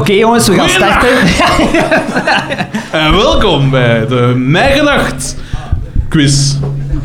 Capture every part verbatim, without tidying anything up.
okay, jongens, we gaan starten. En welkom bij de Mij Gedacht quiz.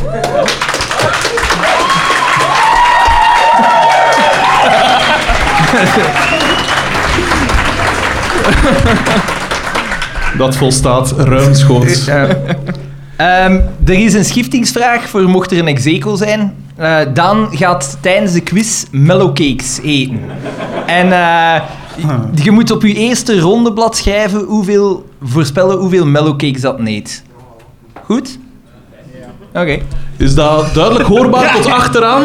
Dat volstaat ruimschoots. Uh, um, er is een schiftingsvraag voor mocht er een ex-aequo zijn. Uh, Daan gaat tijdens de quiz mellowcakes eten. En uh, je moet op je eerste rondeblad schrijven hoeveel, voorspellen hoeveel mellowcakes dat eet. Goed? Oké. Okay. Is dat duidelijk hoorbaar tot achteraan?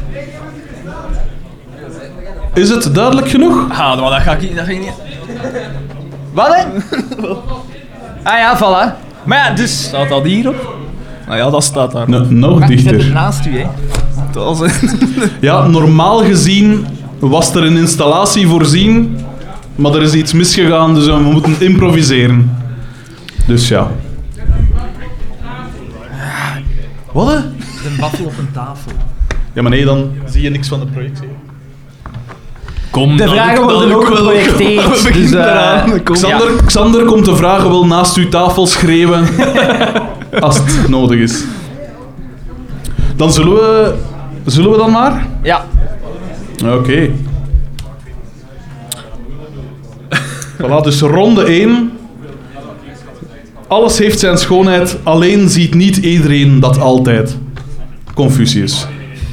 Is het duidelijk genoeg? Ah, maar dat ga ik, dat ga ik niet... Wat, hè? Ah ja, voilà. Maar ja, dus... Staat dat hierop? Nou ja, dat staat daar. No, nog maar dichter. zet het naast u, hè. Dat is... Ja, normaal gezien was er een installatie voorzien, maar er is iets misgegaan, dus we moeten improviseren. Dus ja. Wat, hè? Een baffel op een tafel. Ja, maar nee, dan zie je niks van de projectie. Kom, de vragen worden ook geprojecteerd. Dus, uh, Xander, ja. Xander komt de vragen wel naast uw tafel schreeuwen als het nodig is. Dan zullen we... Zullen we dan maar? Ja. Oké. Okay. Voilà, dus ronde één. Alles heeft zijn schoonheid, alleen ziet niet iedereen dat altijd. Confucius.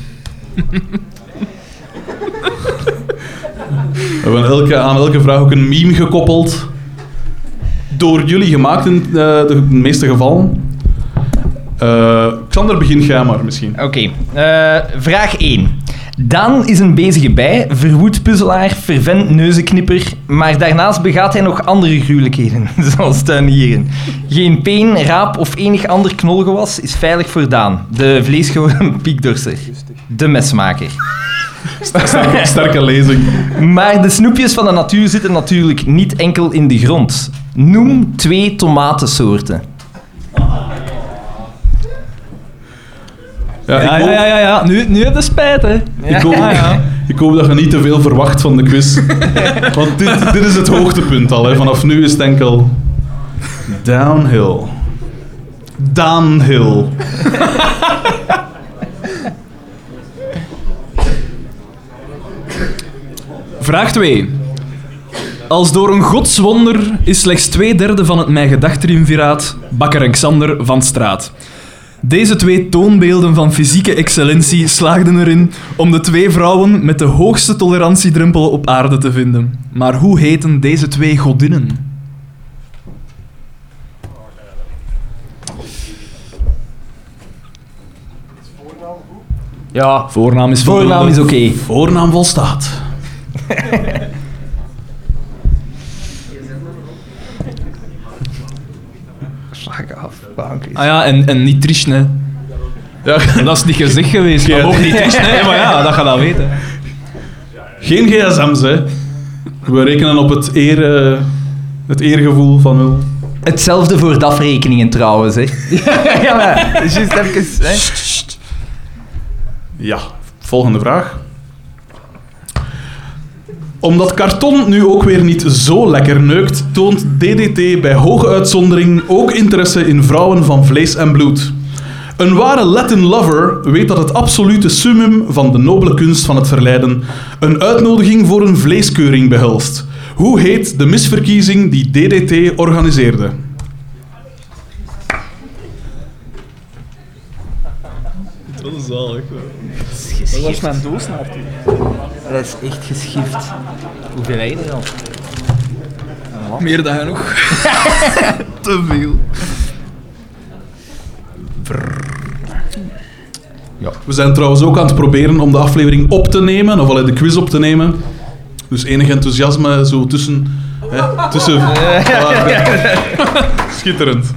We hebben elke, aan elke vraag ook een meme gekoppeld. Door jullie gemaakt in uh, de meeste gevallen. Uh, Xander, begin jij maar misschien. Oké. Okay. Uh, vraag één. Daan is een bezige bij, verwoed puzzelaar, fervent neuzenknipper, maar daarnaast begaat hij nog andere gruwelijkheden, zoals tuinieren. Geen peen, raap of enig ander knolgewas is veilig voor Daan, de vleesgeworden piekdorser, de mesmaker. Sterke, sterke lezing. Maar de snoepjes van de natuur zitten natuurlijk niet enkel in de grond. Noem twee tomatensoorten. Ja, ja, ik hoop, ja, ja, ja. Nu, nu heb je spijt, hè. Ik hoop, ja, ja. ik hoop dat je niet te veel verwacht van de quiz. Want dit, dit is het hoogtepunt al. Hè. Vanaf nu is het enkel... Downhill. Downhill. Vraag twee. Als door een godswonder is slechts twee derde van het Mij Gedacht triumviraat Bakker en Xander van straat. Deze twee toonbeelden van fysieke excellentie slaagden erin om de twee vrouwen met de hoogste tolerantiedrempel op aarde te vinden. Maar hoe heten deze twee godinnen? Ja, voornaam is voornaam is oké. Okay. Voornaam volstaat. Slag af, bankjes. Ah ja, en, en niet triest, hè. Ja. Dat is niet gezegd geweest, maar ook niet triest, hè. Maar ja, dat ga je dat weten. Geen gsm's, hè. We rekenen op het, eer, het eergevoel van u. Hetzelfde voor D A F-rekeningen trouwens, hè. Ja, maar juist even, hè. Ja, volgende vraag. Omdat karton nu ook weer niet zo lekker neukt, toont D D T bij hoge uitzondering ook interesse in vrouwen van vlees en bloed. Een ware Latin lover weet dat het absolute summum van de nobele kunst van het verleiden een uitnodiging voor een vleeskeuring behelst. Hoe heet de misverkiezing die D D T organiseerde? Dat is zalig. Dat was mijn doos naartoe. Dat is echt geschift. Hoeveel heb je er al? Meer dan genoeg. Te veel. Ja. We zijn trouwens ook aan het proberen om de aflevering op te nemen, of al de quiz op te nemen. Dus enig enthousiasme zo tussen... Hè, tussen... Schitterend.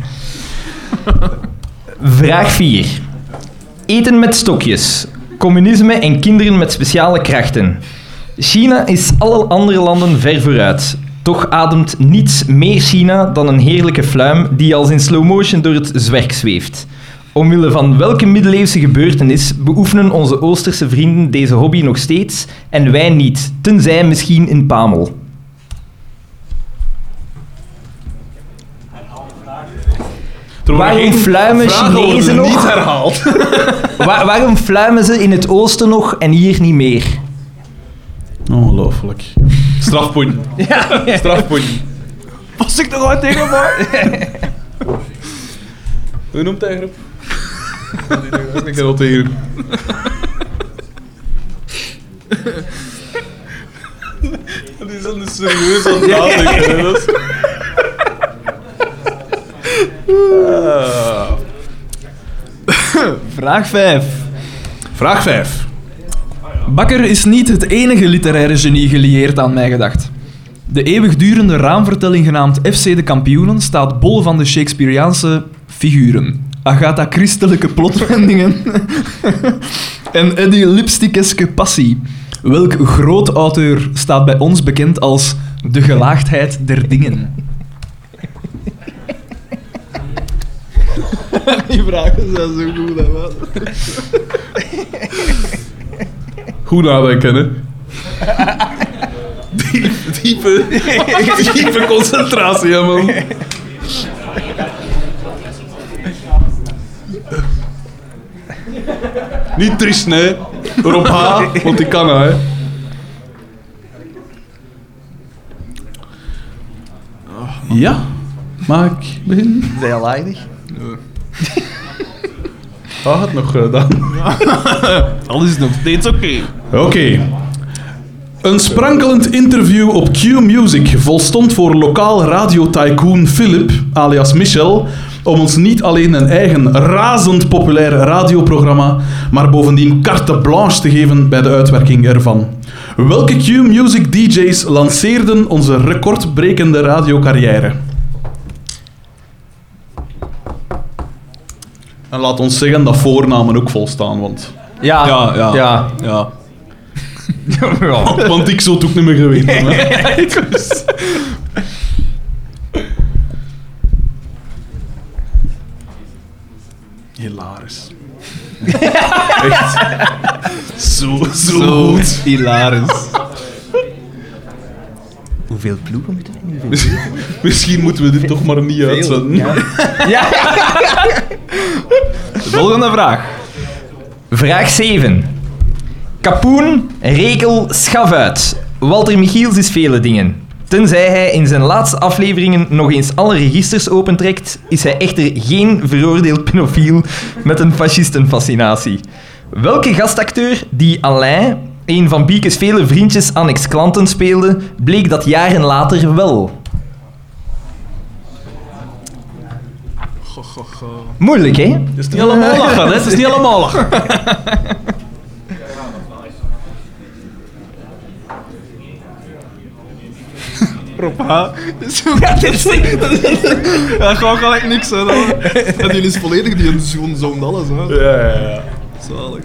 Vraag vier. Eten met stokjes. Communisme en kinderen met speciale krachten. China is alle andere landen ver vooruit. Toch ademt niets meer China dan een heerlijke fluim die als in slow motion door het zwerk zweeft. Omwille van welke middeleeuwse gebeurtenis beoefenen onze Oosterse vrienden deze hobby nog steeds en wij niet, tenzij misschien in Pamel? worden Waarom geen fluimen vragen Chinezen worden nog? niet herhaald. Wa- waarom fluimen ze in het oosten nog en hier niet meer? Ongelooflijk. Strafpunten. Ja. Strafpunten. Was ik toch al tegen mij? Hoe noemt hij groep? Ik heb al tegen. Die zijn dus serieus aan het nadenken. hè. Dat is... Ah. Vraag vijf. Vraag vijf. Bakker is niet het enige literaire genie gelieerd aan Mijgedacht. De eeuwigdurende raamvertelling genaamd F C de Kampioenen staat bol van de Shakespeareaanse figuren. Agatha Christelijke plotwendingen en Eddie Lipstickeske passie. Welk groot auteur staat bij ons bekend als de gelaagdheid der dingen? Die vragen zijn zo goed, hè, man. Goed nadenken, hè. Diep, diepe, diepe concentratie, hè, man. Niet triest, nee. Rob H, want die kan, hè. Ja, mag ik beginnen? Zijn je al aardig? Ah, het nog gedaan. Alles is nog steeds oké. Oké. Een sprankelend interview op Q-Music volstond voor lokaal radiotycoon Philip, alias Michel, om ons niet alleen een eigen razend populair radioprogramma, maar bovendien carte blanche te geven bij de uitwerking ervan. Welke Q-Music D J's lanceerden onze recordbrekende radiocarrière? En laat ons zeggen dat voornamen ook volstaan, want... Ja. Ja, ja. ja. Ja. ja. Want ik zou het ook niet meer geweten. Hè. Hilarisch. Echt. Zo, zo, Zo goed. hilarisch. Hoeveel ploegen moeten we nu Miss- Misschien moeten we dit toch maar niet uitzenden. Ja. ja. De volgende vraag. Vraag zeven. Kapoen, rekel, schavuit. Walter Michiels is vele dingen. Tenzij hij in zijn laatste afleveringen nog eens alle registers opentrekt, is hij echter geen veroordeeld pedofiel met een fascistenfascinatie. Welke gastacteur die Alain, een van Biekes vele vriendjes aan ex-klanten, speelde, bleek dat jaren later wel? Moeilijk, hè? Het is niet allemaal lachen, hè? Het is niet allemaal lachen. Rob H. Ja, gewoon gelijk niks, hè. En die is volledig, die zo'n zo'n alles, hè. Ja, ja, ja. Zalig.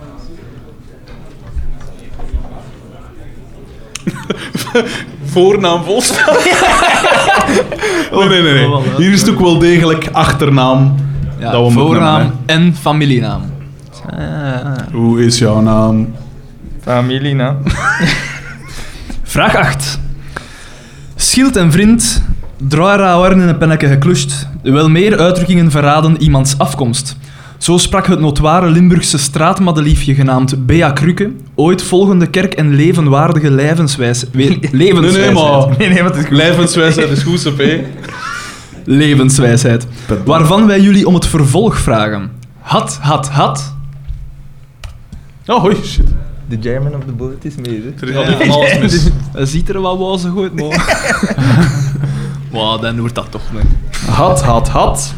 Voornaam volstaan. Nee, nee, nee. nee. Oh, Hier is het ook wel degelijk achternaam. Ja, dat we moeten voornaam hebben, en familienaam. hè. Hoe is jouw naam? Familie, nou. Vraag acht. Schild en vriend, draaierauwen in een penneke gekluscht, wel meer uitdrukkingen verraden iemands afkomst. Zo sprak het notoire Limburgse straatmadeliefje genaamd Bea Krukke, ooit volgende kerk en levenwaardige levenswijs... we- levenswijsheid. Nee, nee, maar... Nee, nee, wat is goed. Levenswijsheid is goed, P. Levenswijsheid. Waarvan wij jullie om het vervolg vragen. Had, had, had... Oh, hoi, shit. The German of the bullet is mee, hè? Er gaat hier van alles mis. Hij ziet er wel wazig uit, maar... Wauw, dan wordt dat toch, nee. Had, had, had.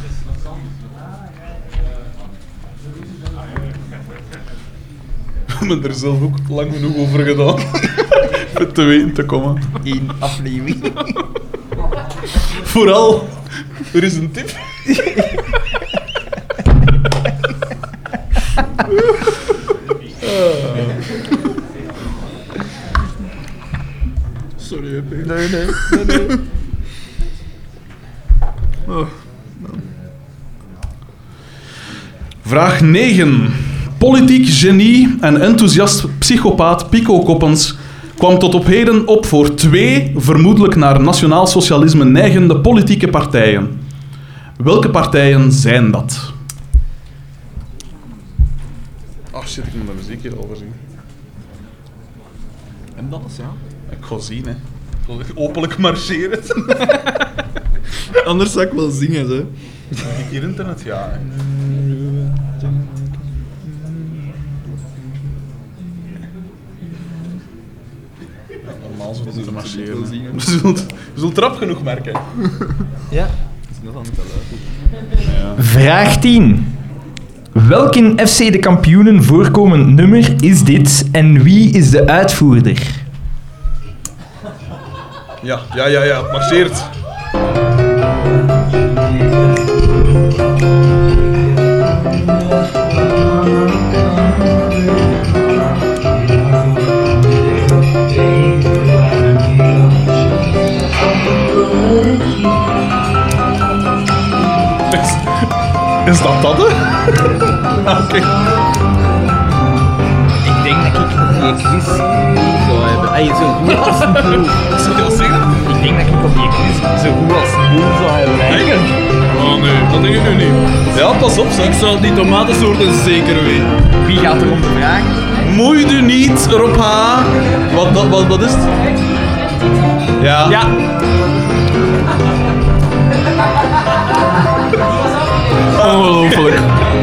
We hebben er zelf ook lang genoeg over gedaan. Om te weten te komen. Eén aflevering. Vooral, er is een tip. Sorry, P. Nee, nee, nee, nee. Oh. Vraag negen. Politiek genie en enthousiast psychopaat Pico Koppens kwam tot op heden op voor twee vermoedelijk naar nationaal socialisme neigende politieke partijen. Welke partijen zijn dat? Oh shit, ik moet de muziek hier overzien. En dat is, ja. Ik ga zien, hè. Ik ga openlijk marcheren. Anders zou ik wel zingen, hè. Ik hier internet, ja. Hè. Ja, normaal zullen we marcheren. We zullen, we zullen trap genoeg merken. Ja. Dat is net aan het luisteren. Ja. Vraag tien. Welk in F C de Kampioenen voorkomend nummer is dit en wie is de uitvoerder? Ja, ja, ja, ja, het marcheert. Is, is dat dat, hè? Oké. Okay. Ik denk dat ik op die quiz zou hebben. Ay, zo goed als een boel. Zou je dat zeggen? Ik denk dat ik op die quiz zo goed als een boel zou hebben. Denk je? Oh nee, dat denk ik nu niet. Ja, pas op, zeg. Ik zou die tomatensoorten zeker weten. Wie gaat er om te vragen? Moeit u niet, Rob H. Wat, wat, wat, wat is het? Ja. Ja. Ongelooflijk.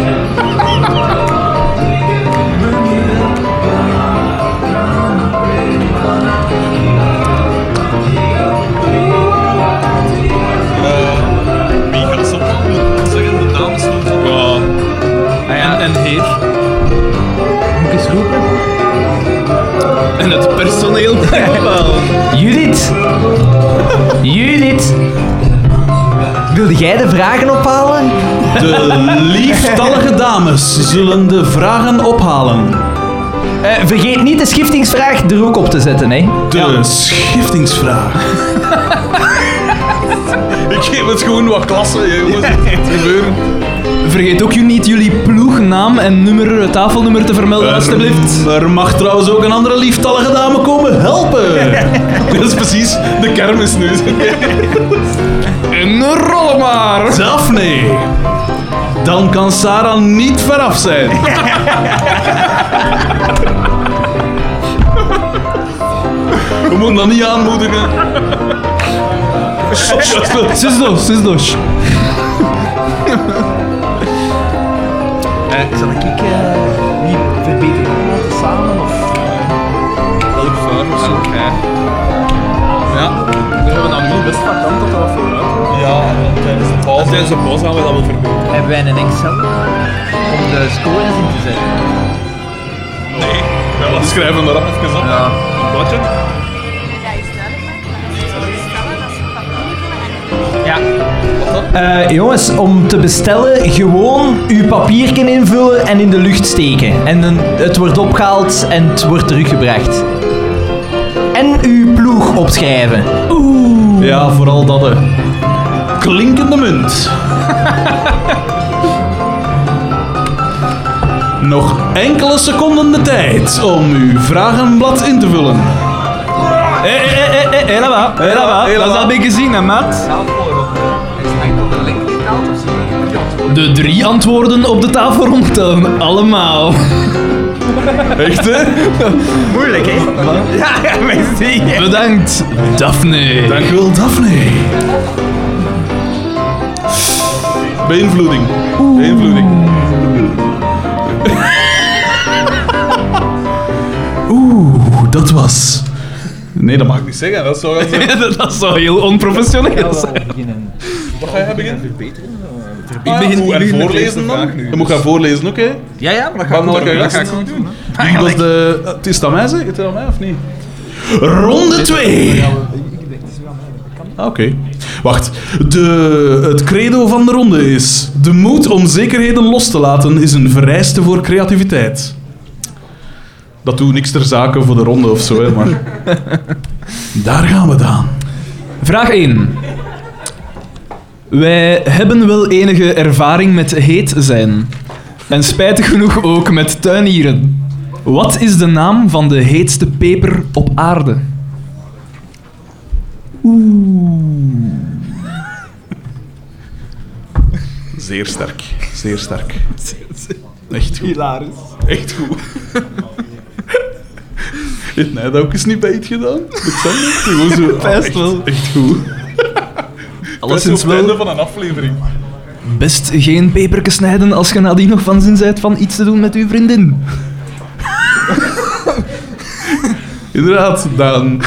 Wie gaat zo zeggen? De dames doen zo. En, en heer. Moet ik eens roepen? En het personeel wel. Judith! Judith! Wilde jij de vragen ophalen? De lieftallige dames zullen de vragen ophalen. Uh, vergeet niet de schiftingsvraag er ook op te zetten, hè? De ja. schiftingsvraag. Ik geef het gewoon wat klasse, jongens. Het gebeuren. Vergeet ook niet jullie ploegnaam en nummer, tafelnummer te vermelden, alstublieft. Er, er mag trouwens ook een andere lieftallige dame komen helpen. Dat is precies de kermis nu. En rol maar! Daphne. Dan kan Sarah niet veraf zijn. We moeten dat niet aanmoedigen. Zesdos, zesdos. Uh, zal ik uh, niet verbeteren laten samen? Of? Elk vuur of zo. Ja, we hebben dan nu best vakant dat we wat vooruit. Ja, tijdens de pauze. Tijdens de pauze gaan we dat wel verbeteren. Hebben wij een Excel om de scores in te zetten? Nee, ja, we schrijven er even op. Ja. Wat je? Ja. Uh, jongens, om te bestellen, gewoon uw papiertje invullen en in de lucht steken. En dan, het wordt opgehaald en het wordt teruggebracht. En uw ploeg opschrijven. Oeh. Ja, vooral dat. Hè. Klinkende munt. Nog enkele seconden de tijd om uw vragenblad in te vullen. Hé, hé, hé, hé, hé, là-bas. Hé, là-bas. Dat heb ik gezien, hè, maat. De drie antwoorden op de tafel rondtellen, allemaal. Echt, hè? Moeilijk, hè? Ja, ja, merci. Bedankt, Daphne. Dankjewel, Daphne. Beïnvloeding. Beïnvloeding. Oeh, dat was... Nee, dat mag ik niet zeggen. Dat zou gaan zeggen. Dat zou heel onprofessioneel zijn. Wat ga jij beginnen? Verbeteren? Ik begin niet en voorlezen dan? Je moet gaan voorlezen, oké? Okay? Ja, ja, maar dat Ga ga, ik dat ga ik ook doen. Wie was de... Het is aan mij, zeg? Het is aan mij of niet? Ronde twee. Ah, oké. Okay. Wacht. De, het credo van de ronde is... De moed om zekerheden los te laten is een vereiste voor creativiteit. Dat doet niks ter zake voor de ronde of zo, hè, maar... Daar gaan we dan. Vraag één. Wij hebben wel enige ervaring met heet zijn. En spijtig genoeg ook met tuinieren. Wat is de naam van de heetste peper op aarde? Oeh. Zeer sterk. Zeer sterk. Echt goed. Hilarisch. Echt goed. Heeft hij dat ook eens niet bij iets gedaan? Gewoon zo, oh, Best echt, wel. echt goed. Alleszins op het einde wel van een aflevering. best geen peperke snijden als je nadien nog van zin bent van iets te doen met uw vriendin. Inderdaad, Daan.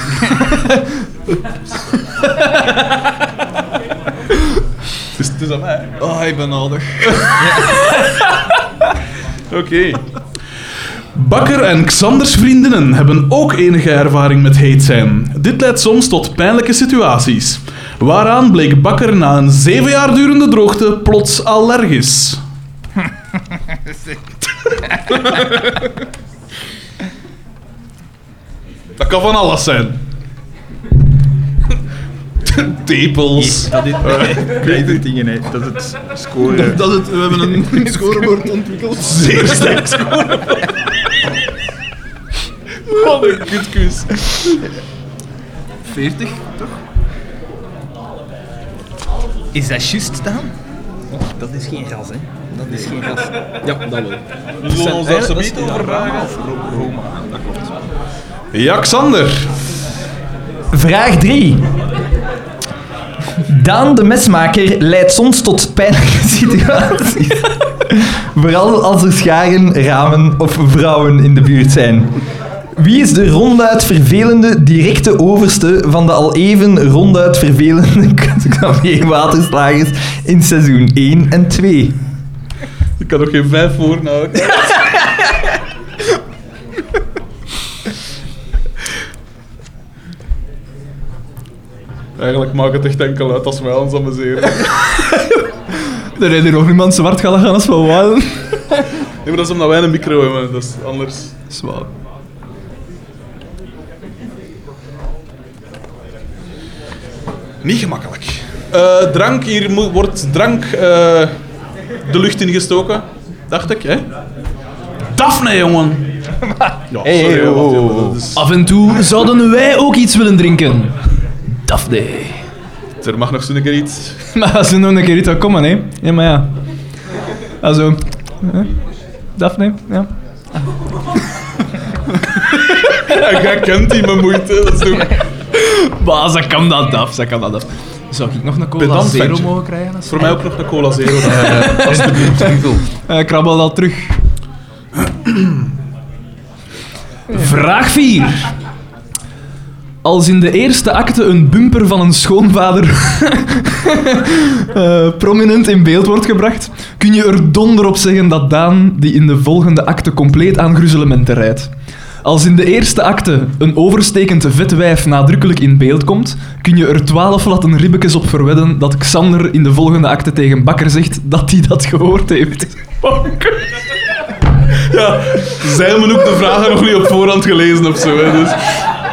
Het is, het is aan mij. Oh, ik ben nodig. Oké. Okay. Bakker en Xanders vriendinnen hebben ook enige ervaring met heet zijn. Dit leidt soms tot pijnlijke situaties. Waaraan bleek Bakker na een zeven jaar durende droogte plots allergisch. Dat kan van alles zijn. Tepels. Dat is het dingen, hè. Dat is het scoren. Dat het, we hebben een scorebord ontwikkeld. Zeer sterk scoren. Wat een kutkus. veertig. Is dat juist dan? Oh, dat is geen gas, hè. Dat is geen gas. Ja, dat wel. We zullen ons daar zo niet over vragen. Roma, dat klopt. Ja, Xander. Vraag drie. Daan de mesmaker leidt soms tot pijnlijke situaties. Vooral als er scharen, ramen of vrouwen in de buurt zijn. Wie is de ronduit vervelende directe overste van de al even ronduit vervelende Xavier Waterslagers in seizoen één en twee? Ik kan nog geen vijf voorhouden. Eigenlijk maakt het echt enkel uit als wij ons amuseren. Er rijdt hier nog niemand zwart gaan gaan als van Walen. Nee, maar dat is omdat wij een micro hebben, dat is anders. Zwaar. Niet gemakkelijk. Uh, drank, hier mo- wordt drank uh, de lucht ingestoken, dacht ik, hè? Daphne, jongen! Ja, Hey, sorry, oh, want, ja, oh, oh. dat is- Af en toe zouden wij ook iets willen drinken. Daphne. Er mag nog zo'n keer iets. Maar als er nog een keer iets zou komen, hè. Ja, maar ja. Also... hè? Daphne, ja. Ja, jij kent die mijn moeite, dat is toch... Maar ze kan dat af, ze kan dat af. Zou ik nog een cola Pedant zero ventje. mogen krijgen? Als Voor mij ook nog een cola zero. Uh, alsjeblieft. Uh, krabbel dat terug. Vraag vier. Als in de eerste acte een bumper van een schoonvader uh, prominent in beeld wordt gebracht, kun je er donder op zeggen dat Daan die in de volgende acte compleet aan gruzelementen rijdt. Als in de eerste acte een overstekend vet wijf nadrukkelijk in beeld komt, kun je er twaalf latten ribbekes op verwedden dat Xander in de volgende acte tegen Bakker zegt dat hij dat gehoord heeft. Ja, zij hebben ook de vragen nog niet op voorhand gelezen of zo, hè, dus...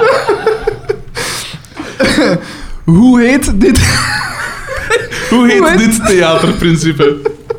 Hoe heet dit? Hoe heet Hoe heet- dit theaterprincipe?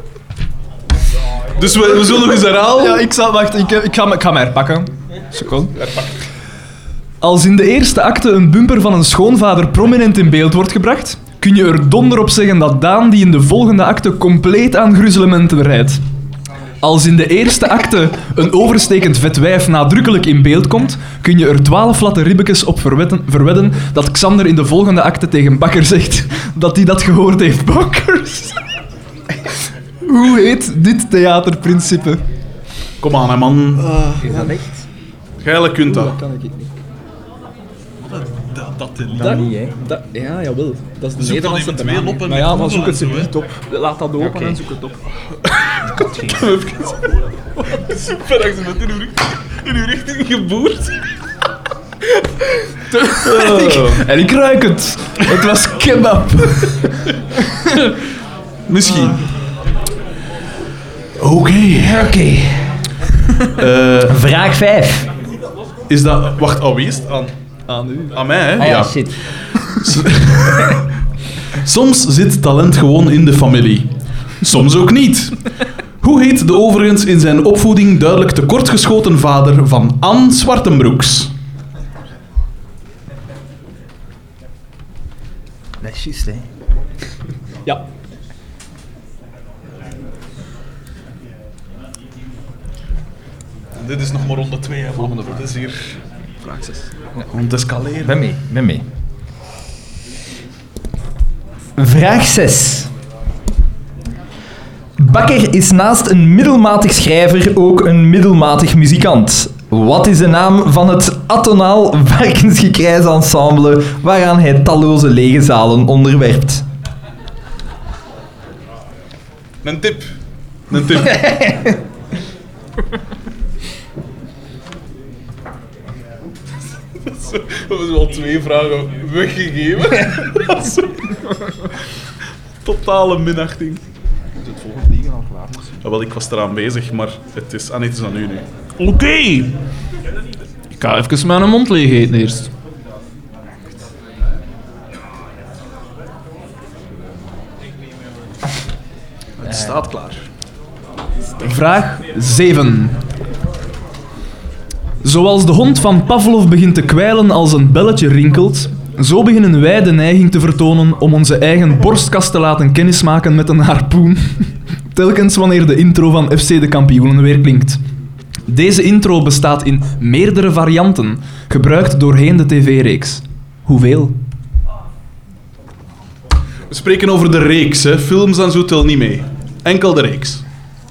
Dus we, we zullen nog eens herhalen. Ja, ik zal... Wacht, ik, ik, ga, me- ik ga me herpakken. Seconde. Als in de eerste acte een bumper van een schoonvader prominent in beeld wordt gebracht, kun je er donder op zeggen dat Daan die in de volgende acte compleet aan gruzelementen rijdt. Als in de eerste acte een overstekend vet wijf nadrukkelijk in beeld komt, kun je er twaalf latte ribbekes op verwedden, verwedden dat Xander in de volgende acte tegen Bakker zegt dat hij dat gehoord heeft. Bakkers. Hoe heet dit theaterprincipe? Kom aan, hè, man. Is dat echt? Geilijk kunt dat. kan ik niet. Dat, dat, Dat niet, hè. Dat, ja, jawel. Dat is de Zoek Nederlandse dat eventueel benaming. op en Maar ja, maar Google zoek het en zo, ze niet op. Laat dat open Oké. en zoek het op. Super, dat je met in uw, in uw richting geboerd. En ik ruik het. Het was kebab. Misschien. Oké. Oké. Eh, Vraag vijf. is dat... Wacht, oh, wie is het? Aan, Aan u. aan mij, hè? Ah ja, shit. Soms zit talent gewoon in de familie. Soms ook niet. Hoe heet de overigens in zijn opvoeding duidelijk tekortgeschoten vader van Anne Zwartenbroeks? Dat is juist, hè. Ja. dit is nog maar ronde twee. Volgende vraag. Het is hier... Vraag zes. Om te escaleren. Ben mee, ben mee. Vraag zes. Bakker is naast een middelmatig schrijver ook een middelmatig muzikant. Wat is de naam van het atonaal varkensgekrijsensemble waaraan hij talloze lege zalen onderwerpt? Een tip. Een tip. We hebben wel twee vragen weggegeven. Dat is zo- Totale minachting. Is het volgende liegen al klaar? Ja, wel, ik was eraan bezig, maar het is, ah, nee, het is aan u nu. Oké. Ik ga even mijn mond leeg eten eerst. Het staat klaar. Vraag zeven. Zoals de hond van Pavlov begint te kwijlen als een belletje rinkelt, zo beginnen wij de neiging te vertonen om onze eigen borstkas te laten kennismaken met een harpoen, telkens wanneer de intro van F C de Kampioenen weer klinkt. Deze intro bestaat in meerdere varianten, gebruikt doorheen de tv-reeks. Hoeveel? We spreken over de reeks, hè. Films en zo tel niet mee. Enkel de reeks.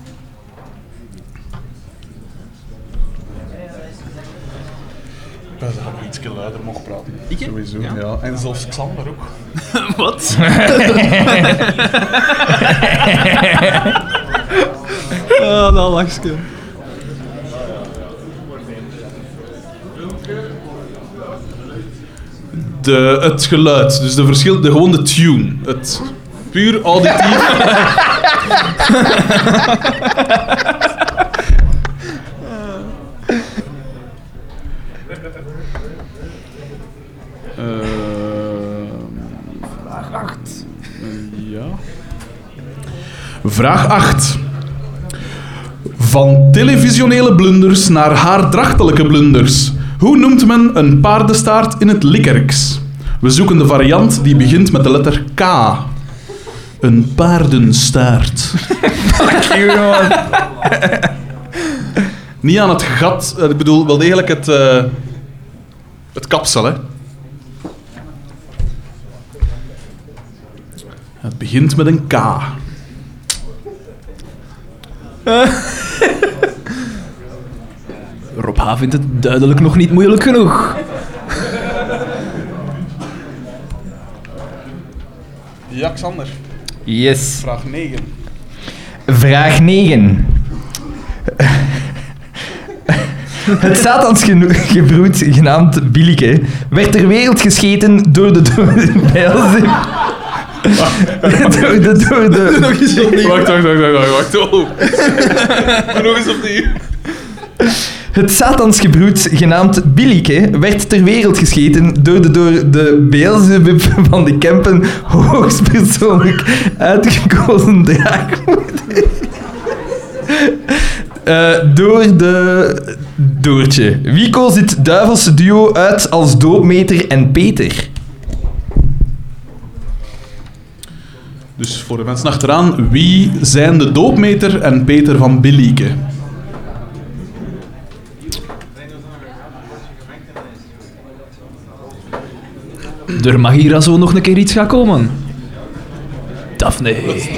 Ja, ze hadden iets luider mogen praten. Ik? Sowieso, Ja. ja. En zelfs Xander ook. Wat? Ah, dat lachske. De, het geluid, dus de verschil, de, gewoon de tune. Het puur auditief. Vraag acht. Ja. Vraag acht. Van televisionele blunders naar haardrachtelijke blunders. Hoe noemt men een paardenstaart in het Likkerks? We zoeken de variant die begint met de letter K. Een paardenstaart. Niet aan het gat, eh, ik bedoel wel degelijk het, uh, het kapsel, hè. Het begint met een K. Rob H. vindt het duidelijk nog niet moeilijk genoeg. Ja, Xander. Yes. Vraag negen. Vraag negen. Het Satansgebroed, genaamd Bielike, werd ter wereld gescheten door de... Door de Beelzebub. door de... Door de... Nog eens opnieuw. Wacht, wacht, wacht, wacht, wacht. Oh. Nog eens opnieuw. Het Satansgebroed, genaamd Bielike, werd ter wereld gescheten door de door de Beelzebub van de Kempen hoogstpersoonlijk uitgekozen draagmoeder. Uh, door de... Doortje. Wie koos dit duivelse duo uit als doopmeter en Peter? Dus voor de mensen achteraan, wie zijn de doopmeter en Peter van Bielike? Er mag hier zo nog een keer iets gaan komen. Daphne.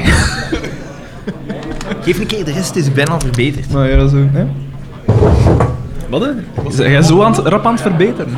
Geef een keer, de rest is bijna verbeterd. Nou ja, zo. Hè? Wat, hè? Zijn jij zo aan het, rap aan het verbeteren?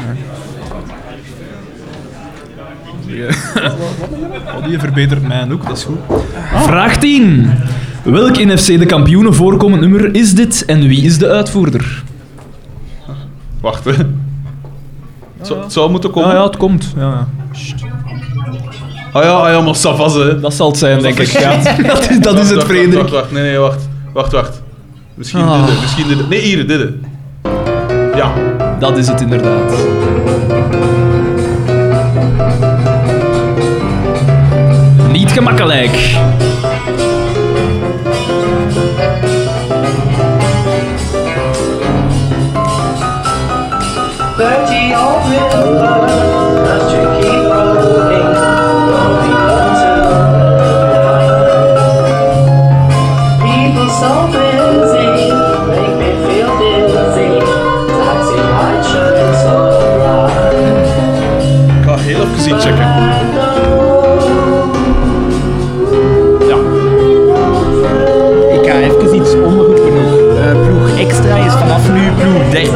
Oh, die verbetert mij ook, dat is goed. Vraag tien. Welk in F C de Kampioenen voorkomend nummer is dit en wie is de uitvoerder? Wacht, hè. Het zou, het zou moeten komen. Ja, ja, het komt. Ja, ja. Ah ja, ah ja, maar ça va, hè. Dat zal het zijn, denk ik. Ja. Dat is, dat is Wacht, het, wacht, Frederik. Wacht, wacht, nee, nee, wacht. Wacht, wacht. Misschien Ah. dit, misschien dit. Nee, hier, dit. Ja. Dat is het inderdaad. Niet gemakkelijk. Thirty old river, must you keep rolling, rolling until people so busy, make me feel dizzy.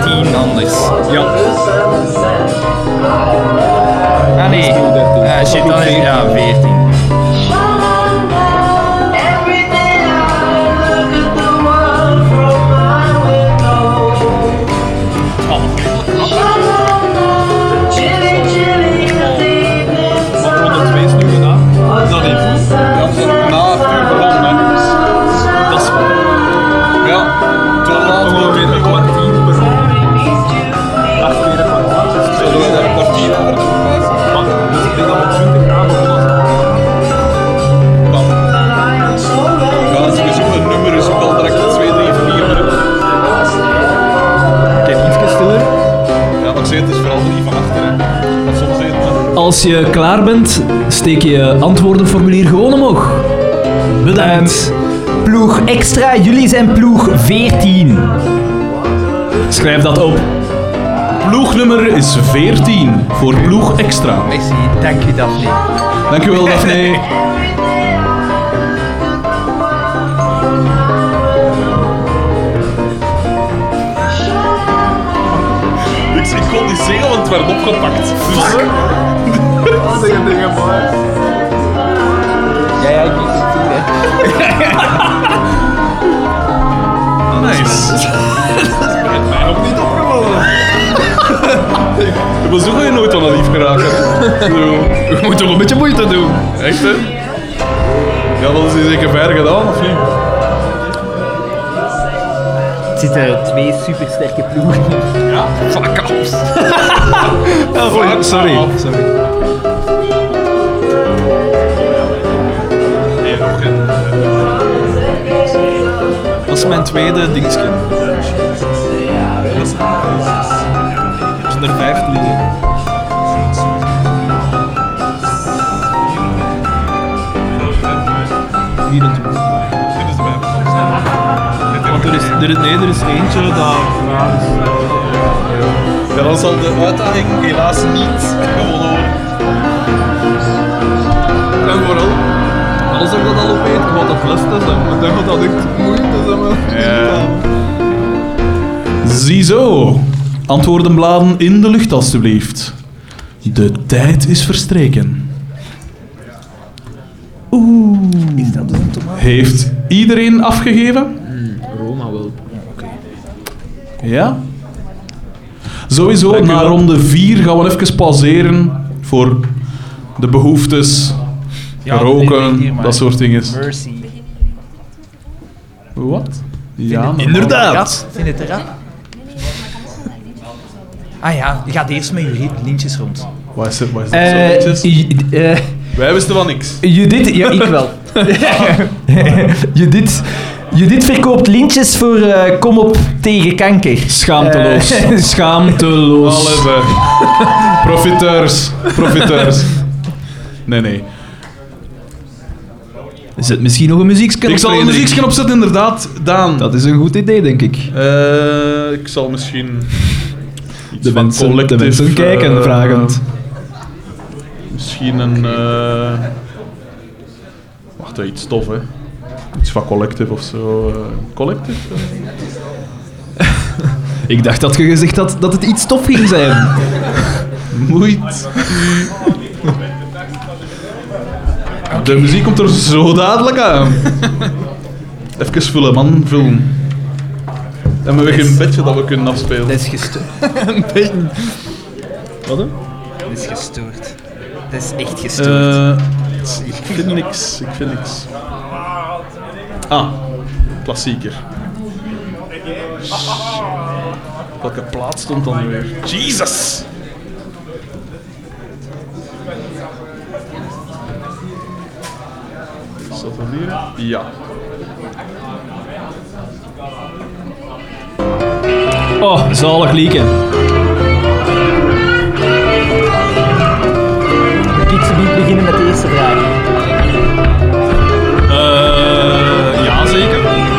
dertien anders. Ja. Ah nee. Ah, shit, dan is ja, veertien. Als je klaar bent, steek je antwoordenformulier gewoon omhoog. Bedankt. Um, ploeg extra, jullie zijn ploeg veertien. Schrijf dat op. Ploegnummer is veertien voor ploeg extra. Merci, dank u Daphne. Dankjewel, Daphne. Ik, ik kon niet zeggen, want het werd opgepakt. Dus... Zeggen dingen, mooi. Ja, ja, ik weet het goed, hè. Nice. Dat heeft mij nog niet opgevallen. Maar zo ga je nooit aan lief geraken. Zo. Je moet toch een beetje moeite doen. Echt, hè? Ja, dat is zeker ver gedaan, of niet? Het zitten twee supersterke ploegen. Ja, fuck off. Oh, sorry. sorry. Nee, nog geen... Dat is mijn tweede dingetje. Dat is... Er zijn er vijftien. vierentwintig. Dit is de vijf. Want er is, er is, nee, er is eentje dat... Ja, dan zal de uitdaging helaas niet gewonnen worden. En vooral, alles dat ik dat al opeet, ik wou dat les zijn. Ik denk dat dat echt moeite is. Ja. Ziezo. Antwoordenbladen in de lucht, alstublieft. De tijd is verstreken. Oeh. Heeft iedereen afgegeven? Roma wel. Ja? Sowieso, Dank u na wel. ronde vier gaan we even pauzeren voor de behoeftes, Ja, roken, nee, nee, hier maar. dat soort dingen. Mercy. Wat? Ja, Vind het- Inderdaad. Vind het eraf? Ah ja, je gaat eerst met je lintjes rond. Wat is het? Wat is dat? Eh, Zo netjes? J- eh, Wij wisten van niks. Judith, ja, ik wel. Judith, Judith verkoopt lintjes voor eh, kom op tegen kanker. Schaamteloos. Eh, Schaamteloos. Alles, hè. Profiteurs. Profiteurs. Nee, nee. Zet misschien nog een muziekje op, Ik zal een Frederik. muziekje opzetten, inderdaad. Daan. Dat is een goed idee, denk ik. Eh, ik zal misschien... iets De van mensen, de collective, mensen kijken eh, vragend. Misschien een... eh, Wacht, iets tof, hè. Iets van collective of zo. eh, collective? eh? Ik dacht dat je gezegd had dat het iets tof ging zijn. Moeit. De muziek komt er zo dadelijk aan. Even vullen, man. Vullen. En we hebben geen bedje dat we kunnen afspelen. Dat is gestoord. Wat hè? Dat is gestoord. Dat is echt gestoord. Eh, ik vind niks. Ik vind niks. Ah, klassieker. Welke plaats stond dan nu weer? Jesus! Is dat dan hier? Ja. Oh, zalig lieken. Ik zou beginnen met de eerste vraag. Eh, ja, zeker.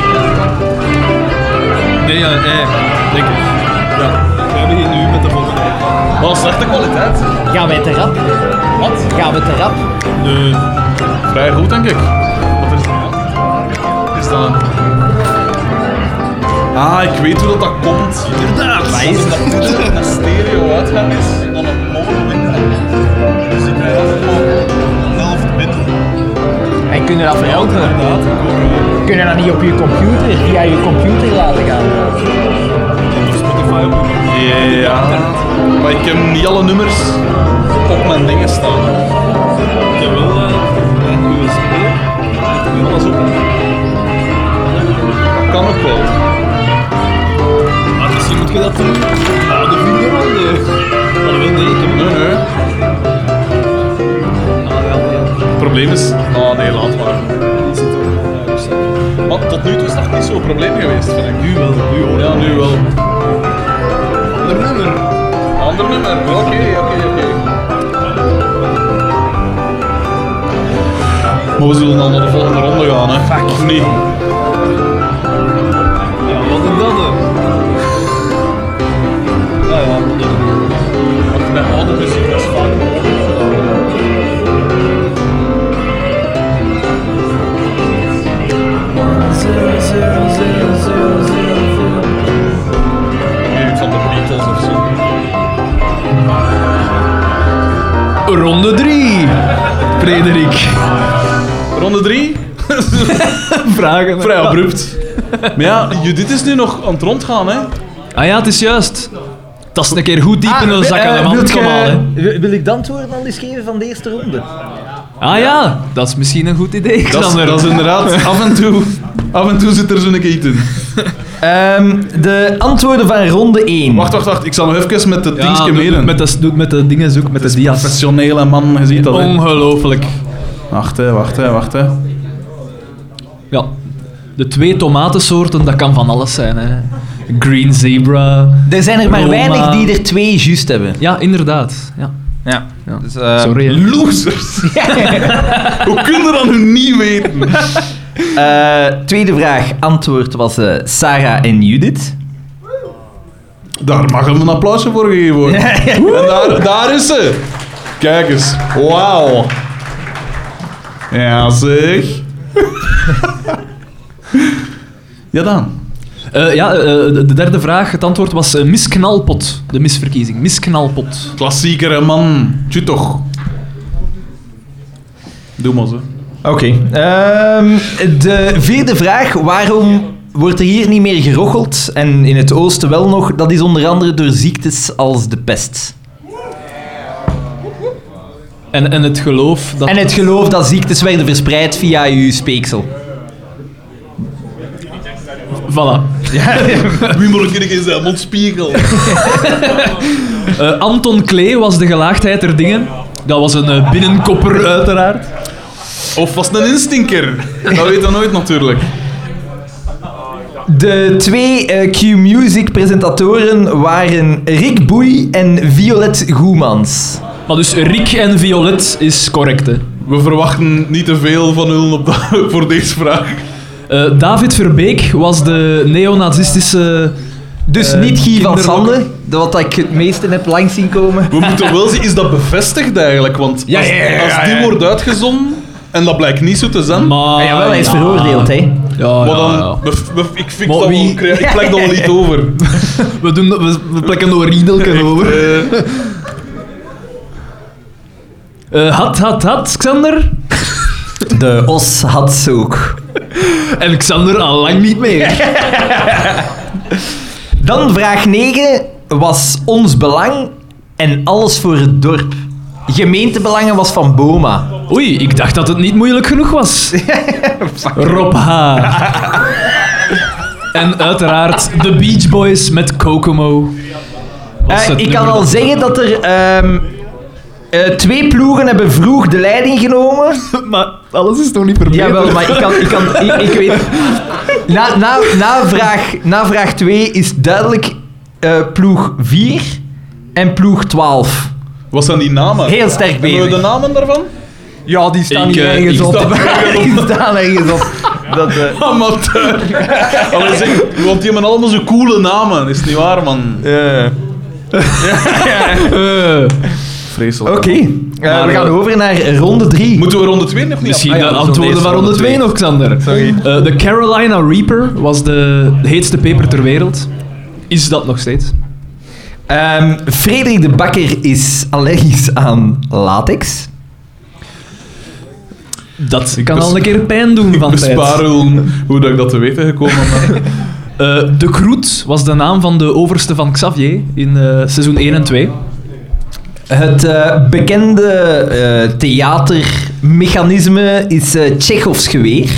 Nee, ja, nee, denk ik. Ja, wij beginnen nu met de volgende. Wat een slechte kwaliteit. Gaan wij te rap? Wat? Gaan we te rap? Nee. Vrij goed, denk ik. Wat is dat? Is dat een... Ah, ik weet hoe dat, dat komt. Inderdaad. Wat is dat? Een stereo uitgang is dan een mono ingang. Dus ik krijg altijd een helft minder. En kun je dat veranderen? Kun je dat niet op je computer, via je computer laten gaan? Ja, maar ik heb niet alle nummers op mijn dingen staan. Ik heb wel uh, een U S B. Ik heb alles op. Dat kan ook wel. Maar misschien moet je dat doen. Ja, de vingerhanden. Maar wel nee, ik heb Nee, nee. Ah, ja, nee. Het probleem is... Oh nee, laat maar. Die zit er. Ja, dus, uh, Maar tot nu toe is dat niet zo'n probleem geweest, vind ik. Nu wel, nu hoor. Ja, nu wel. Ander nummer. Ander nummer, oké, oké, oké. Maar we zullen dan naar de volgende ronde gaan, hè? Fuck. Of niet? Ja, wat is dat dan? Ja, ja, wat is dat? Want bij oude muziek is vaak... Nee, van de Beatles of zo. Ronde drie. Frederik. Ronde drie? Vragen. Vrij abrupt. Maar ja, Judith is nu nog aan het rondgaan, hè? Ah ja, het is juist. Dat is een keer goed diep in de zak aan de man. wilt Kom ge- aan, hè. Wil ik de antwoorden al eens geven van de eerste ronde? Ah ja, dat is misschien een goed idee. Dat is, Xander. dat is inderdaad... Af en toe, af en toe zit er zo'n iets in. Ehm, de antwoorden van ronde één. Wacht, wacht, wacht. Ik zal nog even met het Ja, dingetje doe- meden. Met de, doe met de dingen zoek, met de dia's. Professionele man, je ziet dat, hè. Ongelooflijk. Wacht, hè, wacht, hè, wacht, hè. Ja, de twee tomatensoorten, dat kan van alles zijn. Hè. Green zebra. Er zijn er maar Roma. weinig die er twee juist hebben. Ja, inderdaad. Ja. Ja. Ja. Dus, ehm, Sorry. hè. Losers! Hoe kun je dat nu niet weten? eh, tweede vraag, antwoord was eh, Sarah en Judith. Daar mag hem een applausje voor gegeven worden. En daar, daar is ze. Kijk eens. Wauw. Ja, zeg. Ja, dan. Eh, ja, eh, de de derde vraag, het antwoord was eh, Miss Knalpot. De misverkiezing. Miss Knalpot. Klassieker, hè, man. Tju toch. Doe maar zo. Oké. Ehm, de vierde vraag, waarom wordt er hier niet meer gerocheld en in het oosten wel nog? Dat is onder andere door ziektes als de pest. En, en het geloof dat... En het geloof dat ziektes werden verspreid via uw speeksel. Voilà. Wie moet ik in zijn mond spiegel? Eh, Anton Klee was de gelaagdheid der dingen. Dat was een eh, binnenkopper, uiteraard. Of was het een instinker? Dat weet je nooit natuurlijk. De twee eh, Q-Music-presentatoren waren Rick Boei en Violet Goemans. Maar dus Rick en Violet is correct, hè. We verwachten niet te veel van hun op dat, voor deze vraag. Eh, David Verbeek was de neonazistische... Dus Eh, niet Guy van kinderlokken. Sande, wat ik het meeste heb langs zien komen. We moeten wel zien, is dat bevestigd eigenlijk? Want Ja, als, ja, ja, ja, als die ja. wordt uitgezonden en dat blijkt niet zo te zijn, Maar... Ah, jawel, hij is ja. veroordeeld, hè. Ja, maar ja, dan, ja. bef- bef- ik fix Maar dat wie- wel, ik krijg- ik plek dat wel niet over. We, doen, we, we plekken nog een riedelken over. Eh, Eh, had, had, had, Xander. De os had zoek. En Xander al lang niet meer. Dan vraag negen was ons belang en alles voor het dorp. Gemeentebelangen was van Boma. Oei, ik dacht dat het niet moeilijk genoeg was. Rob H. En uiteraard de Beach Boys met Kokomo. Was Eh, het ik kan nummer al dat- zeggen dat er ehm, eh, twee ploegen hebben vroeg de leiding genomen. Maar alles is nog niet verbeterd. Jawel, maar ik kan... Ik, kan, ik, ik weet... Na, na, na, vraag, na vraag twee is duidelijk eh, ploeg vier en ploeg twaalf. wat zijn die namen? Heel sterk Hebben we bezig. de namen daarvan? Ja, die staan Ik, hier eh, ergens ik op. sta- Die staan ergens op. Dat, eh, Amateur. Allee, zeg, want die hebben allemaal zo coole namen, is niet waar, man? Eh. Vreselijk. Oké, eh, Maar, we gaan eh, over naar ronde drie. Moeten we ronde twee nog niet Misschien af- de Ah, ja, antwoorden deze van ronde ronde twee twee. nog, Xander. Sorry. Eh, de Carolina Reaper was de heetste peper ter wereld. Is dat nog steeds? Ehm, Frederik de Bakker is allergisch aan latex. Dat kan bes- al een keer pijn doen van tijd. Besparen hoe, hoe dat ik dat te weten gekomen ben. Eh, de Groet was de naam van de overste van Xavier in eh, seizoen één en twee. Het eh, bekende eh, theatermechanisme is eh Tsjechovs geweer.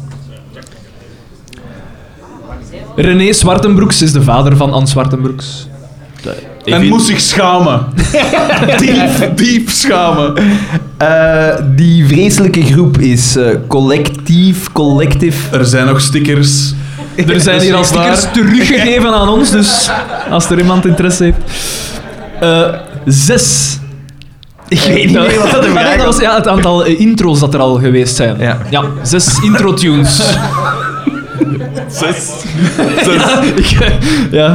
René Zwartenbroeks is de vader van Anne Zwartenbroeks. En moest zich schamen. diep, diep schamen. Eh, die vreselijke groep is eh, collectief, collectief. Er zijn nog stickers. Er zijn hier al stickers teruggegeven aan ons, dus als er iemand interesse heeft. Eh, zes. Ik weet niet meer wat dat Ah, nee, vraag dat was ja, het aantal eh, intro's dat er al geweest zijn. Ja. zes intro-tunes. Zes. ja, ik, ja.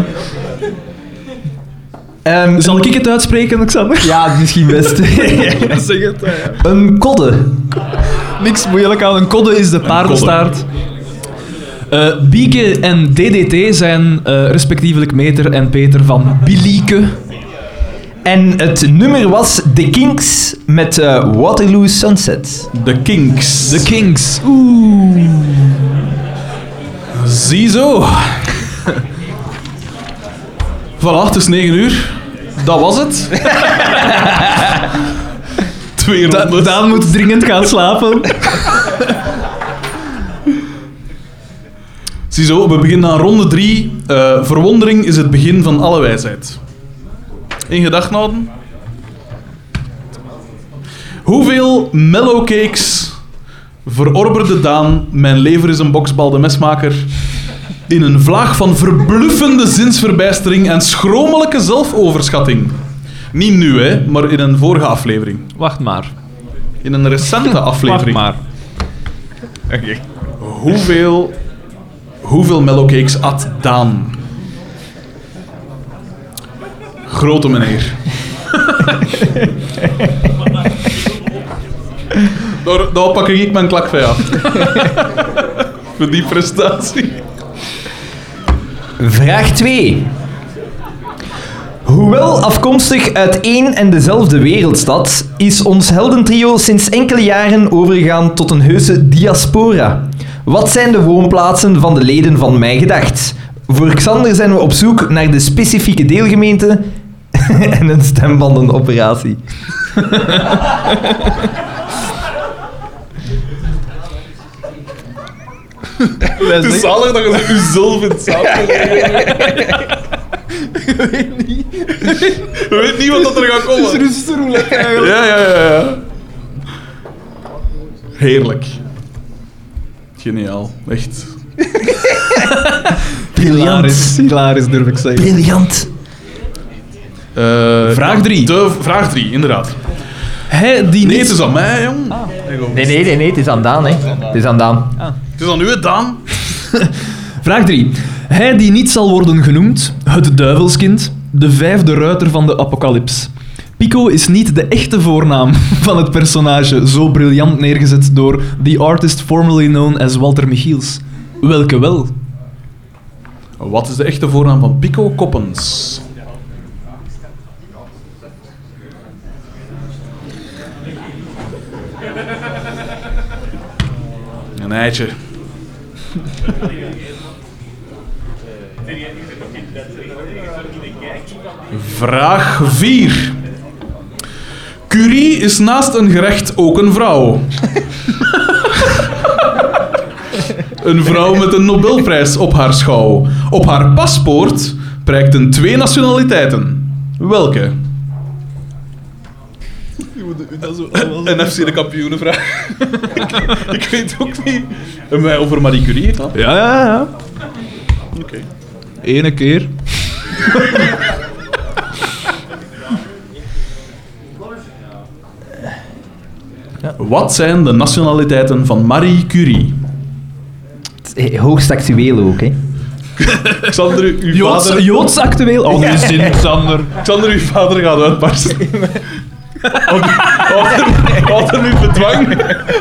Ehm, Zal ik het uitspreken, Xander? Ja, misschien best. Zeg het. eh, ja. Een kodde. Niks moeilijk aan. Een kodde is de paardenstaart. Eh Bieke en D D T zijn eh, respectievelijk Meter en Peter van Bilieke. En het nummer was The Kinks met eh, Waterloo Sunset. De Kinks. De Kings. Oeh. Ziezo. Voilà, het is negen uur. Dat was het. Twee Da rondes. Daan moet dringend gaan slapen. Ziezo, we beginnen aan ronde drie. Uh, verwondering is het begin van alle wijsheid. In gedachten houden. Hoeveel mellowcakes verorberde Daan, mijn lever is een boksbal, de mesmaker, in een vlaag van verbluffende zinsverbijstering en schromelijke zelfoverschatting? Niet nu, hè, maar in een vorige aflevering. Wacht maar. In een recente Wacht aflevering. maar. Oké. Hoeveel, hoeveel mellowcakes at Daan? Grote meneer. daar, daar pak ik mijn klak van af. Voor die prestatie. Vraag twee. Hoewel afkomstig uit één en dezelfde wereldstad, is ons heldentrio sinds enkele jaren overgegaan tot een heuse diaspora. Wat zijn de woonplaatsen van de leden van Mij Gedacht? Voor Xander zijn we op zoek naar de specifieke deelgemeente en een stembandenoperatie. Het is zalig dat je dat jezelf in het samen. Je weet niet wat dat er gaat komen. Rusterroulette eigenlijk. Ja, ja, ja, ja. Heerlijk. Geniaal. Echt. Hilarisch. Hilarisch durf ik zeggen. Briljant. Eh, Vraag drie. De, vraag drie, inderdaad. Hij die Nee, niet... het is aan mij, jong. Nee, nee, nee, nee, het is aan Daan, hè. Het is aan Daan. Het is aan u, Daan. Vraag drie. Hij die niet zal worden genoemd, het duivelskind, de vijfde ruiter van de apocalyps. Pico is niet de echte voornaam van het personage, zo briljant neergezet door the artist formerly known as Walter Michiels. Welke wel? Wat is de echte voornaam van Pico Koppens? Een eitje. Vraag vier. Curie is naast een gerecht ook een vrouw. Een vrouw met een Nobelprijs op haar schouw. Op haar paspoort prijkten twee nationaliteiten. Welke? N F C de kampioenenvraag. ik, ik weet ook niet. En wij over Marie Curie gehad? Ja, ja, ja. Oké. Ene keer. Wat zijn de nationaliteiten van Marie Curie? Het is hoogst actueel ook, hè. Xander, uw Joods, vader... Joods actueel? Oh, nu zin, Xander. Xander, uw vader gaat uitbarsten. Wat er nu bedwang?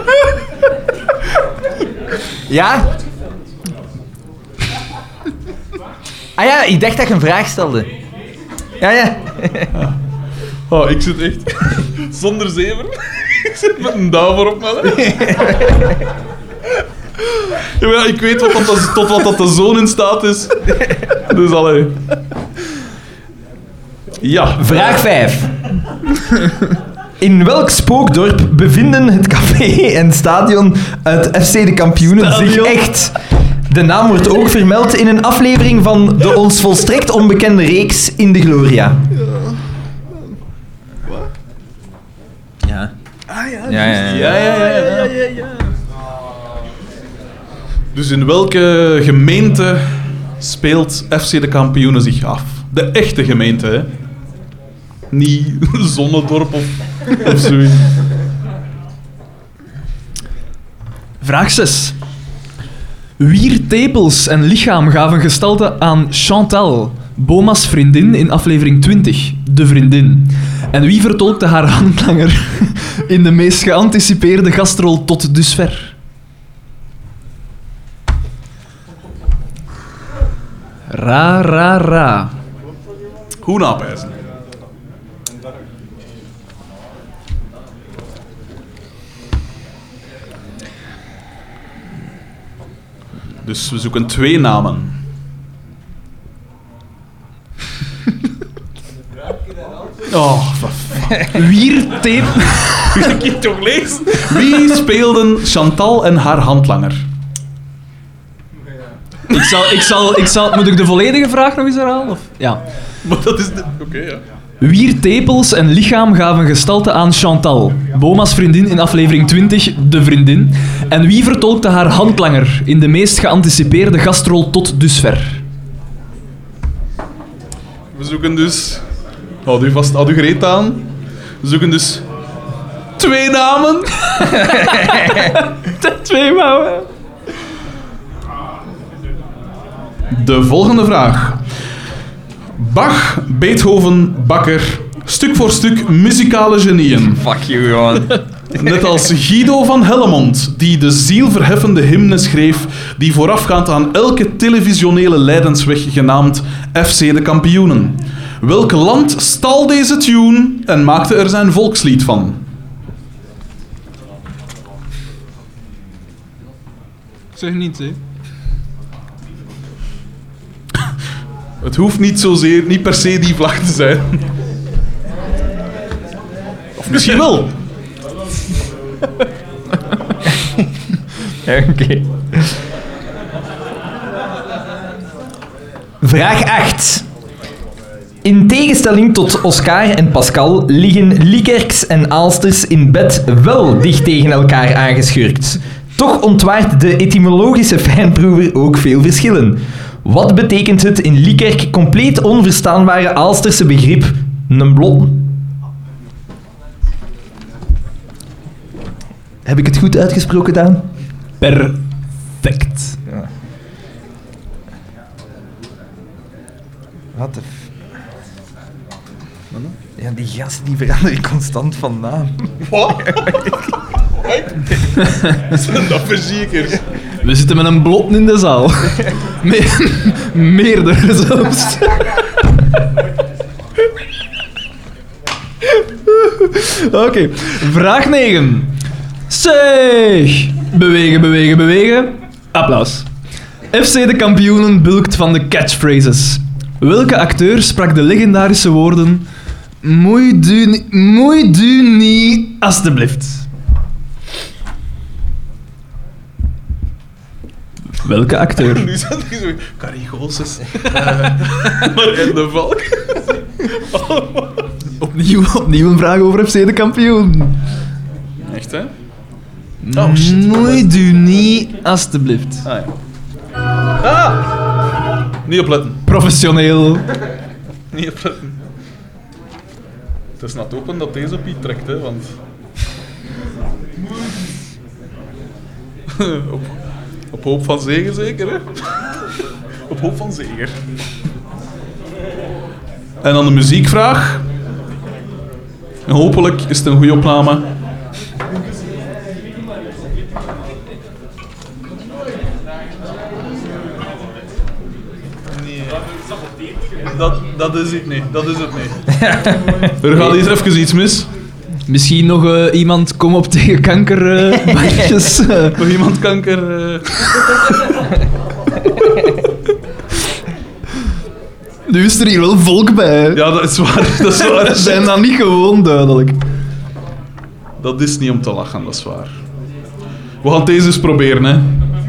Ja? Ah ja, ik dacht dat je een vraag stelde. Ja, ja. Oh, ik zit echt zonder zeven. Ik zit met een duiver op me. Ja, maar ik weet wat dat, dat- tot wat dat de zoon in staat is. Dus allee. Ja. Vraag vijf. In welk spookdorp bevinden het café en stadion uit F C de Kampioenen zich Stadion. echt? De naam wordt ook vermeld in een aflevering van de ons volstrekt onbekende reeks In de Gloria. Ja. Ah ja. Ja, ja, ja. Ja, ja, ja, ja. ja, ja. Dus in welke gemeente speelt F C de Kampioenen zich af? De echte gemeente, hè? Niet Zonnedorp of, of zoiets. Vraag zes. Wier tepels en lichaam gaven gestalte aan Chantal, Boma's vriendin in aflevering twintig, De Vriendin? En wie vertolkte haar handlanger in de meest geanticipeerde gastrol tot dusver? Ra, ra, ra. Hoe napijzen? Dus we zoeken twee namen. Oh, Wier tepels... ik je toch lezen? Wie speelden Chantal en haar handlanger? Ik zal, ik zal, ik zal... Moet ik de volledige vraag nog eens herhalen? Of? Ja. Maar dat is de... Oké, ja. Wier tepels en lichaam gaven gestalte aan Chantal, Boma's vriendin in aflevering twintig, De Vriendin? En wie vertolkte haar handlanger in de meest geanticipeerde gastrol tot dusver? We zoeken dus... Houd u vast, houd u gereed aan. We zoeken dus... Twee namen. Twee mouwen. De volgende vraag. Bach, Beethoven, Bakker. Stuk voor stuk muzikale genieën. Fuck you, gewoon. Net als Guido van Hellemond, die de zielverheffende hymne schreef die voorafgaand aan elke televisionele lijdensweg genaamd F C de Kampioenen. Welk land stal deze tune en maakte er zijn volkslied van? Zeg niet, hè. Het hoeft niet zozeer, niet per se die vlag te zijn. Of misschien wel. Ja, oké. Vraag acht. In tegenstelling tot Oscar en Pascal liggen Liekerks en Aalsters in bed wel dicht tegen elkaar aangeschurkt. Toch ontwaart de etymologische fijnproever ook veel verschillen. Wat betekent het in Liekerk compleet onverstaanbare Aalsterse begrip een blot? Heb ik het goed uitgesproken, Daan? Perfect. Ja. Wat de f... Ja, die gasten die veranderen constant van naam. Wat? Zijn dat verzekers? We zitten met een blot in de zaal. Me meerdere zelfs. Oké, okay. Vraag negen. Zeg! Bewegen, bewegen, bewegen. Applaus. F C de Kampioenen bulkt van de catchphrases. Welke acteur sprak de legendarische woorden... Moei du, ni- moei du niet, alstublieft. Welke acteur? Nu zat ik zo... Carrie Goossens. Uh, Marijn de Valk. Opnieuw, opnieuw een vraag over F C de Kampioen. Echt, hè? Oh, shit. Moei du niet, alstublieft. Ah, ja. Ah! Niet opletten. Professioneel. Niet opletten. Het is net open dat deze Piet trekt, hè, want... op, op hoop van zegen zeker, hè? Op hoop van zegen. En dan de muziekvraag. En hopelijk is het een goede opname. Dat, dat is het niet. Dat is het niet. Er gaat hier even iets mis. Misschien nog uh, iemand kom op tegen kanker uh, bandjes. Uh. Nog iemand kanker... Uh... Nu is er hier wel volk bij. Ja, dat is waar. Dat is waar. We zijn dan niet gewoon duidelijk. Dat is niet om te lachen, dat is waar. We gaan deze eens proberen, hè.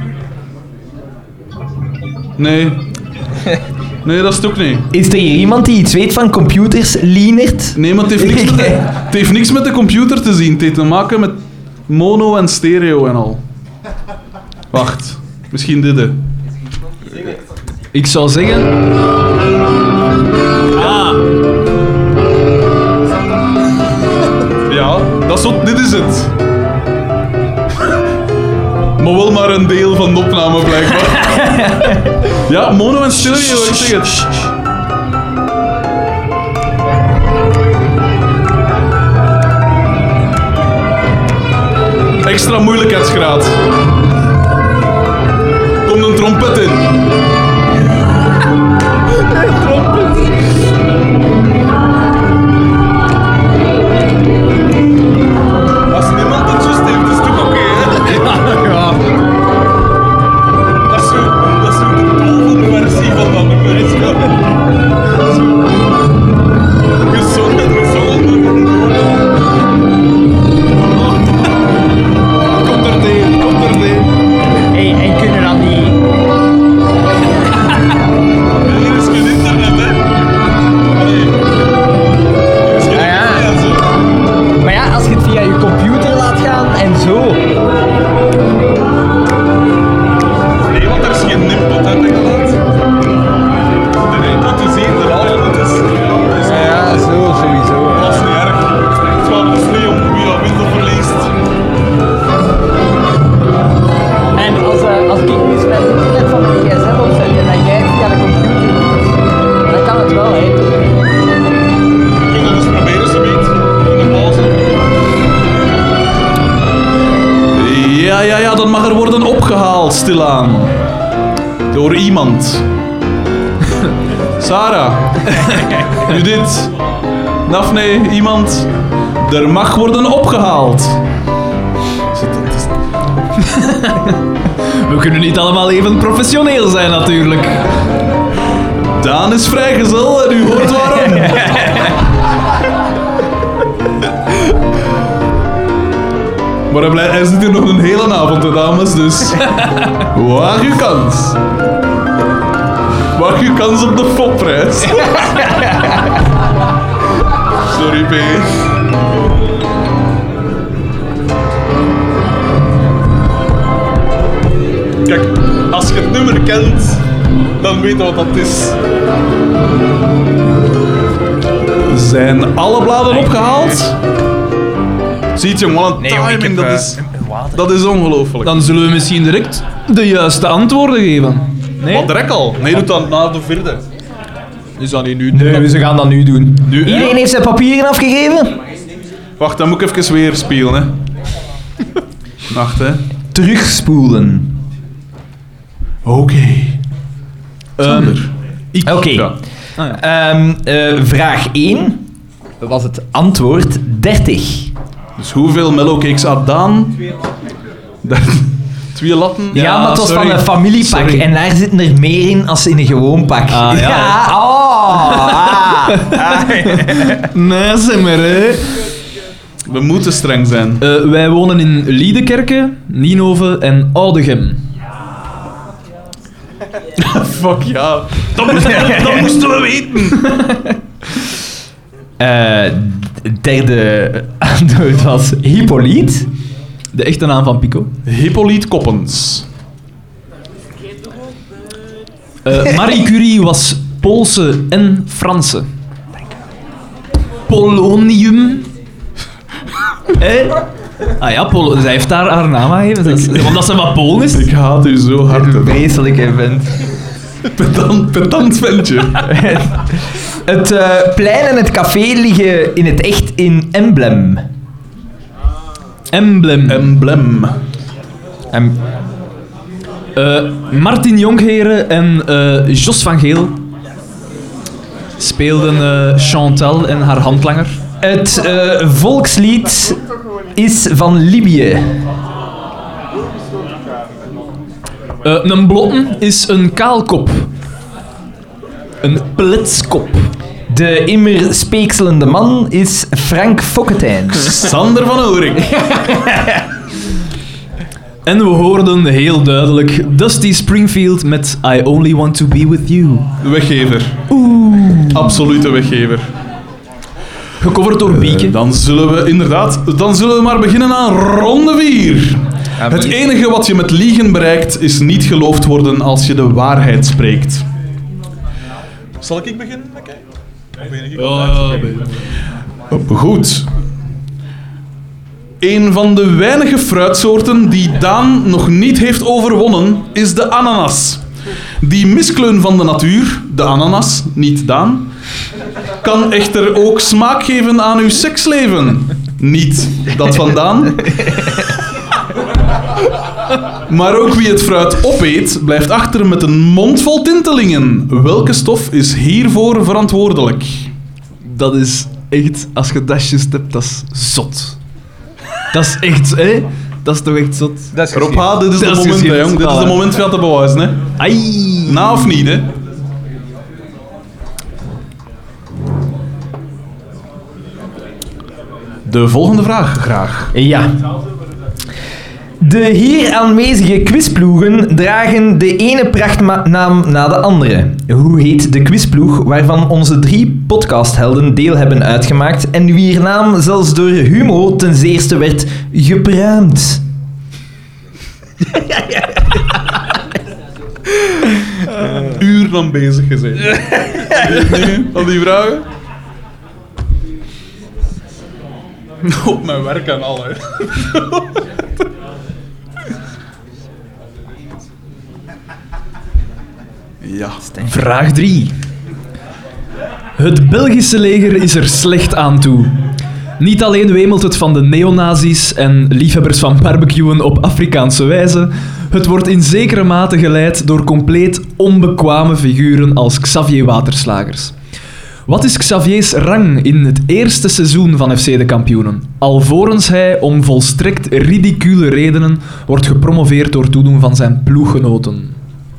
Nee. Nee, dat is het ook niet. Is er hier iemand die iets weet van computers, Lienert? Nee, maar het heeft niks met de, het heeft niks met de computer te zien. Het heeft te maken met mono en stereo en al. Wacht. Misschien dit, hè. Ik zou zeggen... Ah. Ja, dat is wat, dit is het. Maar wel maar een deel van de opname, blijkbaar. Ja, mono en stereo, ik zeg het. Extra moeilijkheidsgraad. Komt een trompet in. Als niemand het juist heeft, is het toch oké, hè? Ja. Dat is zo, dat is zo de boven versie van dat nummer. Is zo. Gezongen, gezongen door de Komt er tegen, komt er tegen. Hey, en kunnen dan die... Hier is geen internet, hè? Allee. Hier is geen Ah, ja. internet en zo. Maar ja, als je het via je computer laat gaan en zo... Nee, want er is geen input, hè, denk ik dat. De input is hier, de output is... is Ja, zo, sowieso. Dat is niet erg. Het gaat dus niet om wie dat wint of verliest. En als, uh, als ik nu eens met het internet van mijn gsm opzet en dan jij het via de computer doet, dan kan het wel, hè. We kunnen dus proberen, ze weet. In de pauze. Ja, ja, ja, dat mag er worden opgehaald, stilaan. Door iemand. Sarah. Judith. Daphne, iemand. Er mag worden opgehaald. We kunnen niet allemaal even professioneel zijn, natuurlijk. Daan is vrijgezel en u hoort waarom. Maar hij, blij- hij zit hier nog een hele avond, hè, dames, dus... Waag uw kans. Waag uw kans op de fopprijs. Sorry, P. Kijk, als je het nummer kent, dan weet je wat dat is. Zijn alle bladen opgehaald? Ziet je, wat een timing, dat is, dat is ongelooflijk. Dan zullen we misschien direct de juiste antwoorden geven. Nee? Wat direct al? Nee, doe dan na de vierde. Is dat niet nu? Nee, ze gaan dat nu doen. Nu, hè? Iedereen heeft zijn papieren afgegeven? Wacht, dan moet ik even weer spelen, hè. Wacht, hè. Terugspoelen. Oké. Sander. Ik. Oké. Ja. Ah, ja. Ehm, eh, vraag één was het antwoord dertig. Dus hoeveel mellowcakes had Daan? Dat- Twee latten? Ja, Ja, maar het was sorry. van een familiepak Sorry. en daar zitten er meer in als in een gewoon pak. Ah, ja. oh, ah, ah. Nee, zeg maar, hè. We moeten streng zijn. Uh, wij wonen in Liedekerke, Nienhoven en Oudegem. Fuck ja. Dat moesten we, dat moesten we weten. Eh, d- derde antwoord was Hippolyte. De echte naam van Pico. Hippolyte Koppens. Uh, Marie Curie was Poolse en Franse. Polonium. Eh? Ah ja, Pol zij heeft daar haar naam aangegeven. Dat is- Omdat ze wat Polen is. Ik haat u zo hard. hè. Vreselijk event. Pedant, pedant ventje. Het uh, plein en het café liggen in het echt in Emblem. Emblem. Emblem. Em- Uh, Martin Jongheren en uh, Jos van Geel speelden uh, Chantal en haar handlanger. Het uh, volkslied is van Libië. Uh, een blotten is een kaalkop. Een pletskop. De immer speekselende man is Frank Fokketijns. Sander van Oorik. En we hoorden heel duidelijk Dusty Springfield met I Only Want To Be With You. De weggever. Oeh. Absolute weggever. Gecoverd door Bieke. Uh, dan zullen we inderdaad... Dan zullen we maar beginnen aan ronde vier. Het enige wat je met liegen bereikt, is niet geloofd worden als je de waarheid spreekt. Zal ik beginnen? Oké. Begin ik? Oh, goed. Een van de weinige fruitsoorten die Daan nog niet heeft overwonnen, is de ananas. Die miskleun van de natuur, de ananas, niet Daan, kan echter ook smaak geven aan uw seksleven. Niet dat van Daan. Maar ook wie het fruit opeet, blijft achter met een mond vol tintelingen. Welke stof is hiervoor verantwoordelijk? Dat is echt, als je dat juist hebt, dat is zot. Dat is echt, hè? Dat is toch echt zot? Dat is Rob H., dit is Dat het is moment, hè, geschikt. jong. Dit is het moment van te bewijzen, hè. Ai. Na of niet, hè? De volgende vraag, graag. Ja. De hier aanwezige quizploegen dragen de ene prachtnaam na de andere. Hoe heet de quizploeg waarvan onze drie podcasthelden deel hebben uitgemaakt en wier naam zelfs door Humo ten zeerste werd gepruimd? Uren aan bezig gezeten. Dingen van die vragen? Op mijn werk en al, hè. Ja. Vraag drie. Het Belgische leger is er slecht aan toe. Niet alleen wemelt het van de neonazis en liefhebbers van barbecuen op Afrikaanse wijze, het wordt in zekere mate geleid door compleet onbekwame figuren als Xavier Waterslagers. Wat is Xavier's rang in het eerste seizoen van F C de Kampioenen, alvorens hij om volstrekt ridicule redenen wordt gepromoveerd door toedoen van zijn ploeggenoten?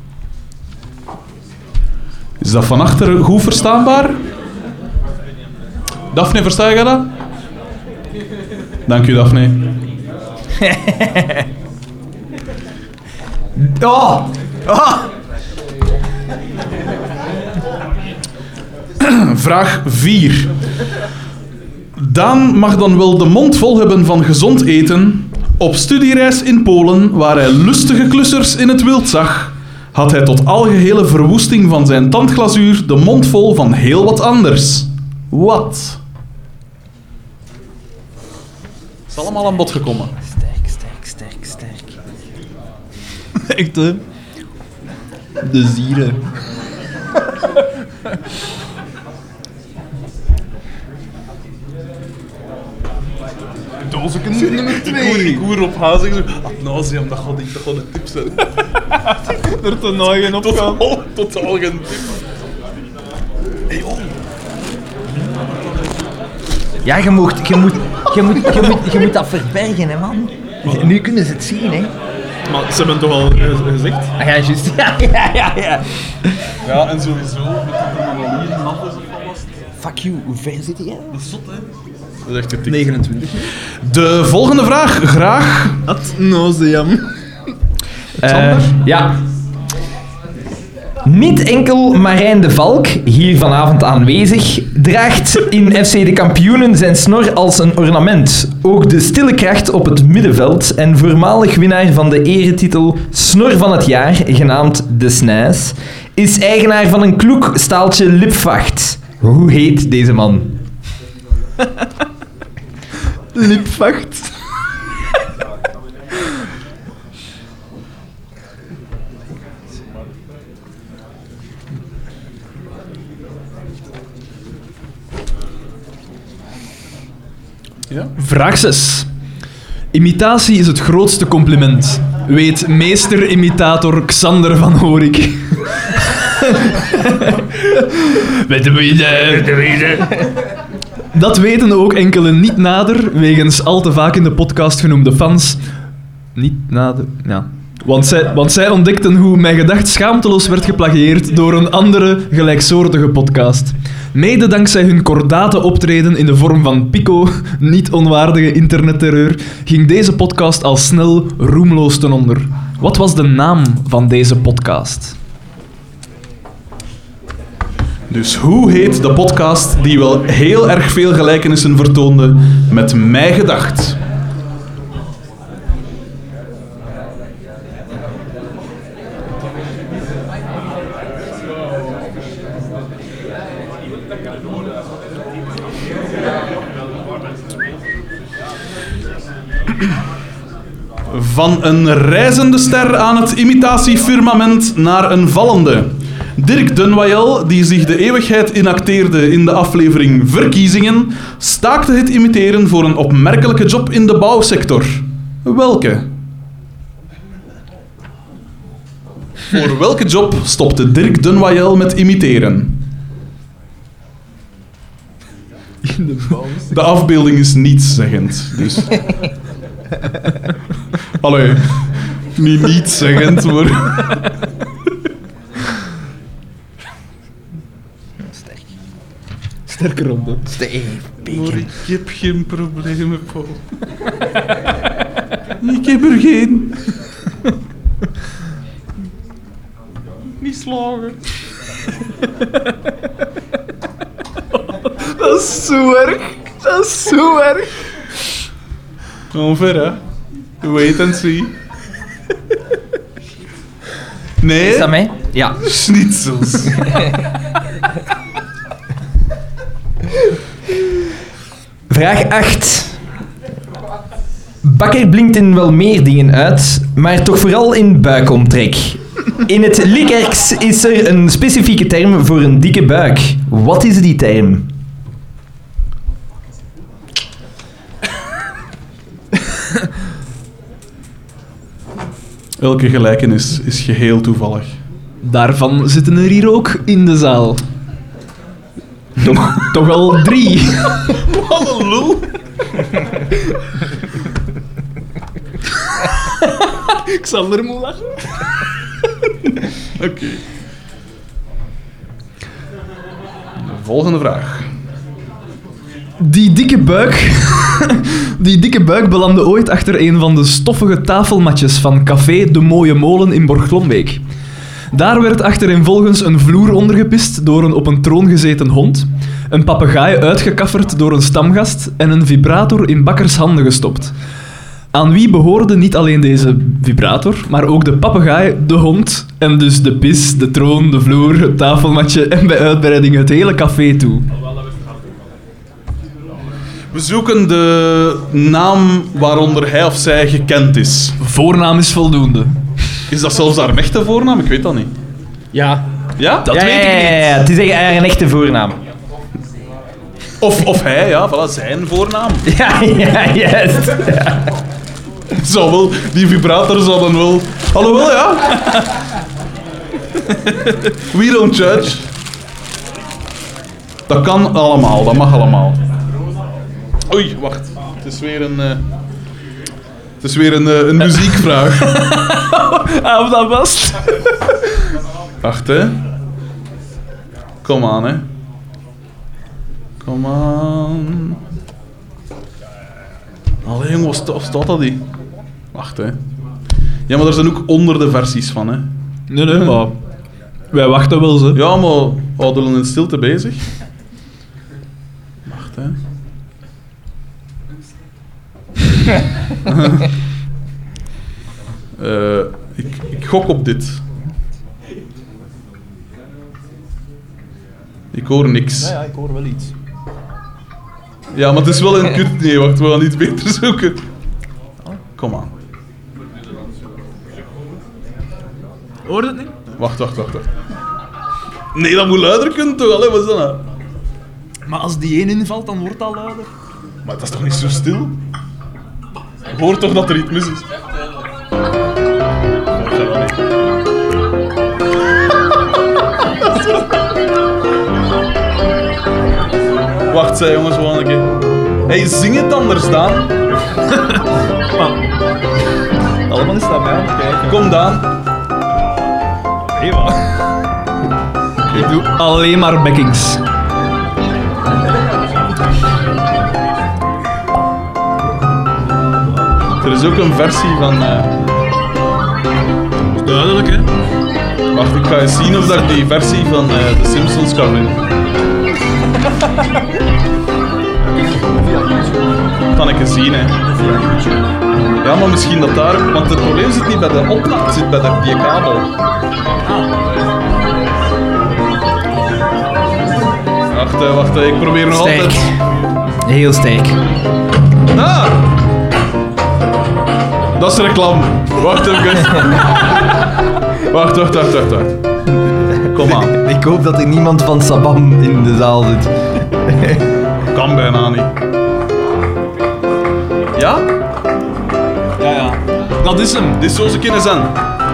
Is dat van achter goed verstaanbaar? Daphne, versta je dat? Dank u, Daphne. Oh! Oh! Vraag vier. Daan mag dan wel de mond vol hebben van gezond eten. Op studiereis in Polen, waar hij lustige klussers in het wild zag, had hij tot algehele verwoesting van zijn tandglazuur de mond vol van heel wat anders. Wat? Het is allemaal aan bod gekomen. Sterk, sterk, sterk, sterk. Echt, hè? De zieren. Doosje nummer twee. Ik hoor op haar zeggen zo, ad nauseam, dat gaat niet, dat gaat een tip zijn. Er te naaien op gaan. Totaal, totaal geen tip. Hey, oh. Ja, je, mocht, je, moet, je, moet, je, moet, je moet dat verbergen, hè, man. Nu kunnen ze het zien, hè. Maar ze hebben toch al ge- gezegd? Ah, ja, juist. Ja, ja, ja, ja. Ja, en sowieso met de chronologie en alles vast. Fuck you, hoe ver zit hij? Dat is zot, hè? Dat is echt getikt. negenentwintig. De volgende vraag, graag. Ad nauseam. Uh, ja. Niet enkel Marijn de Valk, hier vanavond aanwezig, draagt in F C de Kampioenen zijn snor als een ornament. Ook de stille kracht op het middenveld en voormalig winnaar van de eretitel Snor van het Jaar, genaamd De Snijs, is eigenaar van een kloek staaltje lipvacht. Hoe heet deze man? Lipvacht. Ja? Vraag zes. Imitatie is het grootste compliment. Weet meester-imitator Xander van Horik. Weet de wie de... Dat weten ook enkele niet nader, wegens al te vaak in de podcast genoemde fans. Niet nader, ja. Want zij, want zij ontdekten hoe Mijn Gedacht schaamteloos werd geplagieerd door een andere, gelijksoortige podcast. Mede dankzij hun kordate optreden in de vorm van Pico, niet onwaardige internetterreur, ging deze podcast al snel roemloos ten onder. Wat was de naam van deze podcast? Dus hoe heet de podcast die wel heel erg veel gelijkenissen vertoonde met Mijn Gedacht? Van een reizende ster aan het imitatiefirmament naar een vallende. Dirk Dunwayel, die zich de eeuwigheid inacteerde in de aflevering Verkiezingen, staakte het imiteren voor een opmerkelijke job in de bouwsector. Welke? Voor welke job stopte Dirk Dunwayel met imiteren? In de bouw. De afbeelding is nietszeggend, dus... Allee, niet nietszeggend, maar... Sterke ronde. Maar ik heb geen problemen, Paul. Ik heb er geen. Niet slagen. Dat is zo erg. Dat is zo erg. Onver, hè? Wait and see. Nee, Is dat mij? Ja. schnitzels. Vraag acht. Bakker blinkt in wel meer dingen uit, maar toch vooral in buikomtrek. In het Likkerks is er een specifieke term voor een dikke buik. Wat is die term? Elke gelijkenis is geheel toevallig. Daarvan zitten er hier ook in de zaal. Toch, toch al drie. Wat een lul. Xander moet lachen. Oké. De volgende vraag. Die dikke buik... Die dikke buik belandde ooit achter een van de stoffige tafelmatjes van Café De Mooie Molen in Borglombeek. Daar werd achtereenvolgens een vloer ondergepist door een op een troon gezeten hond, een papegaai uitgekafferd door een stamgast en een vibrator in Bakkers handen gestopt. Aan wie behoorde niet alleen deze vibrator, maar ook de papegaai, de hond en dus de pis, de troon, de vloer, het tafelmatje en bij uitbreiding het hele café toe? We zoeken de naam waaronder hij of zij gekend is. Voornaam is voldoende. Is dat zelfs haar echte voornaam? Ik weet dat niet. Ja. Ja? Dat ja, weet ik ja, ja, niet. ja. Het is echt een echte voornaam. Of, of hij, ja, voilà, zijn voornaam. Ja, ja, juist. Zou wel, die vibrator zou dan wel... Alhoewel, ja. We don't judge. Dat kan allemaal, dat mag allemaal. Oei, wacht. Het is weer een... Uh, het is weer een, uh, een muziekvraag. Hou dat vast. Wacht, hè. Kom aan, hè. Kom aan. Allee, jongen, wat sta- wat staat dat hier? Wacht, hè. Ja, maar er zijn ook honderden versies van, hè. Nee, nee, maar... Wij wachten wel, ze. Ja, maar houden we in stilte bezig. Wacht, hè. uh, ik, ik gok op dit. Ik hoor niks. ja, ik hoor wel iets. Ja, maar het is wel een kut... Nee, wacht, we gaan iets beter zoeken. Kom aan. Hoor je het niet? Wacht, wacht, wacht, wacht. Nee, dat moet luider kunnen toch? Allee, wat is dat nou? Maar als die één invalt, dan wordt dat luider. Maar het is toch niet zo stil? Je hoort toch dat er iets mis is? Hoort dat wel niet? Wacht, zei jongens, gewoon een keer. Hey, zing het anders, Daan. Allemaal is naar mij aan het kijken. Kom, Daan. Hey, man. Ik doe alleen maar backings. Er is ook een versie van... Uh... Duidelijk, hè? Wacht, ik ga eens zien of dat ik die versie van uh, The Simpsons kan vinden. Kan ik eens zien, hè. Ja, maar misschien dat daar... Want het probleem zit niet bij de oplaad, het zit bij de, die kabel. Wacht, uh, wacht, uh, ik probeer nog Sterk. altijd... Heel sterk. Ah! Dat is reclame. Wacht even. Wacht, wacht, wacht, wacht, wacht. Kom aan. Ik hoop dat er niemand van Sabam in de zaal zit. Kan bijna niet. Ja? Ja, ja. Dat is hem. Dit is zo ze kunnen zijn.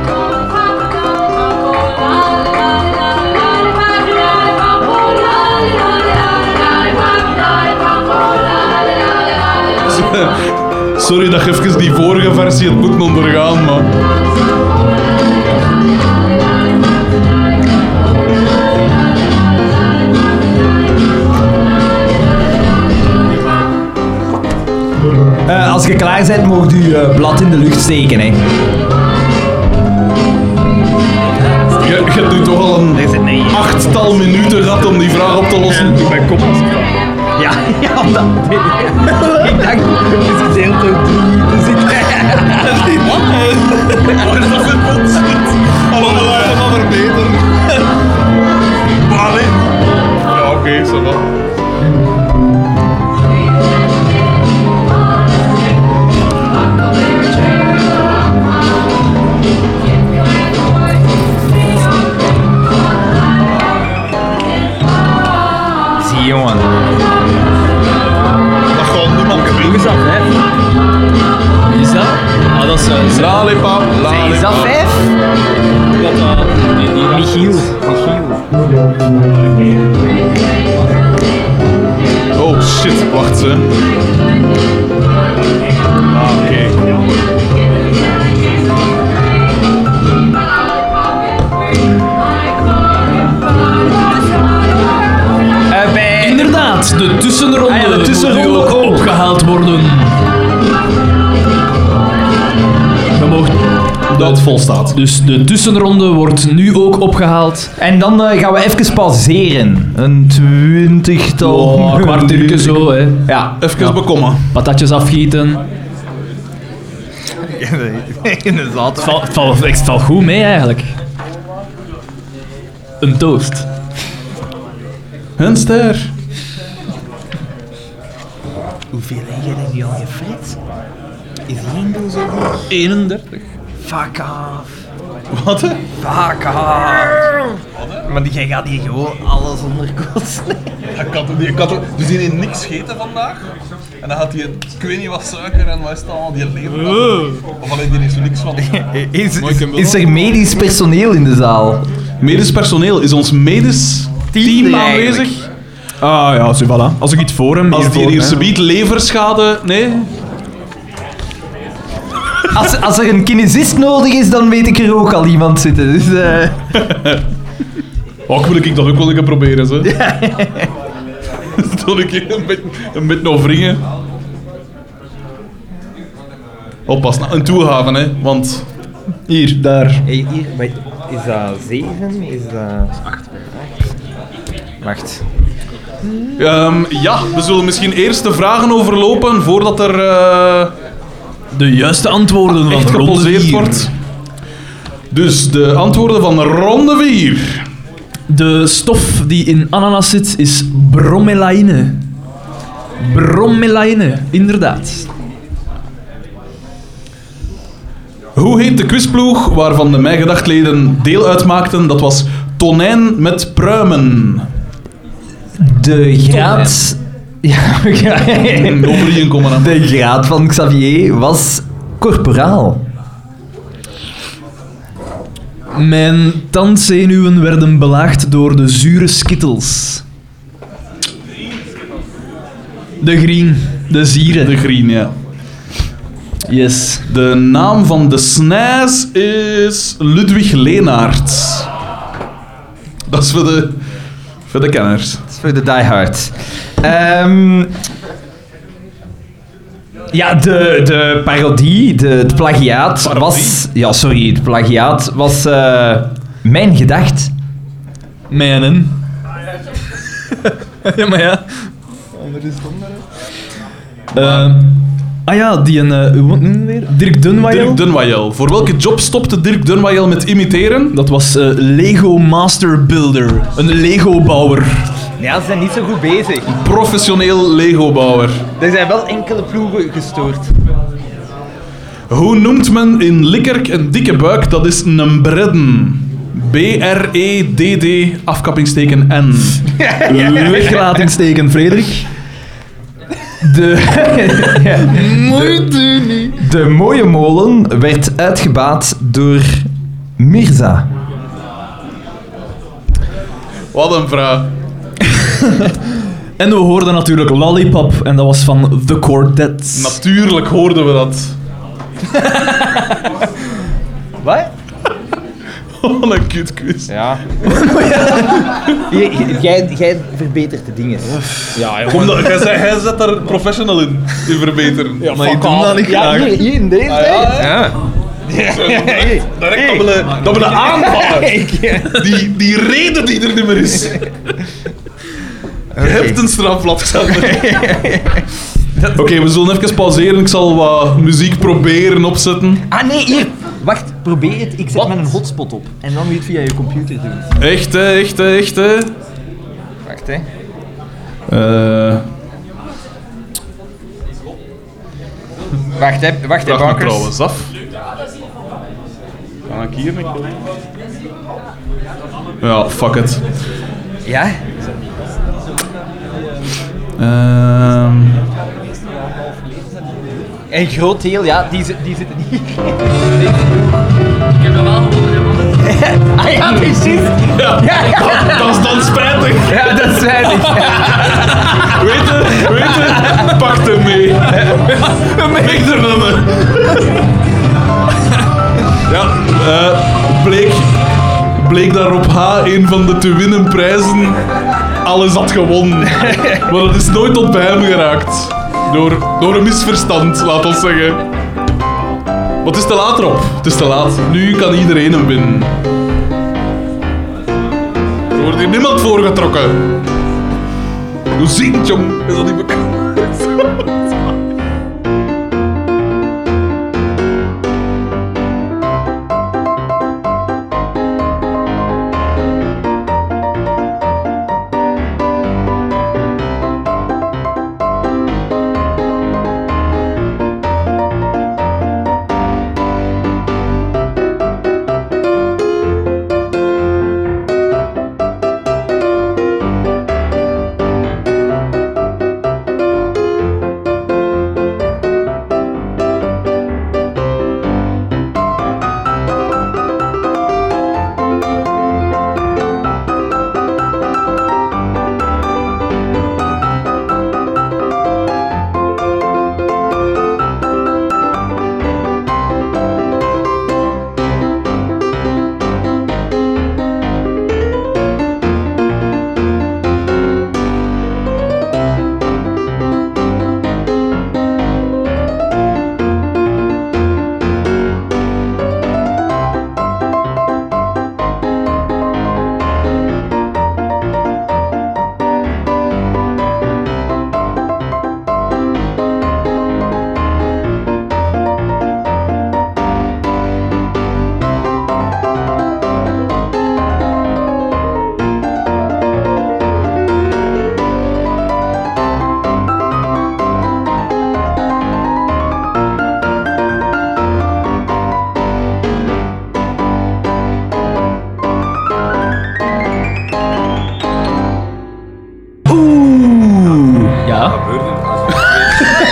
Sorry dat je even die vorige versie het moet ondergaan, maar... Uh, als je klaar bent, mag je je uh, blad in de lucht steken, hè. Je, je hebt nu toch al een Er zit nee. achttal minuten gehad om die vraag op te lossen. Doe mijn kop als ik vraag. Ja, ja, omdat... ik dacht, het is gedeeld ook dus ik... Wat is dat voor bullshit? Allemaal laten we verbeteren. Maar nee. Ja, oké, okay, ça va. Zie, jongen. Dat gaat niemand gebeuren. Is dat vijf? Is dat? Ah, dat is... Uh, Lollipop, Is dat lollipop. vijf? dat, uh, nee, die raad. Michiel. Michiel. Oh shit, wacht ze. Ah, oké. Okay. Uh, bij... Inderdaad, de tussenronde, Ah ja, de tussenronde moet nu ook ook. opgehaald worden. Je mag... Dat volstaat. Dus de tussenronde wordt nu ook opgehaald. En dan uh, gaan we even pauzeren. Een twintigtal... Oh, een kwartiertje zo, hè. Ja. Even Ja. bekommen. Patatjes afgieten. Inderdaad. Het valt, het valt, het valt goed mee, eigenlijk. Een toast. Een ster. Hoeveel heb je er nu al gefrit? Is één doos ook nog? eenendertig. Fuck off. Wat? Hè? Fuck off. Maar jij gaat hier gewoon alles onderkosten. Ik had, die, ik had, dus die heeft niks gegeten vandaag. En dan had hij, ik weet niet wat suiker en wat is het allemaal, die lever. Of alleen die heeft zo niks van. Is, Maar ik heb wel- is er medisch personeel in de zaal? Medisch personeel, is ons medisch team Team aanwezig? eigenlijk. Ah ja, zo voilà. Als ik iets voor hem... Als die hiervoor, hier hè. subiet leverschade... Nee? Als, als er een kinesist nodig is, dan weet ik er ook al iemand zitten. Dus, uh... Och, wil ik dat ook wel een keer proberen, zo. Toen ik hier een beetje, een beetje nog wringen. Oppas, nou, een toehaven, hè, want... Hier, daar. Hey, hier, wacht, is dat zeven? Is dat... acht. Wacht. Um, ja, we zullen misschien eerst de vragen overlopen voordat er uh, De juiste antwoorden echt van ronde geposeerd vier. wordt. Dus de antwoorden van ronde vier. De stof die in ananas zit is bromelaïne. Bromelaïne, inderdaad. Hoe heet de quizploeg waarvan de mijgedachtleden deel uitmaakten? Dat was Tonijn met Pruimen. De graad Ja, ja. Nobody in common. De graad van Xavier was corporaal. Mijn tandzenuwen werden belaagd door de zure skittles. De green, de zieren. De green, ja. Yes. De naam van de S N E S is Ludwig Leenaert. Dat is voor de, voor de kenners. Dat is voor de diehards. Ehm ja, de, de parodie, de, het plagiaat Parodie? was... Ja, sorry, het plagiaat was eh, mijn gedacht. Mijnen. Ja, maar ja. Anders is het onder. Ah ja, die een... Uh, hoe noemen we weer? Dirk Dunwayel. Dirk Dunwayel. Voor welke job stopte Dirk Dunwayel met imiteren? Dat was uh, Lego Master Builder. Een Lego-bouwer. Ja, ze zijn niet zo goed bezig. Professioneel Lego-bouwer. Er zijn wel enkele ploegen gestoord. Hoe noemt men in Likkerk een dikke buik? Dat is een bredden. B R E D D, afkappingsteken N. Weglatingsteken, Frederik. De, de, de mooie molen werd uitgebaat door Mirza. Wat een vraag. En we hoorden natuurlijk Lollipop, en dat was van The Quartets. Natuurlijk hoorden we dat. Wat? Wat een kutkus. Ja. Jij, jij verbetert de dingen. Ja, Kom dan, jij, zet- jij zet daar professional in, in verbeteren. Ja, maar ik doe dat niet Ja, graag. hier, hier in deze. ja, ja. Direct dat we de- dat we de aanvallen. Die, die reden die er niet meer is. Je hebt een strafblad gezet. Oké, we zullen even pauzeren. Ik zal wat muziek proberen opzetten. Ah nee, hier. Wacht, probeer het. Ik zet met een hotspot op. En dan moet je het via je computer doen. Echt, hè, echt, hè, echt, hè. Wacht, hè. Eh... Wacht, hè. Wacht, hè, Vraag me bankers. trouwens af. Kan ik hier niet? Ja, fuck it. Ja? Ehm... Een groot deel, ja. Die, zi- die zitten hier. Ah ja, precies. Ja, Dat, dat is dan spijtig. Ja, dat is weinig. Weet je, weet je, pak hem mee. Mee er dan mee. Ja, eh, bleek, bleek daar op H een van de te winnen prijzen alles had gewonnen. Maar dat is nooit tot bij hem geraakt. Door, door een misverstand, laat ons zeggen. Maar het is te laat erop. Het is te laat. Nu kan iedereen hem winnen. Er wordt hier niemand voorgetrokken. Hoe zingt, jong? Is dat niet bekend?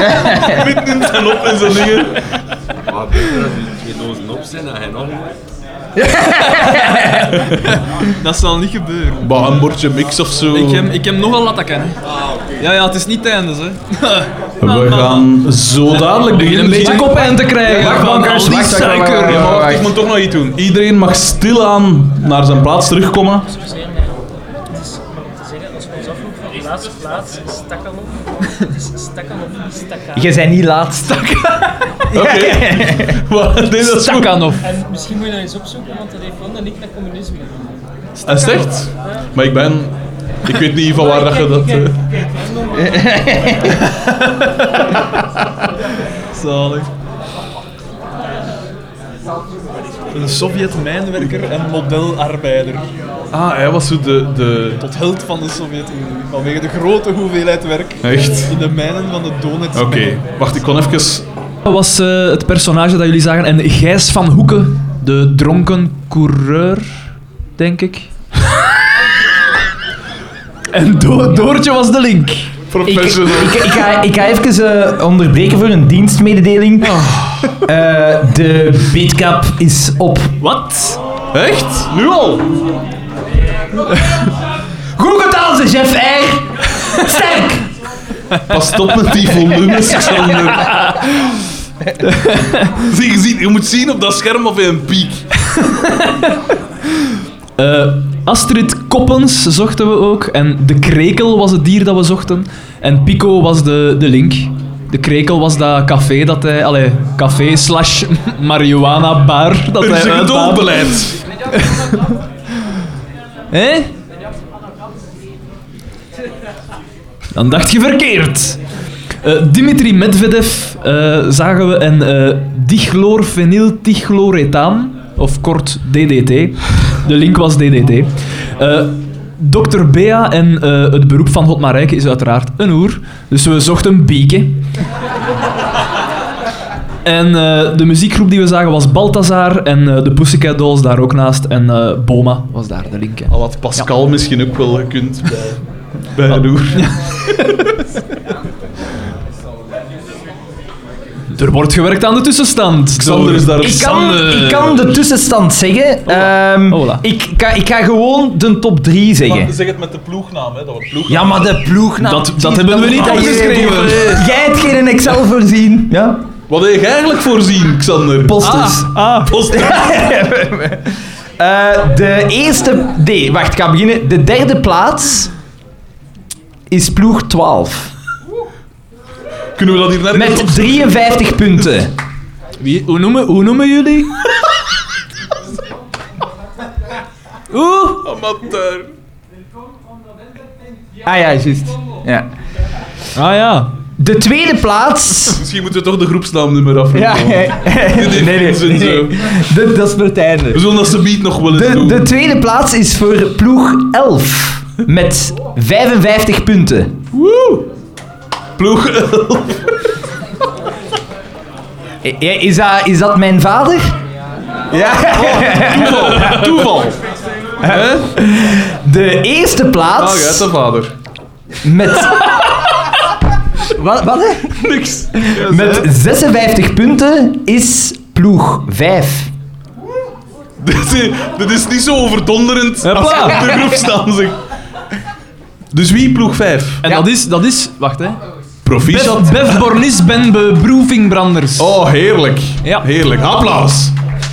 Mitten in zijn op en zo'n dingen. Maar beter als die twee dozen op zijn en hij nog een. Dat zal niet gebeuren. Bah, een bordje mix of zo. Ik heb, ik heb nogal laten kennen. Ja, ja, het is niet het einde, hè. We gaan zo dadelijk beginnen. Een beetje koppijn te krijgen. Wacht, van wacht, al die wacht, wacht, suiker. wacht, Ja, maar wacht, wacht. ik moet toch nog iets doen. Iedereen mag stilaan naar zijn plaats terugkomen. Excuseer mij. Het is maar om te zeggen, als we ons afvroegen van de laatste plaats is Stakhanov. Het is Stakhanov, niet Stakhanov. Je bent niet laat, stak. Oké. Wat? Nee, dat is goed. Stakhanov. En misschien moet je dat eens opzoeken, want dat heeft wel een link met communisme. En zegt? Maar ik ben... Ik weet niet van waar dat je dat... Kijk, eh, kijk, kijk, Zalig. Een Sovjet-mijnwerker en modelarbeider. Ah, hij was zo de... de... Tot held van de Sovjet-Unie. Vanwege de grote hoeveelheid werk Echt? in de mijnen van de Donets. Oké. Wacht, ik kon even... Dat was eh, het personage dat jullie zagen. En Gijs van Hoeken, de dronken coureur, denk ik. En Do- Doortje was de link. Ik, Professional. ik, ik, ga, ik ga even uh, onderbreken voor een dienstmededeling. Uh, de beetcap is op. Wat? Echt? Nu al? Goed gedaan, ze chef R. Sterk! Pas op met die volumes, Xander. Zie, je, ziet, je moet zien op dat scherm of je een piek. Eh, Astrid Koppens zochten we ook. En de krekel was het dier dat we zochten. En Pico was de, de link. De krekel was dat café dat hij... Allee, café slash marihuana bar dat Er hij is een uitbaat. gedoogbeleid. Hé? Dan dacht je verkeerd. Eh, Dimitri Medvedev eh, zagen we en uh, dichlorfenyltichlorethaan, of kort D D T. De link was D D T. Uh, dokter Bea en uh, het beroep van God Marijke is uiteraard een oer. Dus we zochten Bieke. En uh, de muziekgroep die we zagen was Balthazar en uh, de Pussycat Dolls daar ook naast. En uh, Boma was daar de link. Hè. Al had Pascal misschien ook wel gekund bij, bij een oer. Er wordt gewerkt aan de tussenstand. Xander is daar op Ik kan, Xander. ik kan de tussenstand zeggen. Ehm, Hola. ik, ga, ik ga gewoon de top drie zeggen. zeg het met de ploegnaam, hè. Dat wordt ploegnaam. Ja, maar de ploegnaam... Dat- dat hebben we niet moet je- opgeschreven. Jij hebt geen Excel voorzien. Ja? Wat heb je eigenlijk voorzien, Xander? Posters. Ah, Eh, de eerste... Nee, wacht, ik ga beginnen. De derde plaats is ploeg twaalf. Kunnen we dat hier nergens Met op- drieënvijftig punten. Wie, hoe, noemen, hoe noemen jullie? Oeh. Amateur. Ah ja, juist. Ja. Ah ja. De tweede plaats... Misschien moeten we toch de groepsnaamnummer afroepen. Ja, nee, nee, nee, en zo. nee. De- dat is voor het einde. We zullen dat ze beat nog wel eens De, doen. de tweede plaats is voor ploeg elf. Met vijfenvijftig punten. Woe! Ploeg elf. Ja, Is dat, is dat mijn vader? Ja. Toeval. Toeval. Hè? De eerste Ah, plaats jij hebt een vader. met... Wat? wat hè? Niks. Met zesenvijftig punten is ploeg vijf. Dit is, dit is niet zo overdonderend als Hopla. je op de groep staan zegt. Dus wie ploeg vijf? En Ja. dat is... Dat is... Wacht, hè. Proficiat. Bev, Bev Bornis ben beproevingbranders. Oh, heerlijk. Ja. Heerlijk. Applaus.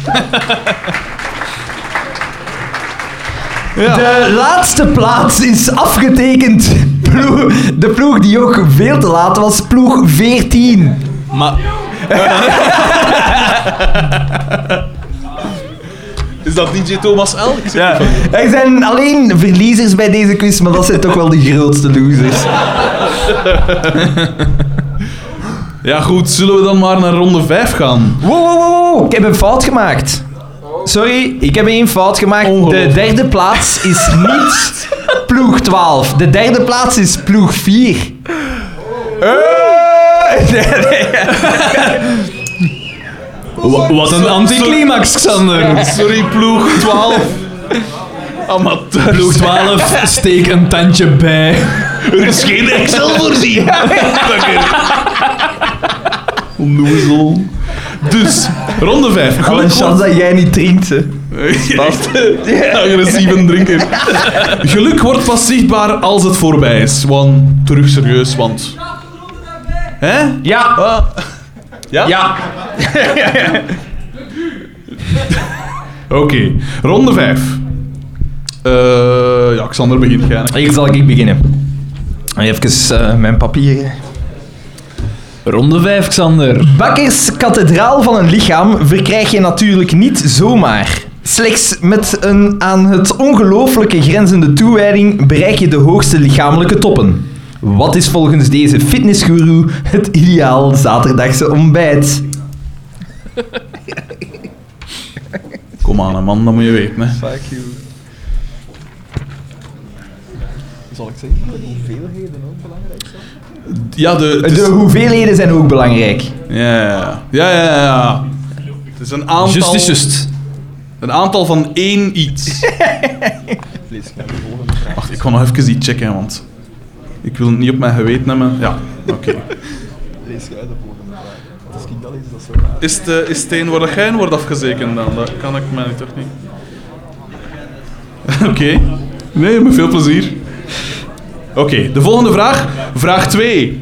Ja. De laatste plaats is afgetekend. Ploeg, de ploeg die ook veel te laat was, ploeg veertien. Maar... Is dat D J Thomas L? Ik zeg Ja. het van- Er zijn alleen verliezers bij deze quiz, maar dat zijn toch wel de grootste losers. Ja goed, zullen we dan maar naar ronde vijf gaan? Wow, wow, wow, wow. Ik heb een fout gemaakt. Sorry, ik heb één fout gemaakt. De Ongelooflijk. derde plaats is niet ploeg twaalf. De derde plaats is ploeg vier. Eh, nee, nee. Wa- Wat een anticlimax, Xander. Sorry, ploeg twaalf. Amateur. Ploeg twaalf, steek een tandje bij. Er is geen Excel voorzien. Onnozel. Dus, ronde vijf. Alle chance dat jij niet drinkt, hè. Echt agressieve drinker. Geluk wordt pas zichtbaar als het voorbij is. Want, terug serieus, want... Hè? Ja. Ah. Ja? Ja. Oké, okay. Ronde vijf. Uh, ja, Xander begint jij. Hier zal ik beginnen. Even uh, mijn papieren. Ronde vijf, Xander. Bakkers kathedraal van een lichaam verkrijg je natuurlijk niet zomaar. Slechts met een aan het ongelooflijke grenzende toewijding bereik je de hoogste lichamelijke toppen. Wat is volgens deze fitnessguru het ideaal zaterdagse ontbijt? Kom aan, man, dat moet je weten. Hè. Fuck you. Zal ik zeggen dat de hoeveelheden ook belangrijk zijn? Ja, de... het is- De hoeveelheden zijn ook belangrijk. Ja, ja, ja, ja, ja. Het is een aantal... Just is just. Een aantal van één iets. Wacht, ik ga nog even iets checken, want... Ik wil het niet op mijn geweten hebben. Ja, oké. Okay. Lees jij de volgende vraag. Als ik dat lees, dat is zo raar. Is het uh, is het een waar dat jij in wordt afgezekerd dan? Dat kan ik mij toch niet. Oké. Okay. Nee, met veel plezier. Oké, okay, de volgende vraag. Vraag twee.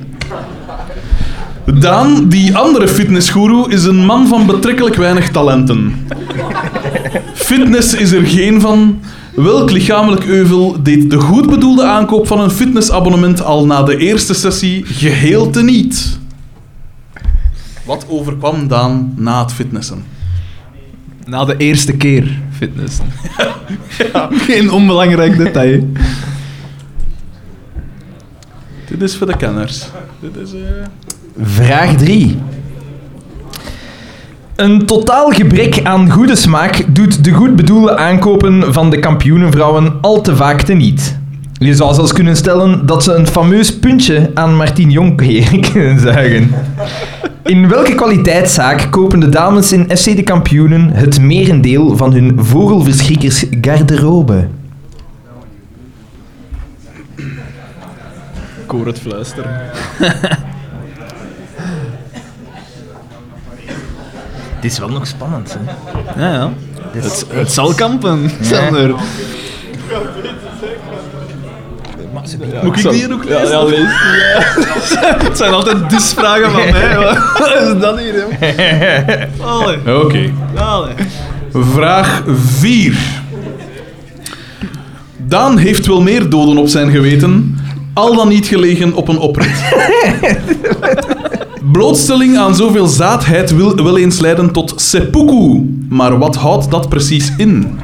Daan, die andere fitnessgoeroe, is een man van betrekkelijk weinig talenten. Fitness is er geen van. Welk lichamelijk euvel deed de goed bedoelde aankoop van een fitnessabonnement al na de eerste sessie geheel teniet? Wat overkwam Daan na het fitnessen? Na de eerste keer fitnessen. Ja. Geen onbelangrijk detail. Dit is voor de kenners. Dit is... Uh... Vraag drie. Een totaal gebrek aan goede smaak doet de goed bedoelde aankopen van de kampioenenvrouwen al te vaak teniet. Je zou zelfs kunnen stellen dat ze een fameus puntje aan Martien Jonker kunnen zuigen. In welke kwaliteitszaak kopen de dames in F C de Kampioenen het merendeel van hun vogelverschrikkers garderobe? Ik hoor het fluisteren. Het is wel nog spannend, hè? Ja, ja. Het, het zal kampen, Xander. Ja, Moet ik zal- die hier ook Ja, lezen? ja, lees die, ja. Het zijn altijd disvragen van mij. Wat is dat hier, joh? Allee. Oké. Okay. Allee. Vraag vier. Daan heeft wel meer doden op zijn geweten, al dan niet gelegen op een oprit. Blootstelling aan zoveel zaadheid wil wel eens leiden tot seppuku. Maar wat houdt dat precies in?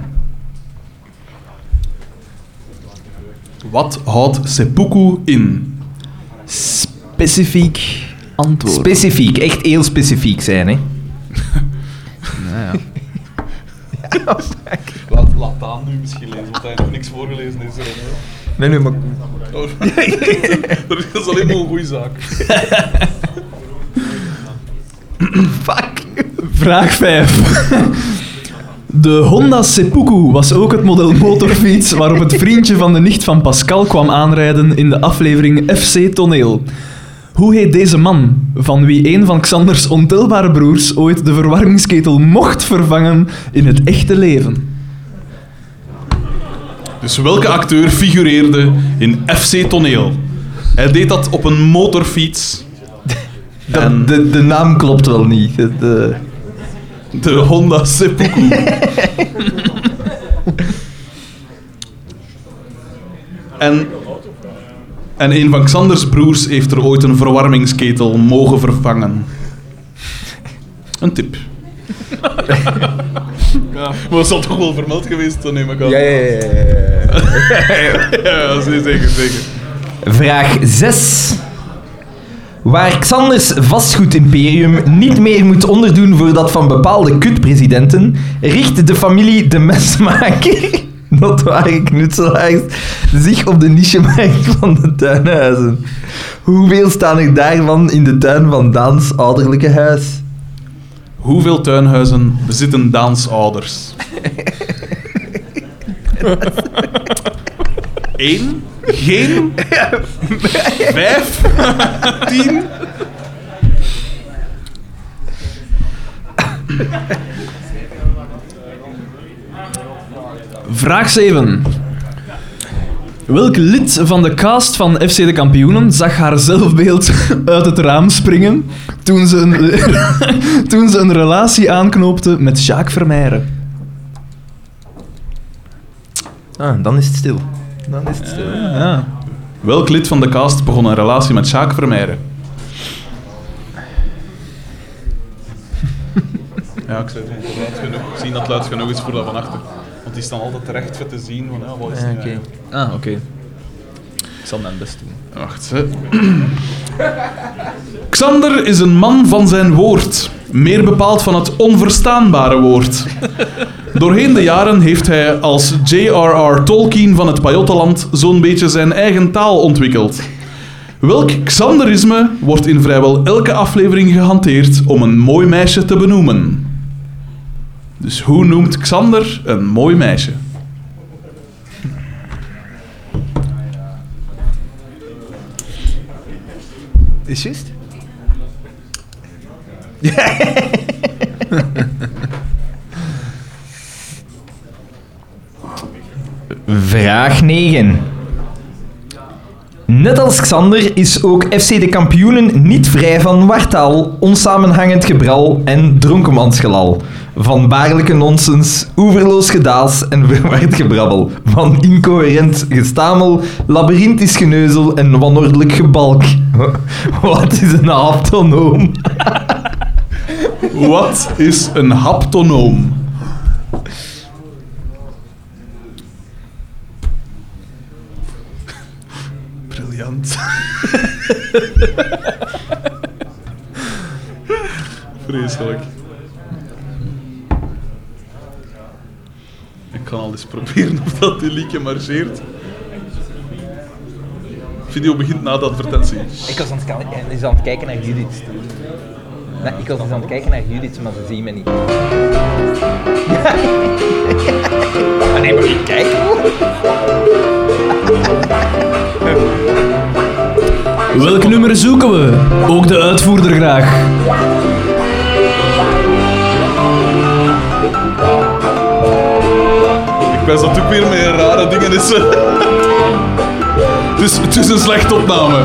Wat houdt seppuku in? Specifiek antwoord. Specifiek, echt heel specifiek zijn, hè? Ja, ja. Laat, laat Daan nu misschien lezen, want hij nog niks voorgelezen is. Nee, nee, maar... Dat is alleen maar een goede zaak. Fuck. Vraag vijf. De Honda Seppuku was ook het model motorfiets waarop het vriendje van de nicht van Pascal kwam aanrijden in de aflevering F C Toneel. Hoe heet deze man, van wie een van Xanders ontelbare broers ooit de verwarmingsketel mocht vervangen in het echte leven? Dus welke acteur figureerde in F C Toneel? Hij deed dat op een motorfiets. En De, de naam klopt wel niet. Het, uh... de Honda Seppuku. en, en een van Xanders broers heeft er ooit een verwarmingsketel mogen vervangen. Een tip. Ja, maar dat zal toch wel vermeld geweest zijn, neem ik aan. Ja, ja, ja, ja. Ja, zeker, zeker. Vraag zes. Waar Xanders vastgoedimperium niet meer moet onderdoen voor dat van bepaalde kutpresidenten, richt de familie de mesmaker, notoire knutselaars, zich op de nichemarkt van de tuinhuizen. Hoeveel staan er daarvan in de tuin van Daans ouderlijke huis? Hoeveel tuinhuizen bezitten Daans ouders? Eén? Geen? Vijf? Tien? Vraag zeven. Welk lid van de cast van F C de Kampioenen zag haar zelfbeeld uit het raam springen toen ze een, toen ze een relatie aanknoopte met Jacques Vermeijren? Ah, dan is het stil. Dan is het stil. Ja. Welk lid van de cast begon een relatie met Jacques Vermeijren? Ja, ik zei het niet luid genoeg. Ik zie dat het luid genoeg is voor dat van achter. Want die staan altijd terecht voor te zien. Van, ja, wat is Ja, het oké. nu Ah, oké. Ik zal mijn best doen. Wacht, hè. Xander is een man van zijn woord. Meer bepaald van het onverstaanbare woord. Doorheen de jaren heeft hij als J R R Tolkien van het Pajottenland zo'n beetje zijn eigen taal ontwikkeld. Welk Xanderisme wordt in vrijwel elke aflevering gehanteerd om een mooi meisje te benoemen? Dus hoe noemt Xander een mooi meisje? Is juist? Vraag negen. Net als Xander is ook F C de Kampioenen niet vrij van wartaal, onsamenhangend gebral en dronkenmansgelal. Van baarlijke nonsens, oeverloos gedaas en verward gebrabbel. Van incoherent gestamel, labyrinthisch geneuzel en wanordelijk gebalk. Wat is een haptonoom? Wat is een haptonoom? Briljant. Vreselijk. Ik kan al eens proberen of dat die liedje marcheert. De video begint na de advertentie. Ik was aan het, ka- is aan het kijken naar Judith. Nee, ik was dus aan het kijken naar Judith, maar ze zien me niet. Ah, nee, maar ik kijk. Welk nummer zoeken we? Ook de uitvoerder graag. Ik ben natuurlijk weer met rare dingen. Is, uh... dus het is een slechte opname.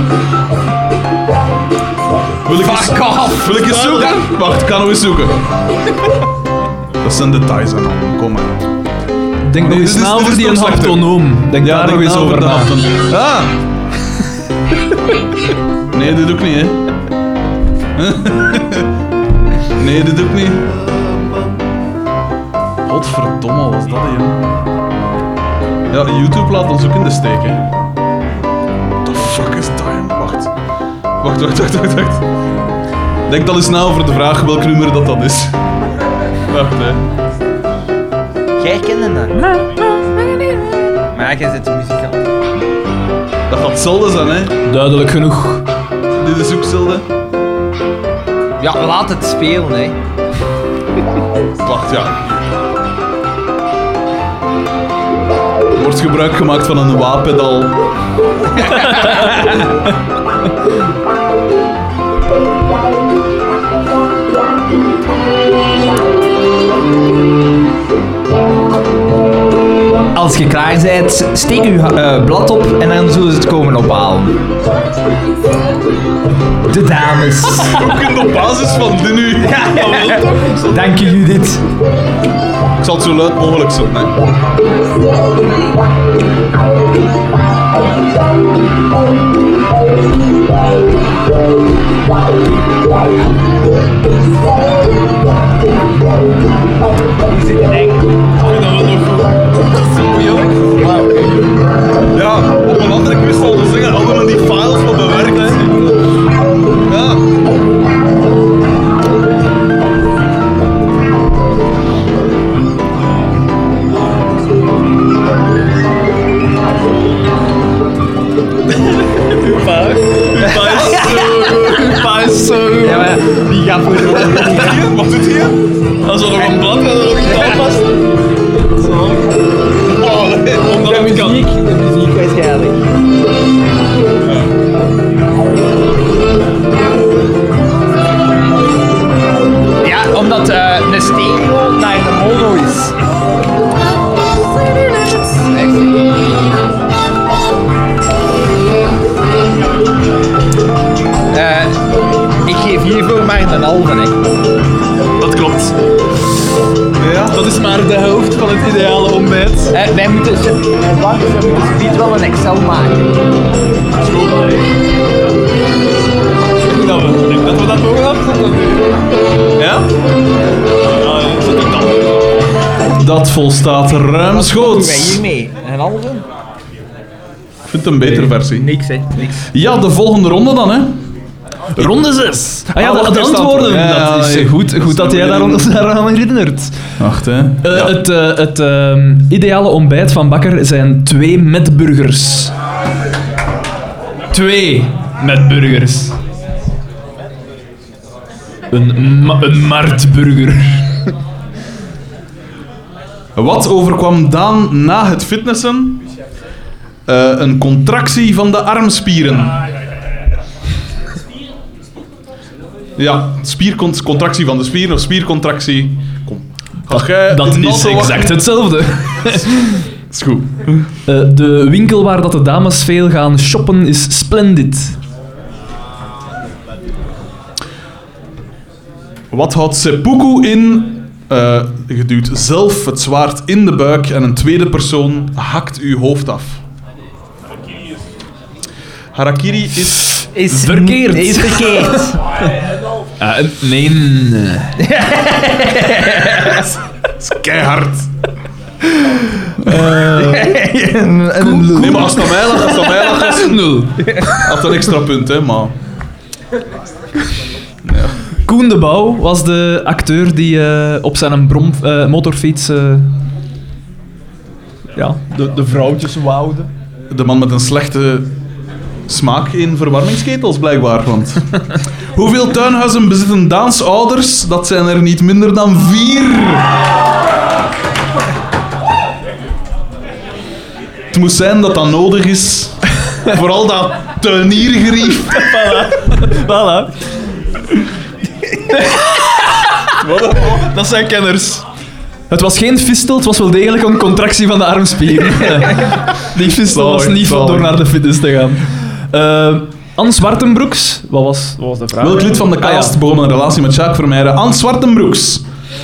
Wil ik eens, Fuck off! wil ik eens zoeken? Wacht, ik kan nog eens zoeken. Dat zijn details aan. Kom maar. Denk nog Nee, eens dit is- na dit over is die nog een slechter. haptonoom. Denk daar nog denk eens na over de na. hapton. Ah! Nee, dit doe ik niet, hè. Nee, dit doe ik niet. Godverdomme, wat was dat, hè, joh? Ja, YouTube laat ons ook in de steek, hè. What the fuck is dat, joh? Wacht. Wacht, wacht, wacht, wacht, wacht. Denk dan eens na over de vraag welk nummer dat dat is. Wacht, hè. Jij kent dat? Maar jij zit de muzikant. Dat gaat hetzelfde zijn, hè. Duidelijk genoeg. Dit is ook hetzelfde. Ja, laat het spelen, hè. Wacht, ja. Er wordt gebruik gemaakt van een wapendal. Als je klaar bent, steek je uh, blad op en dan zullen ze het komen ophalen. De dames. Ook op basis van dit nu. Dank je, Judith. Ik zal het zo luid mogelijk zetten, hè. Ja, op een andere quiz zal we zeggen, hadden we die files van bewerkt, hè. Ja. Pa is zo goed. Ja, maar die gaat voor de Wat doet hij? Als er nog een blad en er nog iets aan past. Zo. Oh, nee. Omdat het kan. muziek, de muziek waarschijnlijk. Ja, omdat uh, een voor maar een halve, hè. Dat klopt. Ja. Dat is maar de helft van het ideale ontbijt. Uh, wij moeten Bart, we moeten zoiets wel een Excel maken. Dat we, ik denk dat we dat mogen afzetten. Ja? Ja, zet ik dan. Dat volstaat Doen wij ruimschoots. hiermee? Een halve? Ik vind het een betere versie. Niks, hè. Niks. Ja, de volgende ronde dan, hè. Ronde zes. Ah ja, Ah, de, wacht, de eerst antwoorden. antwoord. Ja, dat is ja, goed, ja. goed dat jij daar Ja. daaraan herinnert. Wacht, hè. Uh, Ja. Het, uh, het uh, ideale ontbijt van Bakker zijn twee metburgers. Twee metburgers. Een, ma een marktburger. Wat overkwam Daan na het fitnessen? Uh, een contractie van de armspieren. Ja, spiercontractie van de spieren of spiercontractie. Kom. Ga jij Dat de is natte wacht- exact hetzelfde. Is goed. Uh, de winkel waar dat de dames veel gaan shoppen is Splendid. Wat houdt seppuku in? Uh, je duwt zelf het zwaard in de buik en een tweede persoon hakt uw hoofd af. Harakiri is... Is Verkeerd. Is verkeerd. Uh, nee. is keihard. een, een, Nee, maar als het aan mij lag, als het aan mij lag, was het Nul. had een extra punt, hè, maar... Koen de Bouw was de acteur die uh, op zijn brom, uh, motorfiets uh, ja, de, de vrouwtjes wouwde. De man met een slechte smaak in verwarmingsketels, blijkbaar. Want hoeveel tuinhuizen bezitten Daans ouders? Dat zijn er niet minder dan vier. Het moet zijn dat dat nodig is. Vooral dat tuiniergerief. Voilà. Dat zijn kenners. Het was geen fistel, het was wel degelijk een contractie van de armspier. Die fistel was niet van door naar de fitness te gaan. Uh, Anne Zwartenbroeks, wat was, wat was de vraag? Welk lid van de Ah, ja. cast begon een relatie met Jacques Vermeijden? Anne Zwartenbroeks.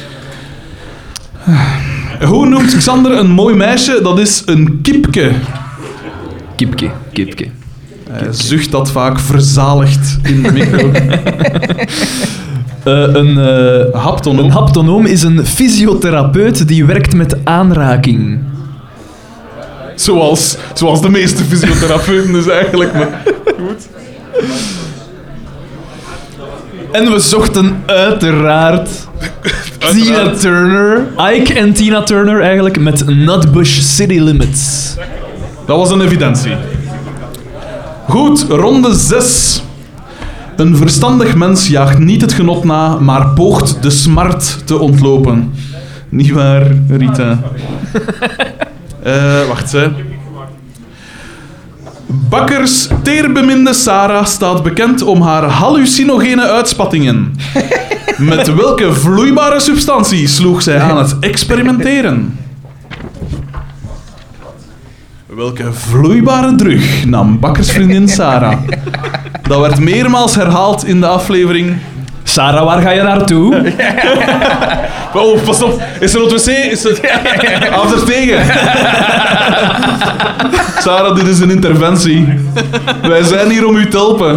Hoe noemt Xander een mooi meisje? Dat is een kipke. Kipke, kipke. Hij zucht dat vaak verzaligd in de micro. Uh, een, uh, Haptonoom. een haptonoom is een fysiotherapeut die werkt met aanraking. Zoals, zoals de meeste fysiotherapeuten dus eigenlijk. Maar goed. En we zochten uiteraard Tina Uiteraard. Turner, Ike en Tina Turner eigenlijk, met Nutbush City Limits. Dat was een evidentie. Goed, ronde zes. Een verstandig mens jaagt niet het genot na, maar poogt de smart te ontlopen. Niet waar, Rita? Eh, wacht, hè. Bakkers teerbeminde Sarah staat bekend om haar hallucinogene uitspattingen. Met welke vloeibare substantie sloeg zij aan het experimenteren? Welke vloeibare drug nam bakkersvriendin Sarah? Dat werd meermaals herhaald in de aflevering. Sarah, waar ga je naartoe? Oh, pas op. Is er op het wc? Is het... Af er tegen. Sarah, dit is een interventie. Wij zijn hier om u te helpen.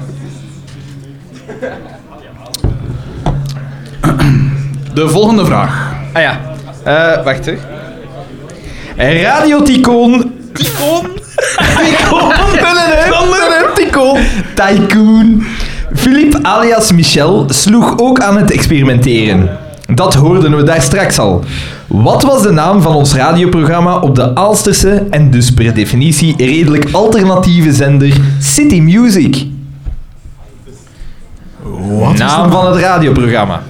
De volgende vraag. Ah ja. Uh, wacht hè. Radioticoon. Tycoon? Tycoon. Tycoon. Tycoon. Philippe alias Michel sloeg ook aan het experimenteren. Dat hoorden we daar straks al. Wat was de naam van ons radioprogramma op de Aalsterse en dus per definitie redelijk alternatieve zender City Music? Wat Naam van het radioprogramma.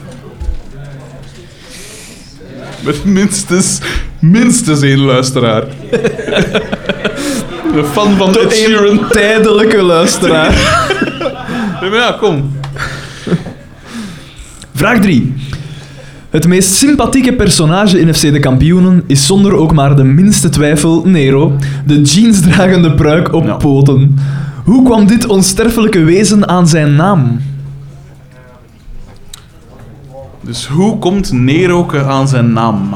Met minstens, minstens één luisteraar. Een fan van Ed Sheeran. Tijdelijke luisteraar. Nee, maar ja, kom. Vraag drie. Het meest sympathieke personage in F C de Kampioenen is zonder ook maar de minste twijfel Nero, de jeansdragende pruik op Ja. poten. Hoe kwam dit onsterfelijke wezen aan zijn naam? Dus hoe komt neerroken aan zijn naam?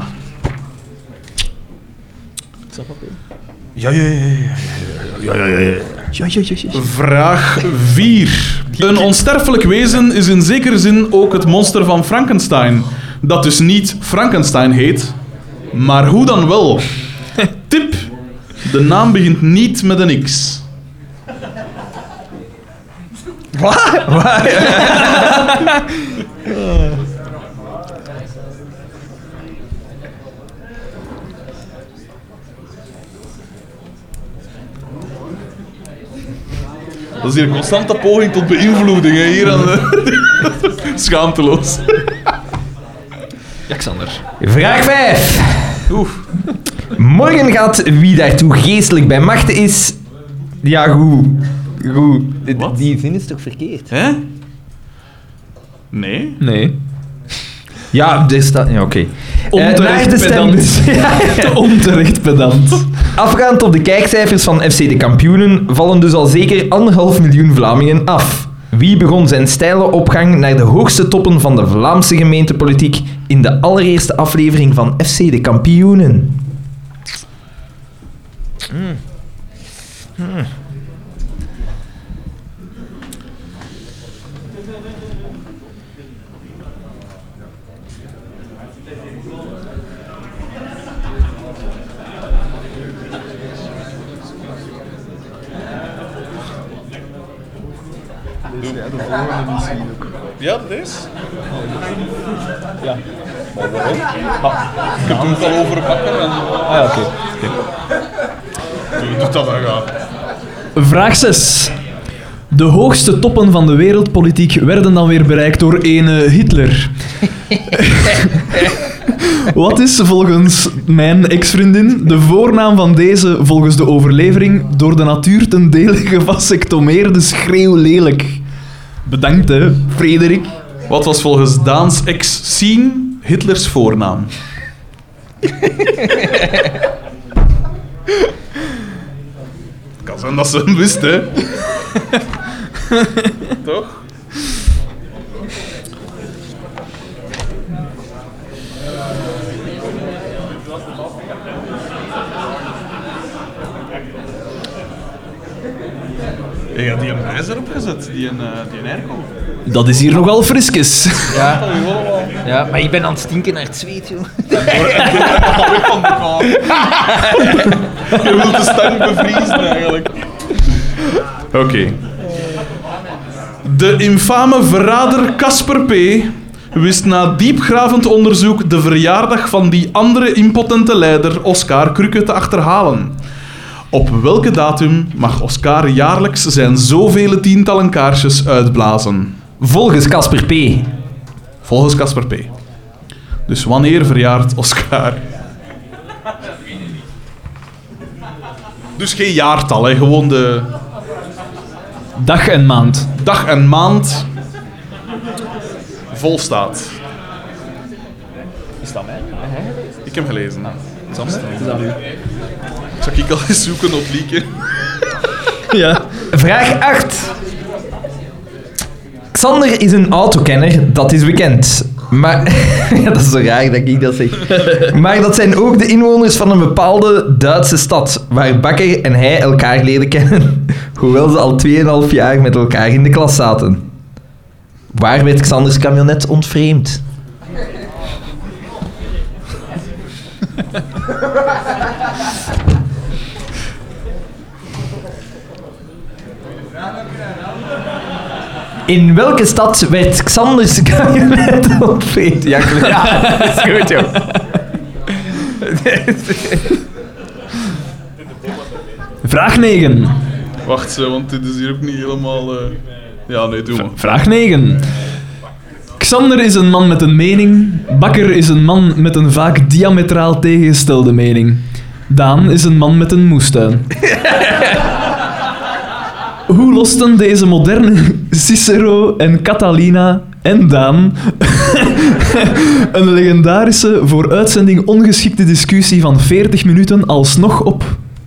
Ja, ja, ja, ja, ja, ja, ja, ja. Ja, ja, ja, ja. Vraag vier. Een onsterfelijk wezen is in zekere zin ook het monster van Frankenstein, dat dus niet Frankenstein heet, maar hoe dan wel? Tip: de naam begint niet met een X. Wat? Wat? Dat is hier een constante poging tot beïnvloeding, hè, hier aan de... Schaamteloos. Ja, Xander. Vraag vijf. Oef. Morgen gaat wie daartoe geestelijk bij machten is... Ja, goed. Goed. Wat? Die zin is toch verkeerd? Hè? Nee? Nee. Ja, er staat... Ja, oké. Okay. Onterecht pedant. Te onterecht pedant. Afgaand op de kijkcijfers van F C de Kampioenen vallen dus al zeker anderhalf miljoen Vlamingen af. Wie begon zijn steile opgang naar de hoogste toppen van de Vlaamse gemeentepolitiek in de allereerste aflevering van F C de Kampioenen? Hmm. Hmm. Ja, dat is? Ja. Maar waarom? Ik heb het al over bakken en... Ah ja, oké. Doe dat dan gaan. Vraag zes. De hoogste toppen van de wereldpolitiek werden dan weer bereikt door ene Hitler. Wat is volgens mijn ex-vriendin de voornaam van deze volgens de overlevering door de natuur ten dele gevasectomeerde schreeuwlelijk? Bedankt, hè, Frederik. Wat was volgens Daans ex-Sien Hitlers voornaam? Kan zijn dat ze hem wist, hè? Toch? Ja, die een ijs erop gezet, die een, uh, die een airco. Dat is hier nogal friskes. Ja. Ja, maar ik ben aan het stinken naar het zweet, joh. Je wilt de stank bevriezen, eigenlijk. Oké. Okay. De infame verrader Casper P. wist na diepgravend onderzoek de verjaardag van die andere impotente leider, Oscar Krukke, te achterhalen. Op welke datum mag Oscar jaarlijks zijn zoveel tientallen kaarsjes uitblazen? Volgens Casper P. Volgens Casper P. Dus wanneer verjaart Oscar? Dus geen jaartal, hè. Gewoon de Dag en maand. dag en maand vol staat. Is dat mij? Ik heb gelezen. Sander? Is dat u? Zal ik al eens zoeken op Lieke? Ja. Vraag acht. Xander is een autokenner, dat is bekend. Maar... ja, dat is zo raar dat ik dat zeg. Maar dat zijn ook de inwoners van een bepaalde Duitse stad, waar Bakker en hij elkaar leerden kennen, hoewel ze al tweeënhalf jaar met elkaar in de klas zaten. Waar werd Xanders camionet ontvreemd? In welke stad werd Xanders camionet ontvreemd? Ja, ja, dat is goed, joh. Vraag negen. Wacht, want dit is hier ook niet helemaal... Uh... Ja, nee, doe maar. Vraag negen. Xander is een man met een mening. Bakker is een man met een vaak diametraal tegengestelde mening. Daan is een man met een moestuin. Hoe losten deze moderne Cicero en Catalina en Daan een legendarische, voor uitzending ongeschikte discussie van veertig minuten alsnog op?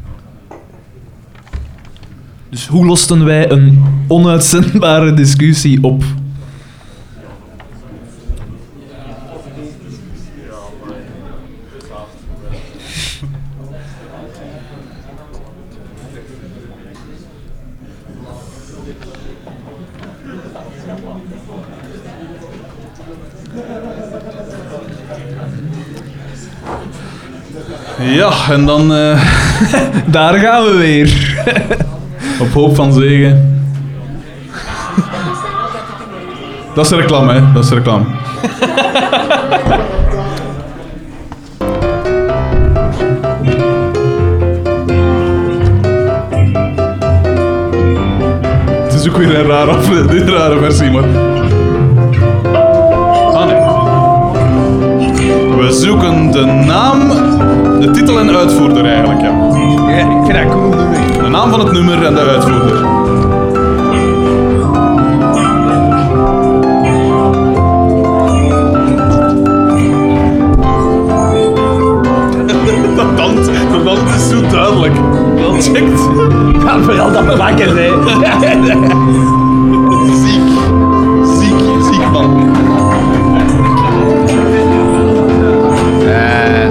Dus hoe losten wij een onuitzendbare discussie op? Ja, en dan uh, Daar gaan we weer. op hoop van zegen. Dat is de reclame, hè. Dat is de reclame. Het is ook weer een rare, af, een rare versie, maar... Ah, nee. We zoeken de naam, de titel en uitvoerder eigenlijk, ja. Ja, ik vind dat cool nummer. De naam van het nummer en de uitvoerder. Dat tand, dat tand is zo duidelijk. Dat checkt. Ja, vooral dat bakken, hè. Ziek. Ziek, ziek man. Uh,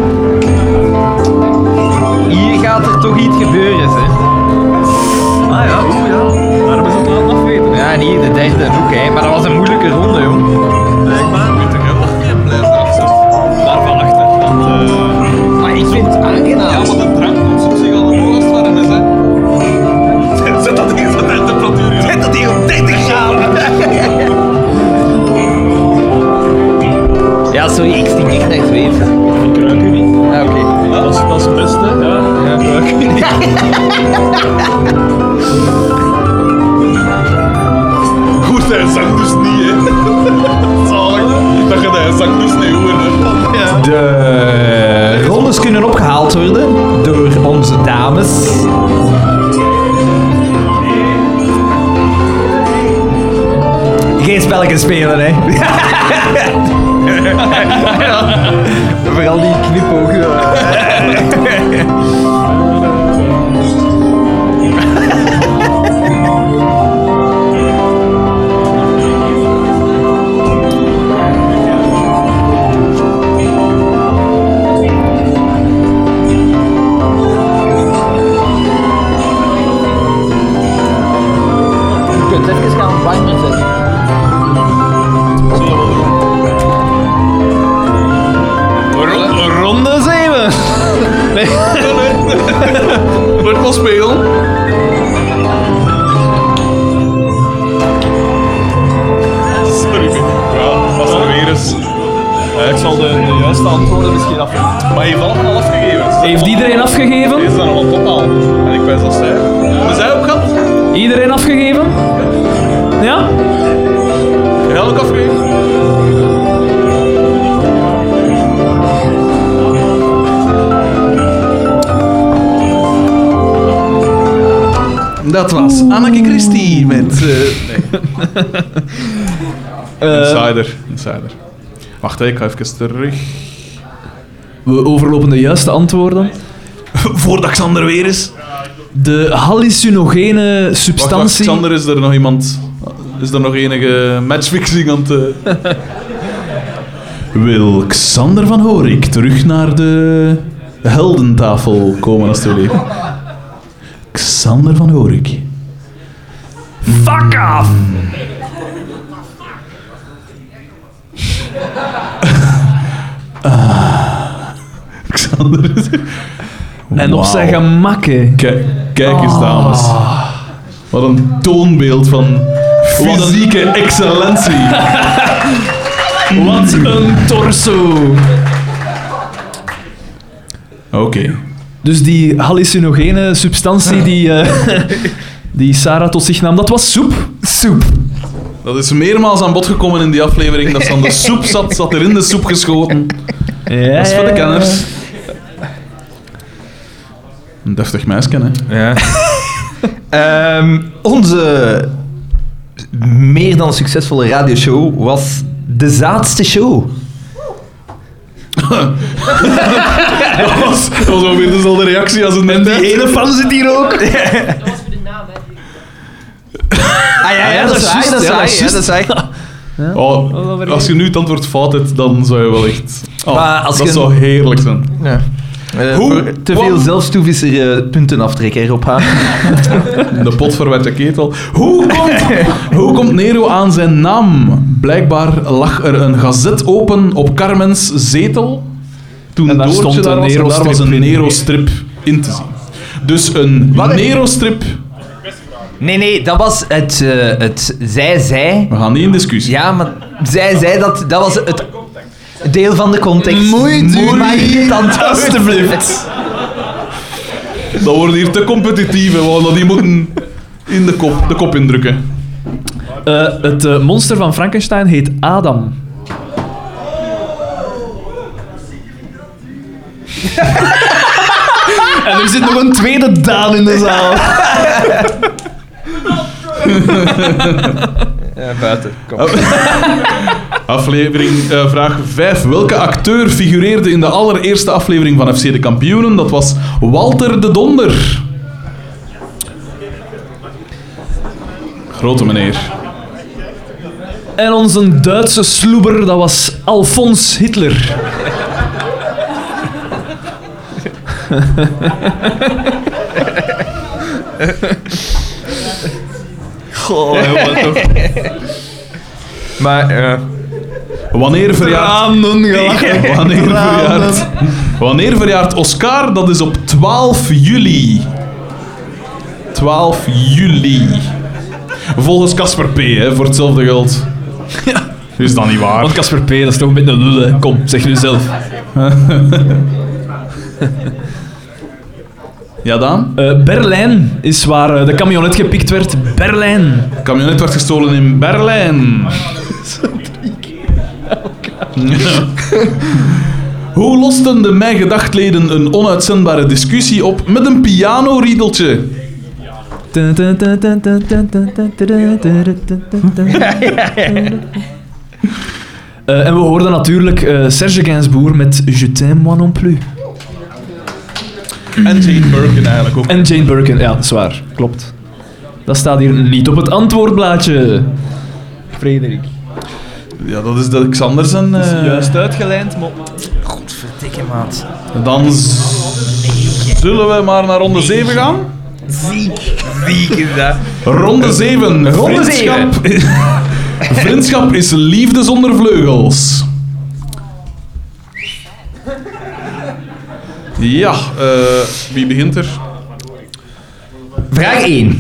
hier gaat er toch iets gebeuren, hè. Ah ja, oeh ja. Waarom is het laten afweten? Ja, nee, de derde ook, hè. Maar dat was een moeilijke ronde, jong. Blijkbaar. Weet je wel, geen blijf erachter. Daarvan achter. Want, uh, Maar ik vind het aangenaam. Ja, maar de drank komt soms zich allemaal als het warm is, hè. Zet dat ding op de temperatuur in. Zet dat hier op dertig graden. Ja, sorry, ik stink echt naar zweet. ik ruik u niet. Ah, oké. Ja, dat, is, dat is het beste. Ja, ja, ik ruik u niet. Goed, hij zang dus niet, hè. Zalig. Dat je hij zang dus niet hoort, hè. De rondes kunnen opgehaald worden door onze dames. Geen spelletjes spelen, hè. Vooral die knipogen. Je kunt even gaan warmer zetten. Ro- Ronde zeven. Nee. Wordt wel spelen. Sorry. Ja, was er weer eens. Ja, ik zal de, de juiste antwoorden misschien afgeven. Maar je heeft allemaal al afgegeven. Heeft iedereen afgegeven? Deze zijn allemaal top al. En ik wijs dat zij. Hebben zij ook gehad? Iedereen afgegeven? Ja? Jij had ook afgegeven? Dat was Anneke Christie met... Uh, nee. Insider. Insider. Wacht, hè, ik ga even terug. We overlopen de juiste antwoorden. Voordat Xander weer is. De hallucinogene Wacht, substantie... wacht, Xander, is er nog iemand... Is er nog enige matchfixing aan te... Wil Xander van Horik terug naar de heldentafel komen, alstublieft? Xander van Horik. Fuck off! Xander is er. En op zijn gemak, hè. Kijk, kijk eens, dames. Wat een toonbeeld van fysieke excellentie. Wat een torso. Oké. Okay. Dus die hallucinogene substantie die, uh, die Sarah tot zich nam, dat was soep. Soep. Dat is meermaals aan bod gekomen in die aflevering. Dat ze aan de soep zat, zat er in de soep geschoten. Ja, Dat is voor de ja, ja. kenners. Een deftig meisje, hè. Ja. um, onze meer dan succesvolle radioshow was de zaadste show. dat, was, dat was ongeveer dezelfde reactie als het net. Die ene fan zit hier ook. Dat was voor de naam, hè. Ah ja, ja, dat is waar, dat is waar, ja, dat is waar. Oh, als je nu het antwoord fout hebt, dan zou je wel echt... Oh, Maar als dat je- zou heerlijk zijn. Ja. Uh, Hoe voor te kwam- veel zelfstoevisser uh, punten aftrekken erop haar. De pot verwette ketel. Hoe komt, hoe komt Nero aan zijn naam? Blijkbaar lag er een gazet open op Carmens zetel. Toen En daar Doortje stond daar een was, en daar was Nero-strip een in. Nero-strip in te zien. Dus een Wat? Nero-strip... Nee, nee, dat was het, uh, het zij, zij. We gaan niet in discussie. Ja, maar zij, zij, dat, dat was het deel van de context. Moeite, Moet maar niet antwoorden. alstublieft. Dat wordt hier te competitief, hè. We gaan dat die moeten in de kop, de kop indrukken. Uh, het uh, monster van Frankenstein heet Adam. En er zit nog een tweede Daan in de zaal. Ja, buiten. Kom. Aflevering, uh, vraag vijf. Welke acteur figureerde in de allereerste aflevering van F C de Kampioenen? Dat was Walter de Donder. Grote meneer. En onze Duitse sloeber, dat was Alfons Hitler. Goh, jongen, toch. Maar, uh, Wanneer verjaart... Tranen gelachen. Wanneer Tranen. verjaart... Wanneer verjaart Oscar? Dat is op twaalf juli. twaalf juli. Volgens Casper P, hè, voor hetzelfde geld. Ja. Is dat niet waar? Want Casper P, dat is toch een beetje een lul, hè. Kom, zeg nu zelf. Ja, Daan? Uh, Berlijn is waar uh, de camionet gepikt werd. Berlijn. Het camionet werd gestolen in Berlijn. Hoe losten de mij gedachtleden een onuitzendbare discussie op met een pianoriedeltje? Uh, en we hoorden natuurlijk uh, Serge Gainsbourg met Je t'aime moi non plus. En Jane Birkin eigenlijk ook. En Jane Birkin, ja, dat is waar. Klopt. Dat staat hier niet op het antwoordblaadje. Frederik. Ja, dat is de Xander zijn... eh, Juist uitgelijnd, maar... godverdikke maat. Dan z- zullen we maar naar ronde zeven gaan. Ziek. Ziek is dat. Ronde zeven. Ronde Vriendschap. Vriendschap is liefde zonder vleugels. Ja, eh, wie begint er? Vraag één.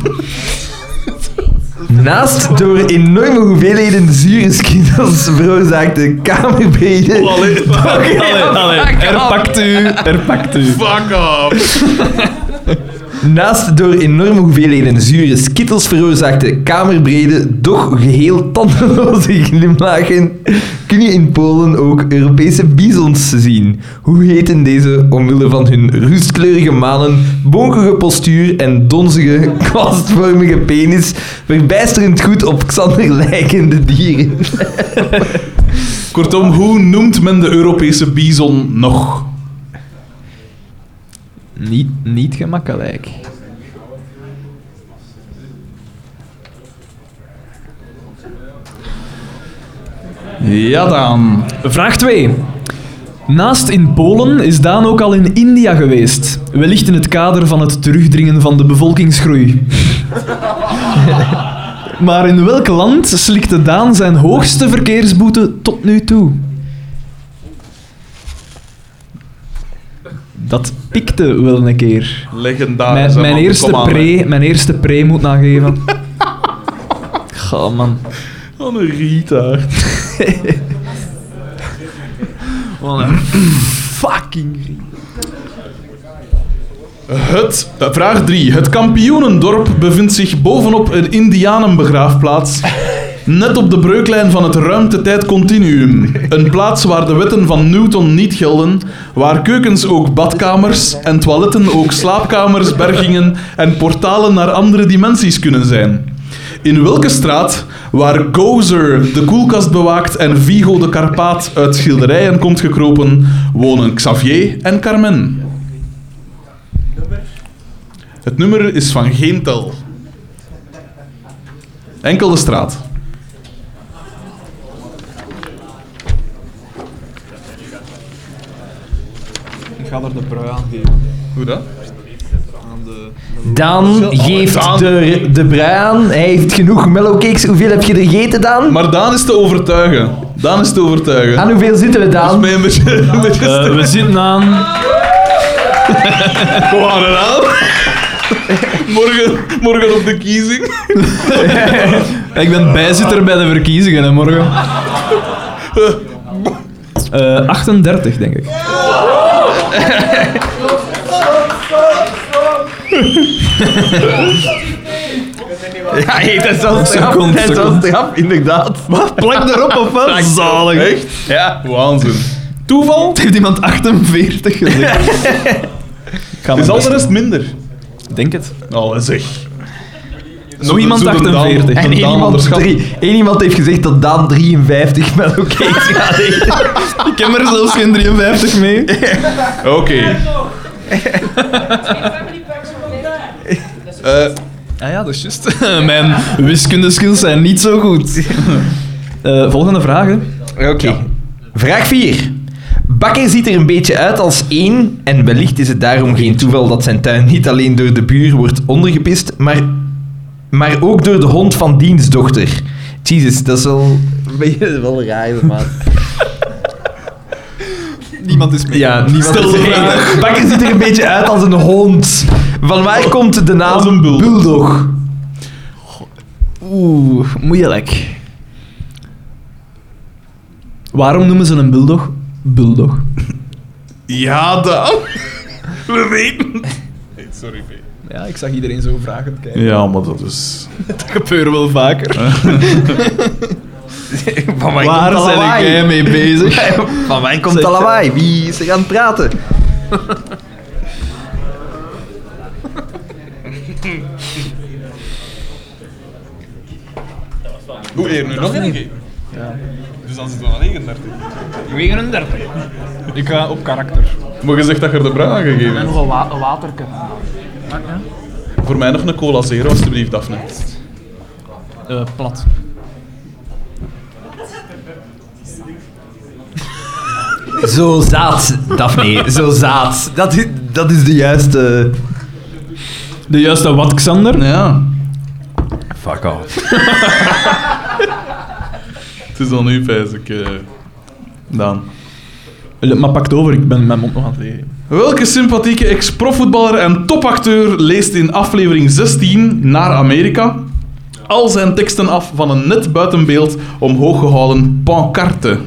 Naast door enorme hoeveelheden zure skittles veroorzaakte kamerbrede... Allee, Allee, allee, er pakt u, er pakt u. fuck off. Naast door enorme hoeveelheden zure skittles veroorzaakte kamerbrede, doch geheel tandeloze glimlachen, kun je in Polen ook Europese bisons zien. Hoe heten deze omwille van hun rustkleurige manen, bonkige postuur en donzige, kwastvormige penis verbijsterend goed op Xander lijkende dieren? Kortom, hoe noemt men de Europese bison nog? Niet, niet gemakkelijk. Ja dan. Vraag twee. Naast in Polen is Daan ook al in India geweest. Wellicht in het kader van het terugdringen van de bevolkingsgroei. Maar in welk land slikte Daan zijn hoogste verkeersboete tot nu toe? Dat pikte wel een keer. Legendarisch. Mijn, mijn, man. eerste Kom aan, pre, mijn eerste pre moet nageven. Ga man. hè. Wat een retard. Wat een fucking riet. Het, eh, vraag drie. Het kampioenendorp bevindt zich bovenop een indianenbegraafplaats. Net op de breuklijn van het ruimtetijdcontinuum. Een plaats waar de wetten van Newton niet gelden, waar keukens ook badkamers en toiletten ook slaapkamers, bergingen en portalen naar andere dimensies kunnen zijn. In welke straat, waar Gozer de koelkast bewaakt en Vigo de Karpaat uit schilderijen komt gekropen, wonen Xavier en Carmen? Het nummer is van geen tel. Enkel de straat. Ik ga er de brui aan geven. Hoe dat? Aan de... Daan geeft Daan. de, de brui aan. Hij heeft genoeg mellowcakes. Hoeveel heb je er gegeten, Daan? Maar Daan is te overtuigen. Daan is te overtuigen. Aan hoeveel zitten we, Dat is Daan? mij een beetje... Een beetje Uh, sterk. we zitten aan... Kom aan, Daan. Morgen, morgen op de kiezing. Ik ben bijzitter bij de verkiezingen, hè, morgen. Uh, achtendertig, denk ik. Ja, hey, dat is wel straf. Seconde, Dat is wel seconde. straf, inderdaad. Wat? Plak erop of wat? Zalig. Echt? Ja. Waanzin. Toeval? Het heeft iemand achtenveertig gezegd. Ik ga Is mijn al best de rest minder? doen. Denk het. Nou, zeg. Nog iemand Zo de Daan- achtenveertig. de En één Daan iemand, onderschatten. drie, één iemand heeft gezegd dat Daan drieënvijftig mellowcakes gaat eten. Ik heb er zelfs geen drieënvijftig mee. Oké. Eh, Ah ja, dat is juist. Mijn wiskundeskills zijn niet zo goed. Uh, volgende vraag, hè. Oké. Vraag vier. Bakker ziet er een beetje uit als één, en wellicht is het daarom geen toeval dat zijn tuin niet alleen door de buur wordt ondergepist, maar, maar ook door de hond van diens dochter. Jezus, dat is wel... Dat is wel raar, maat. Niemand is mee. Ja, niemand Stel de is- vraag. Bakker ziet er een beetje uit als een hond. Van waar komt de naam Als een bulldog. bulldog? Oeh, moeilijk. Waarom noemen ze een bulldog bulldog? ja, Daan. We weten. Nee, sorry, P. Ja, ik zag iedereen zo vragend kijken. Ja, maar dat is... Dat gebeurt wel vaker. Van waar, Waar komt dat ben lawaai? jij mee bezig? Van waar komt Zeg, dat lawaai? Wie is er aan het praten? Hoe eer nu nog een keer? Ja. Dus dan zitten we aan negenendertig. negenendertig. Ik ga op karakter. Maar je zegt dat je er de bruin aan gegeven hebt. Nog een, wa een waterke. Voor mij nog een cola zero, alstublieft, Daphne. Uh, plat. Zo zaad, Daphne. Zo zaad. Dat is, dat is de juiste... De juiste wat, Xander? Ja. Fuck off. Het is dan nu, pijs ik. Uh, Daan. Maar pakt over, ik ben mijn mond nog aan het leren. Welke sympathieke ex-profvoetballer en topacteur leest in aflevering zestien naar Amerika al zijn teksten af van een net buiten beeld omhoog gehouden pancarte?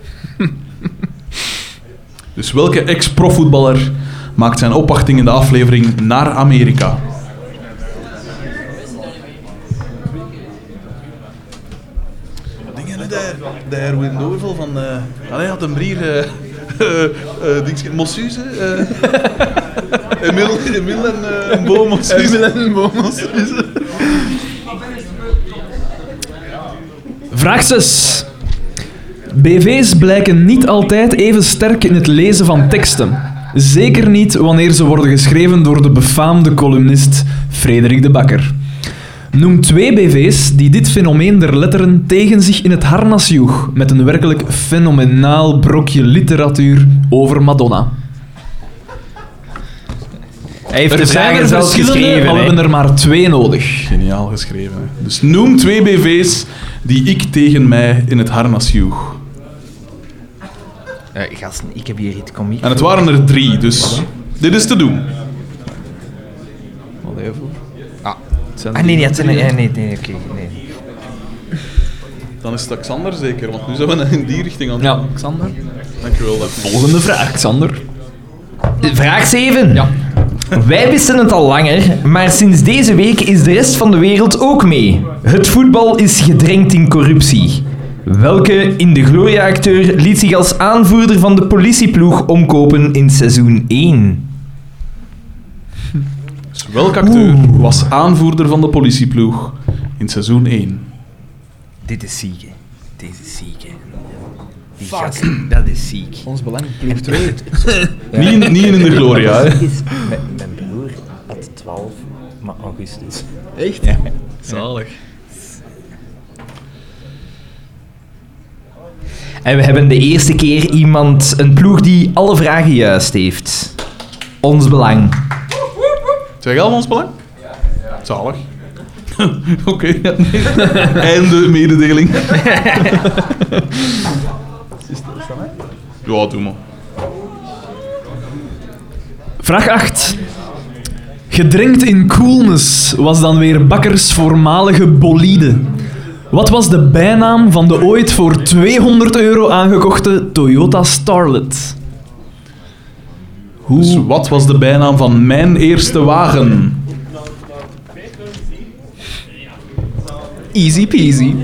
Dus welke ex-profvoetballer maakt zijn opwachting in de aflevering naar Amerika? Dingen, hè, de, de Erwin Doorvel van... Uh, allee, had een brier... Uh, uh, uh, dingske- Mossuze? Uh, Emil, Emil en uh, Bo Mossuze. en Momos. Vraag zes. B V's blijken niet altijd even sterk in het lezen van teksten. Zeker niet wanneer ze worden geschreven door de befaamde columnist Frederik de Bakker. Noem twee B V's die dit fenomeen der letteren tegen zich in het harnas joeg met een werkelijk fenomenaal brokje literatuur over Madonna. Hij heeft Er de zijn vragen er zelf verschillende, geschreven. maar we hè. hebben er maar twee nodig. Geniaal geschreven. Hè. Dus noem twee B V's die ik tegen mij in het harnas joeg. Eh, gasten, ik heb hier iets komiek. En het waren er drie, dus dit is te doen. Ah, ah nee, nee, het zijn... Nee, nee, nee, oké. nee. Dan is het Xander zeker, want nu zijn we in die richting aan het Ja, gaan. Xander. Dankjewel, Daphne. Volgende vraag, Xander. Vraag zeven. Ja. Wij wisten het al langer, maar sinds deze week is de rest van de wereld ook mee. Het voetbal is gedrenkt in corruptie. Welke in de Gloria-acteur liet zich als aanvoerder van de politieploeg omkopen in seizoen één? Dus welke acteur was aanvoerder van de politieploeg in seizoen één? Dit is ziek, hè. Deze is ziek, hè. Die gast, dat is ziek. Ons belang, ploeg twee. Niet, niet in de Gloria, hè. Mijn, mijn broer had twaalf, maar augustus. Echt? Zalig. En we hebben de eerste keer iemand, een ploeg die alle vragen juist heeft. Ons belang. Zeg je al ons belang? Zalig. Oké, okay, ja, nee. Einde mededeling. Ja, doe maar. Vraag acht. Gedrenkt in coolness was dan weer Bakkers voormalige bolide. Wat was de bijnaam van de ooit voor tweehonderd euro aangekochte Toyota Starlet? Hoe? Dus wat was de bijnaam van mijn eerste wagen? Easy peasy.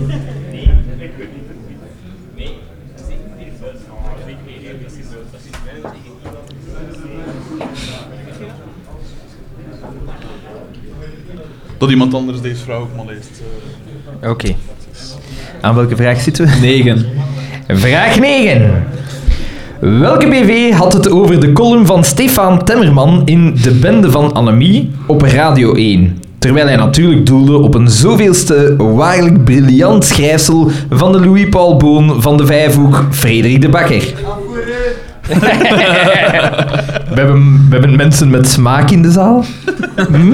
Dat iemand anders deze vraag ook maar leest. Oké. Okay. Aan welke vraag zitten we? negen. Vraag negen. Welke B V had het over de column van Stefan Temmerman in De Bende van Annemie op Radio één? Terwijl hij natuurlijk doelde op een zoveelste waarlijk briljant schrijfsel van de Louis-Paul Boon van de Vijfhoek, Frederik de Bakker. we, hebben, we hebben mensen met smaak in de zaal. Hm?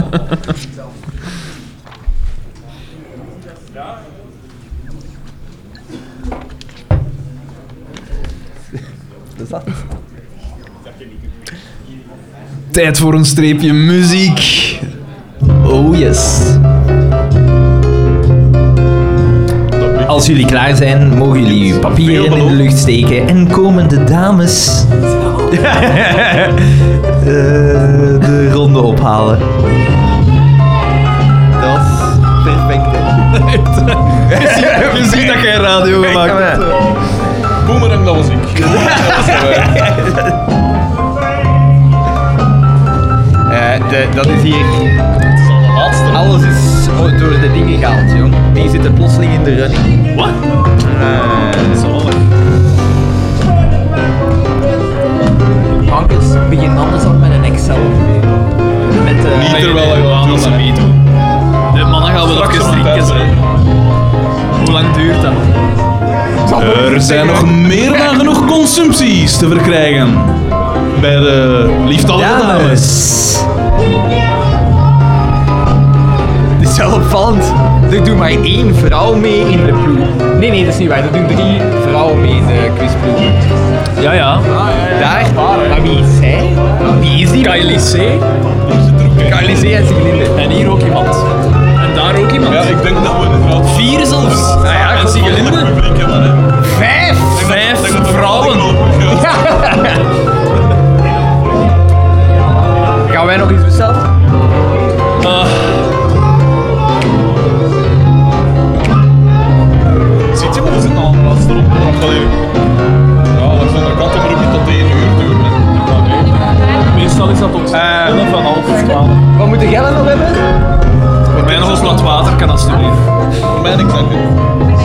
Tijd voor een streepje muziek. Oh yes. Als jullie klaar zijn, mogen jullie uw papieren in de lucht steken en komen de dames uh, de ronde ophalen. Dat is perfect, hè? Je ziet dat jij radio gemaakt hebt. Boomerang, dat was ik. Uh, de, dat is hier... Alles is door de dingen gehaald, jong. Die zitten plotseling in de running. Wat? Uh, Zalig. Hankes, begin anders al met een Excel. Met, uh, Niet terwijl hij aan als ze doet. meedoen. De mannen gaan wel even drinken, hè. Hoe lang duurt dat? Er zijn nog meer dan genoeg consumpties te verkrijgen bij de lieftallige dames. Het is wel opvallend. Er doet maar één vrouw mee in de ploeg. Nee, nee, dat is niet waar. Er doen drie vrouwen mee in de quizploeg. Ja, ja. Daar? Maar wie is zij? Wie is die? Kylie C. Kylie C en Siglinde. En hier ook iemand. En daar ook iemand. Ja, ik denk dat we inderdaad Vier zelfs. Ah ja, En Sigelinde. publiek hebben, hè. Vijf! Vijf vrouwen. Gaan wij nog iets bestellen? Uh, Ziet je wel, we zitten al aan de laatste ronde. Ja, dat is aan de kant om er ook niet tot één uur duren. hè. meestal is dat tot Eh, elf van half of twaalf. Wat moet de Gellen nog hebben? Voor mij nog eens wat water kan alsjeblieft. Voor mij niks aan doen.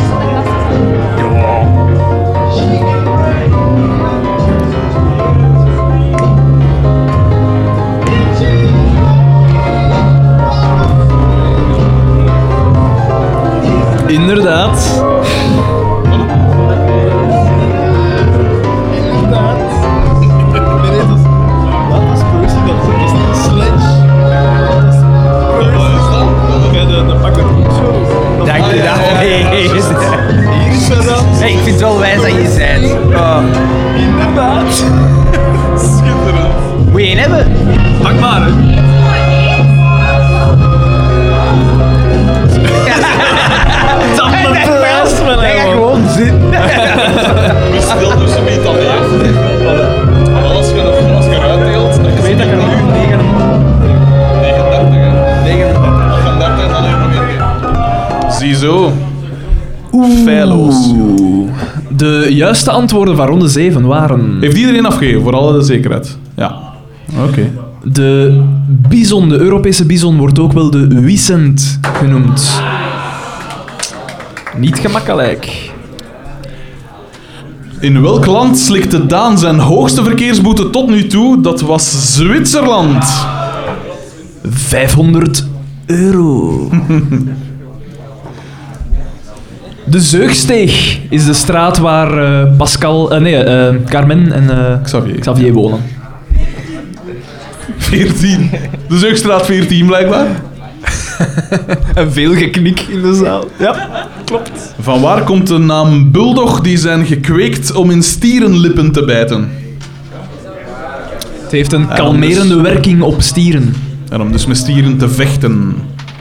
Inderdaad. Dank je, dat nee, ik vind het wel wijs dat je zei. Oh. Inderdaad. Schitterend. Moet je één hebben? Pak maar, hè. Hij gaat gewoon zitten. Bestel dus een beetje alleen. Als je dat als je eruit deelt, dan Ik weet dat je nu negen... negenendertig, hè. negenendertig. achtendertig en dan even nog één keer. Ziezo. Feilloos. De juiste antwoorden van ronde zeven waren... Heeft iedereen afgegeven, voor alle zekerheid? Ja. Oké. Okay. De bison, de Europese bison, wordt ook wel de Wisent genoemd. Niet gemakkelijk. In welk land slikte Daan zijn hoogste verkeersboete tot nu toe? Dat was Zwitserland. vijfhonderd euro. De Zeugsteeg is de straat waar uh, Pascal... Uh, nee, uh, Carmen en uh, Xavier. Xavier wonen. veertien. De Zeugstraat veertien, blijkbaar. En veel geknik in de zaal. Ja, klopt. Van waar komt de naam bulldog die zijn gekweekt om in stierenlippen te bijten? Het heeft een dan kalmerende dus- werking op stieren. En om dus met stieren te vechten.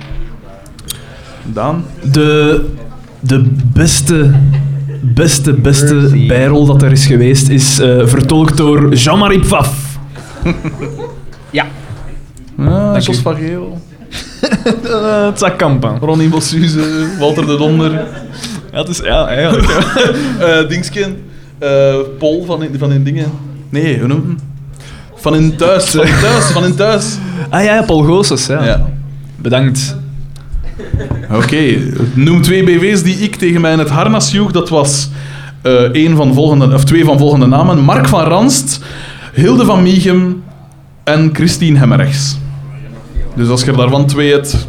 Daan? De, de beste, beste, beste bijrol dat er is geweest is uh, vertolkt door Jean-Marie Pfaff. Ja. Ah, Dank Jos u. van Geel. Uh, het zat kampen. Ronnie Bossuze, Walter de Donder. Ja, het is, ja, eigenlijk. Ja. Uh, Dingsken. Uh, Paul van in, van in dingen. Nee, hoe noemt hem? Van in thuis. Van in thuis. Van in thuis. Ah ja, Paul Goossens, ja. Ja. Bedankt. Oké, noem twee B V's die ik tegen mij in het harnas joeg. Dat was uh, één van volgende, of twee van volgende namen. Mark van Ranst, Hilde van Mieghem en Christine Hemmerrechts. Dus als je er daarvan twee hebt...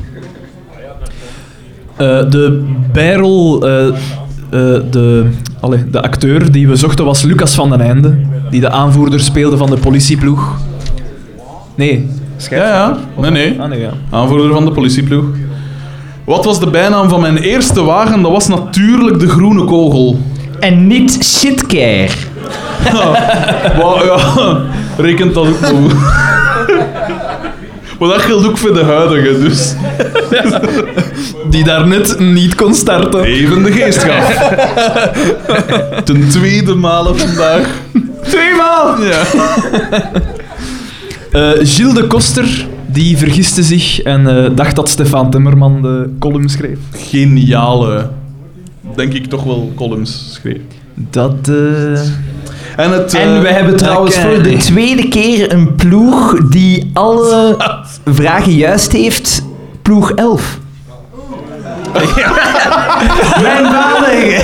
Uh, de bijrol, uh, uh, de, allee, de acteur die we zochten was Lucas van den Einde, die de aanvoerder speelde van de politieploeg. Nee, Ja, ja. Nee, nee. Ah, nee, ja. Aanvoerder van de politieploeg. Wat was de bijnaam van mijn eerste wagen? Dat was natuurlijk de Groene Kogel. En niet shitcare. Wow, ja, rekent dat ook nog. Maar dat geldt ook voor de huidige, dus Die daarnet niet kon starten. even de geest gaf. Ten tweede male vandaag. Tweemaal! Ja. Uh, Gilles de Koster, die vergiste zich en uh, dacht dat Stefan Timmerman de column schreef. Geniale, denk ik toch wel, columns schreef. Dat... Uh... En, het, uh, En we hebben trouwens oké. voor de tweede keer een ploeg die alle vragen juist heeft. Ploeg elf. Mijn vader.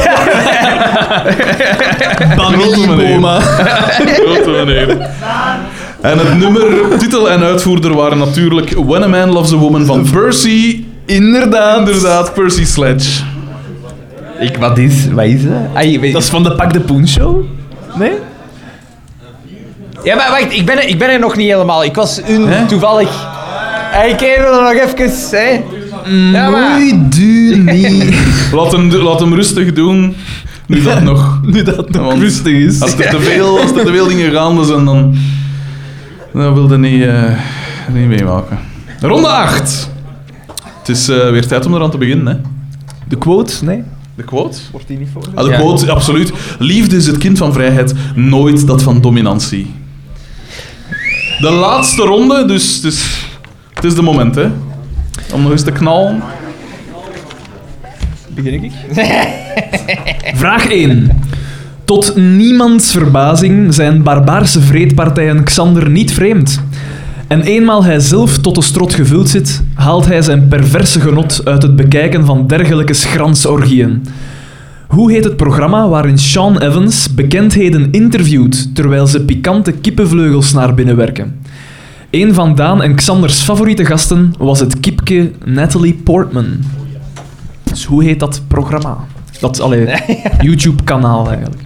Grote meneer. Boma. Grote meneer. En het nummer, titel en uitvoerder waren natuurlijk When a Man Loves a Woman van Percy. Inderdaad. Inderdaad, Percy Sledge. Ik, wat is, wat is dat? Ai, weet- Dat is van de Pak de Poen Show? Nee? Ja, maar wacht, ik ben, er, ik ben er nog niet helemaal. Ik was un, Hè? toevallig... Hey, ik ken er nog even, hè. Ja, maar... Oei, du niet. Laat hem, laat hem rustig doen, nu dat nog... Nu dat het nog Want rustig is. Als er te veel, als er te veel dingen gaande zijn, dan... Dan wil je niet, uh, niet meemaken. Ronde acht. Het is uh, weer tijd om eraan te beginnen, hè. De quote? Nee? De quote? Wordt die niet voor? Ah, de Ja. quote, absoluut. Liefde is het kind van vrijheid, nooit dat van dominantie. De laatste ronde, dus het is, het is de moment, hè. Om nog eens te knallen. Begin ik? Vraag één. Tot niemands verbazing zijn barbaarse vreedpartijen Xander niet vreemd. En eenmaal hij zelf tot de strot gevuld zit, haalt hij zijn perverse genot uit het bekijken van dergelijke schransorgieën. Hoe heet het programma waarin Sean Evans bekendheden interviewt terwijl ze pikante kippenvleugels naar binnen werken? Een van Daan en Xanders favoriete gasten was het kipke Natalie Portman. Dus hoe heet dat programma? Dat allee, YouTube-kanaal eigenlijk.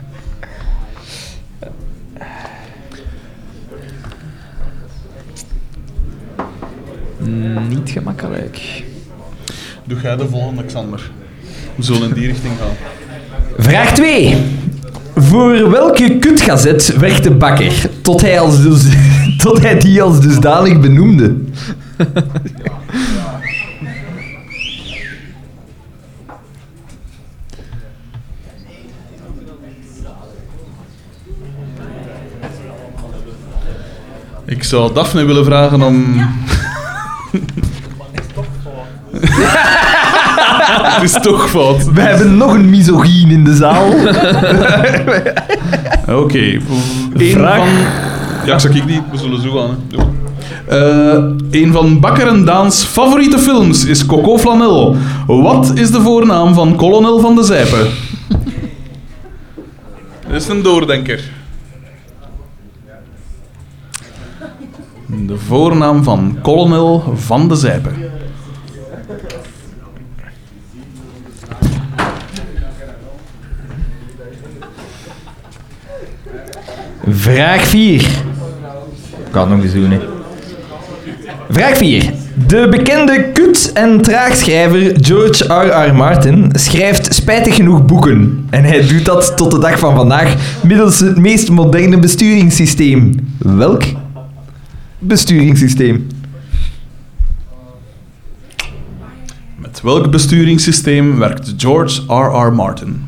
Niet gemakkelijk. Doe jij de volgende, Xander. We zullen in die richting gaan. Vraag twee. Voor welke kutgazet werkte Bakker tot hij, als dus, tot hij die als dusdanig benoemde? Ik zou Daphne willen vragen om... Het is toch fout. We hebben nog een misogyn in de zaal. Oké. Eén Vraag. van... Ja, zeg ik niet. We zullen zo gaan. Hè. Doe maar. Eh, een van Bakker en Daans favoriete films is Coco Flanel. Wat is de voornaam van kolonel Van de Zijpe? Dat is een doordenker. De voornaam van kolonel Van de Zijpe. Vraag vier. Ik kan het nog eens doen, hè. Vraag vier. De bekende kut- en traagschrijver George R R. Martin schrijft spijtig genoeg boeken. En hij doet dat tot de dag van vandaag middels het meest moderne besturingssysteem. Welk besturingssysteem? Met welk besturingssysteem werkt George R R. Martin?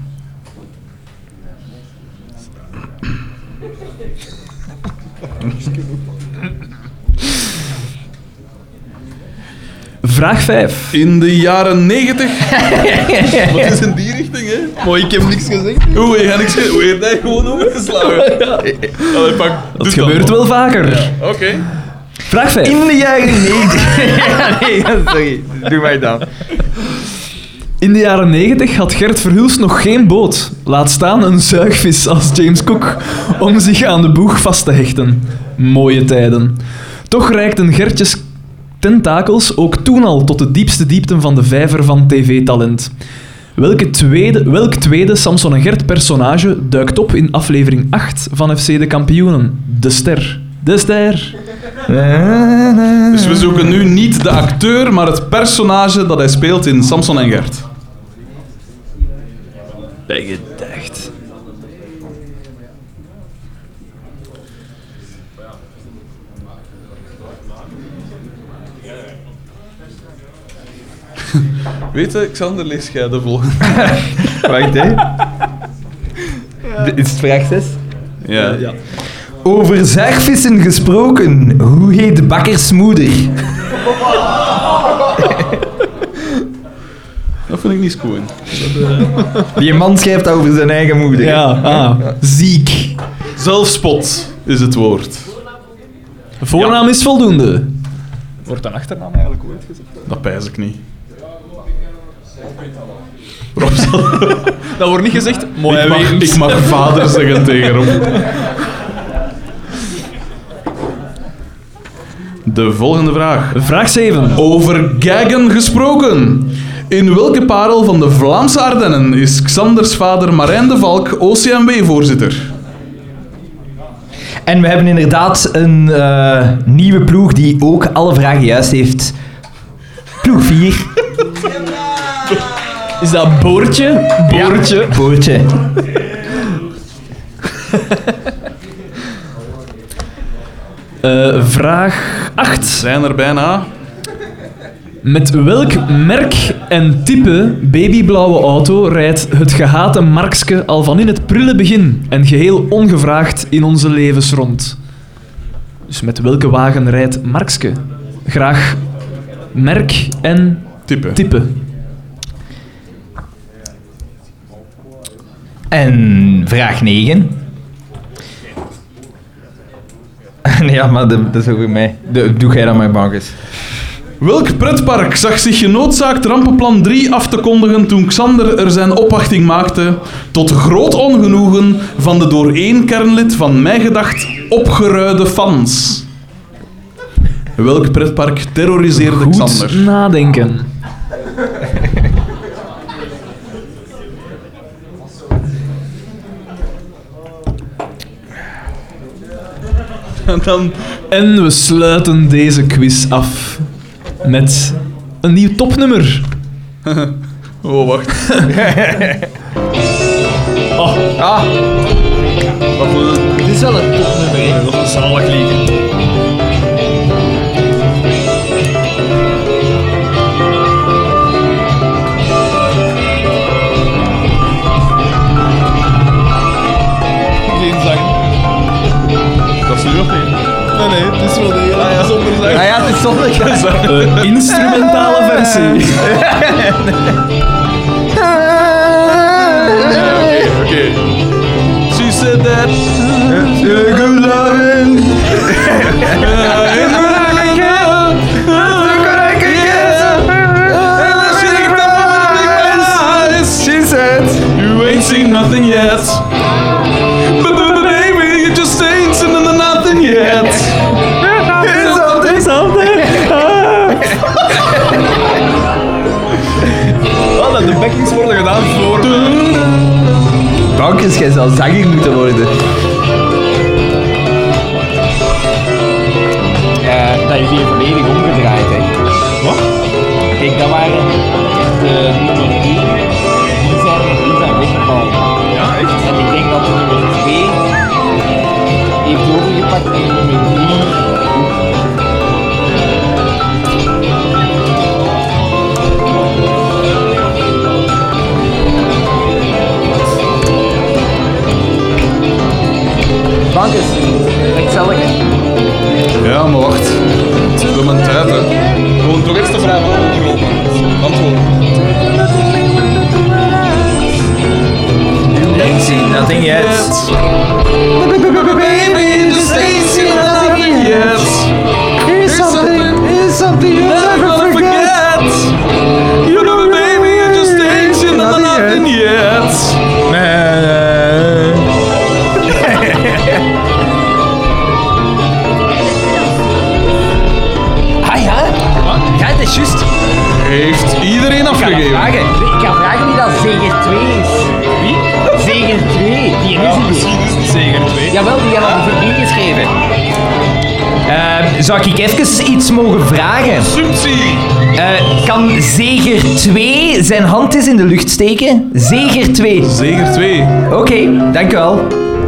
Vraag vijf. In de jaren negentig... Wat is in die richting, hè? Mooi, ik heb niks gezegd. Oeh, je gaat niks gezegd. Hoe heeft hij gewoon overgeslagen? Allee, pak. Doe Dat dan gebeurt maar. wel vaker. Ja, Oké. Vraag vijf. In de jaren negentig... ja, nee, sorry. Doe mij dan. In de jaren negentig had Gert Verhulst nog geen boot. Laat staan een zuigvis als James Cook om zich aan de boeg vast te hechten. Mooie tijden. Toch reikten Gertjes tentakels ook toen al tot de diepste diepten van de vijver van tv-talent. Welke tweede, welk tweede Samson en Gert personage duikt op in aflevering acht van F C de Kampioenen? De Ster. De Ster. Dus we zoeken nu niet de acteur, maar het personage dat hij speelt in Samson en Gert. Bijgedacht. Weet je, Xander, lees jij de volgende. Wacht, hè. De- Is het vraag zes? Ja. Ja. Over zuigvissen gesproken. Hoe heet de bakkersmoeder? Dat vind ik niet schoon. Die man schrijft over zijn eigen moeder. Ja, ah. Ziek. Zelfspot is het woord. Voornaam is voldoende. Wordt een achternaam eigenlijk ooit gezegd? Dat pijs ik niet. Dat wordt niet gezegd. Mooi, Ik mag, ik mag vader zeggen tegen Rob. De volgende vraag. Vraag zeven. Over gaggen gesproken. In welke parel van de Vlaamse Ardennen is Xanders vader Marijn de Valk O C M W-voorzitter? En we hebben inderdaad een eh, nieuwe ploeg die ook alle vragen juist heeft. Ploeg vier. Is dat Boortje? Boortje. Ja, Boortje. Eh, vraag acht. Zijn er bijna. Met welk merk en type babyblauwe auto rijdt het gehate Markske al van in het prille begin en geheel ongevraagd in onze levens rond? Dus met welke wagen rijdt Markske? Graag merk en Type. type. En vraag negen. Ja, maar dat, dat is over mij. De, doe jij dan maar, bankers. Welk pretpark zag zich genoodzaakt Rampenplan drie af te kondigen toen Xander er zijn opwachting maakte, tot groot ongenoegen van de door één kernlid van Mij Gedacht opgeruide fans? Welk pretpark terroriseerde Goed Xander? nadenken. En dan... En we sluiten deze quiz af met een nieuw topnummer. Oh, wacht. Oh, Ah, dit is wel een topnummer, hè. Dat is zalig liegen. Geen zang. Dat is nu nog niet. Nee, nee, het is wel degelijk zonder zang. ah ja, het is zondag. Een instrumentale versie. Oké. She said that. Good loving. She said, You ain't seen nothing yet. But, but, but baby, you just ain't seen nothing yet. it's something, something. Oh, dat de backings worden gedaan voor... Bankers, jij zou zanger moeten worden. Ja, dat is hier volledig omgedraaid, hè. Wat? Kijk, dat waren de nummer één. Die zijn, die zijn weggevallen. Ja, echt? En ik denk dat de nummer twee heeft overgepakt en de nummer drie ook. Bankers, Excel. Ja, maar wacht. Het is door mijn tijd, hè. Gewoon toch eerst de vraag overlopen. Antwoord. Ain't seen nothing yet. Baby, just ain't seen nothing yet. Here's something, here's something you'll Never forget. You know, baby, you just ain't seen nothing yet. Ah ja? Ja, dat is juist. Heeft iedereen Ik ga afgegeven? vragen. Ik ga vragen wie dat Zeger twee is. Wie? Zeger twee. Die is het. Zeker twee. Jawel, die hebben al voor geschreven. Uh, zou ik even iets mogen vragen? Subtie. Uh, kan Zeger twee zijn hand eens in de lucht steken? Zeger twee. Zeker twee. Oké, okay, dank u wel.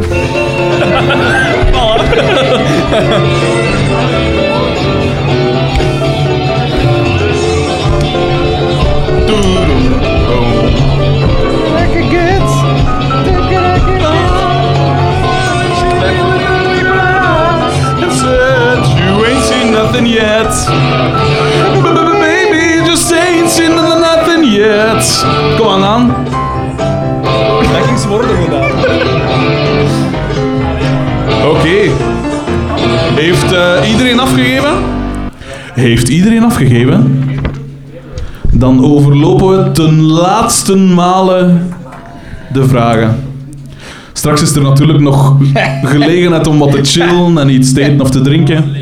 You ain't seen nothing yet. Baby, just ain't seen nothing yet. Kom aan aan. Dat is worden gedaan. Oké. Okay. Heeft uh, iedereen afgegeven? Heeft iedereen afgegeven? Dan overlopen we ten laatste malen de vragen. Straks is er natuurlijk nog gelegenheid om wat te chillen en iets te eten of te drinken.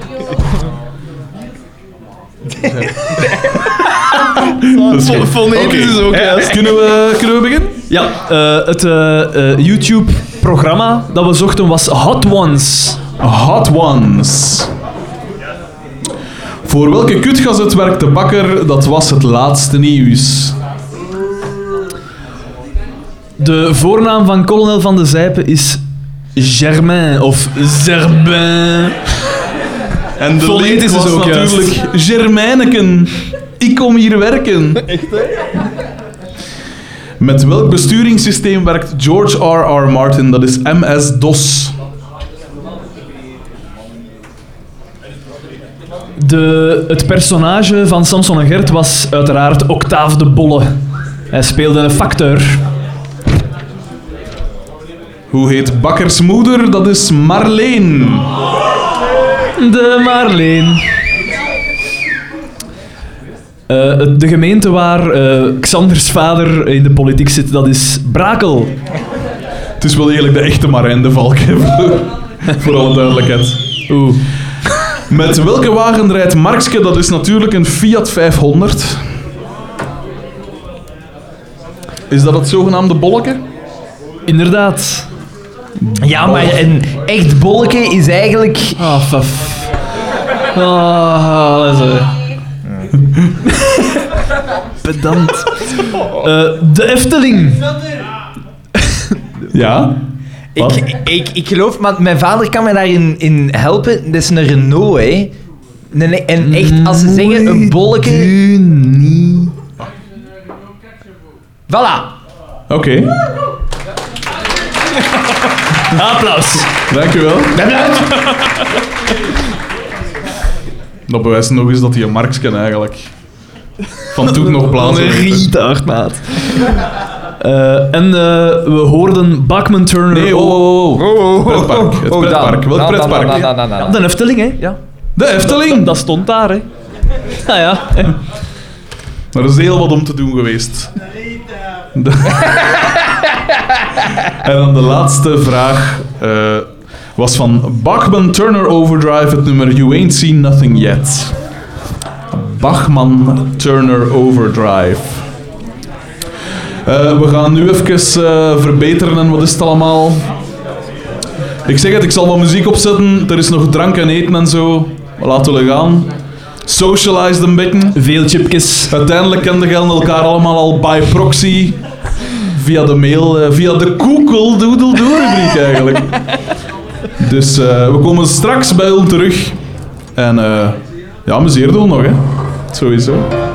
Dat is goed. Fonetisch is ook, ja. Kunnen we, kunnen we beginnen? Ja, uh, het uh, uh, YouTube-programma dat we zochten was Hot Ones. Hot Ones. Voor welke kutgazet werkt de bakker? Dat was het laatste nieuws. De voornaam van kolonel Van de Zijpen is Germain of Zerbin. En de Fonetisch leed is was ook natuurlijk Germijneken. Ik kom hier werken. Echt, hè? Met welk besturingssysteem werkt George R R. Martin? Dat is M S-DOS. De, het personage van Samson en Gert was uiteraard Octave de Bolle. Hij speelde een facteur. Hoe heet Bakkers moeder? Dat is Marleen. De Marleen. Uh, de gemeente waar uh, Xanders vader in de politiek zit, dat is Brakel. Het is wel eigenlijk de echte Marijn de Valk, hè, voor, voor alle duidelijkheid. Oeh. Met welke wagen rijdt Markske? Dat is natuurlijk een Fiat vijfhonderd. Is dat het zogenaamde bolleke? Inderdaad. Ja, maar een echt bolleke is eigenlijk... Ah, faf. Ah, dat is... Pedant. Uh, de Efteling. Ja? Wat? Ik, ik, ik geloof, maar mijn vader kan me daarin in helpen. Dat is een Renault, hè. Nee, en echt, als ze zeggen een bolleke... niet. Voilà. Oké. Okay. Applaus. Dankjewel. Ben uit. Dat bewijst nog eens dat hij een Marksken eigenlijk van toen nog blazen. Een retard, maat. Uh, en uh, we hoorden Bachman Turner... Nee, oh, oh, oh. Pretpark. Het Oh, pretpark. dan. Welk Dan, dan, pretpark? dan, dan, dan, dan. Ja, de Efteling, hè. Ja. De Efteling. Dat stond daar, hè. Nou ja. Er is heel wat om te doen geweest. De... en dan de laatste vraag uh, was van Bachman Turner Overdrive, het nummer You Ain't Seen Nothing Yet. Bachman Turner Overdrive. Uh, we gaan nu even uh, verbeteren en wat is het allemaal? Ik zeg het, ik zal wat muziek opzetten. Er is nog drank en eten en zo. laten we gaan. Socialized een beetje. Veel chipjes. Uiteindelijk kenden jullie elkaar allemaal al by proxy. Via de mail, uh, via de Google Doodle Doo rubriek eigenlijk. Dus uh, we komen straks bij jullie terug. En uh, ja, amuseer doen nog, hè. Sowieso.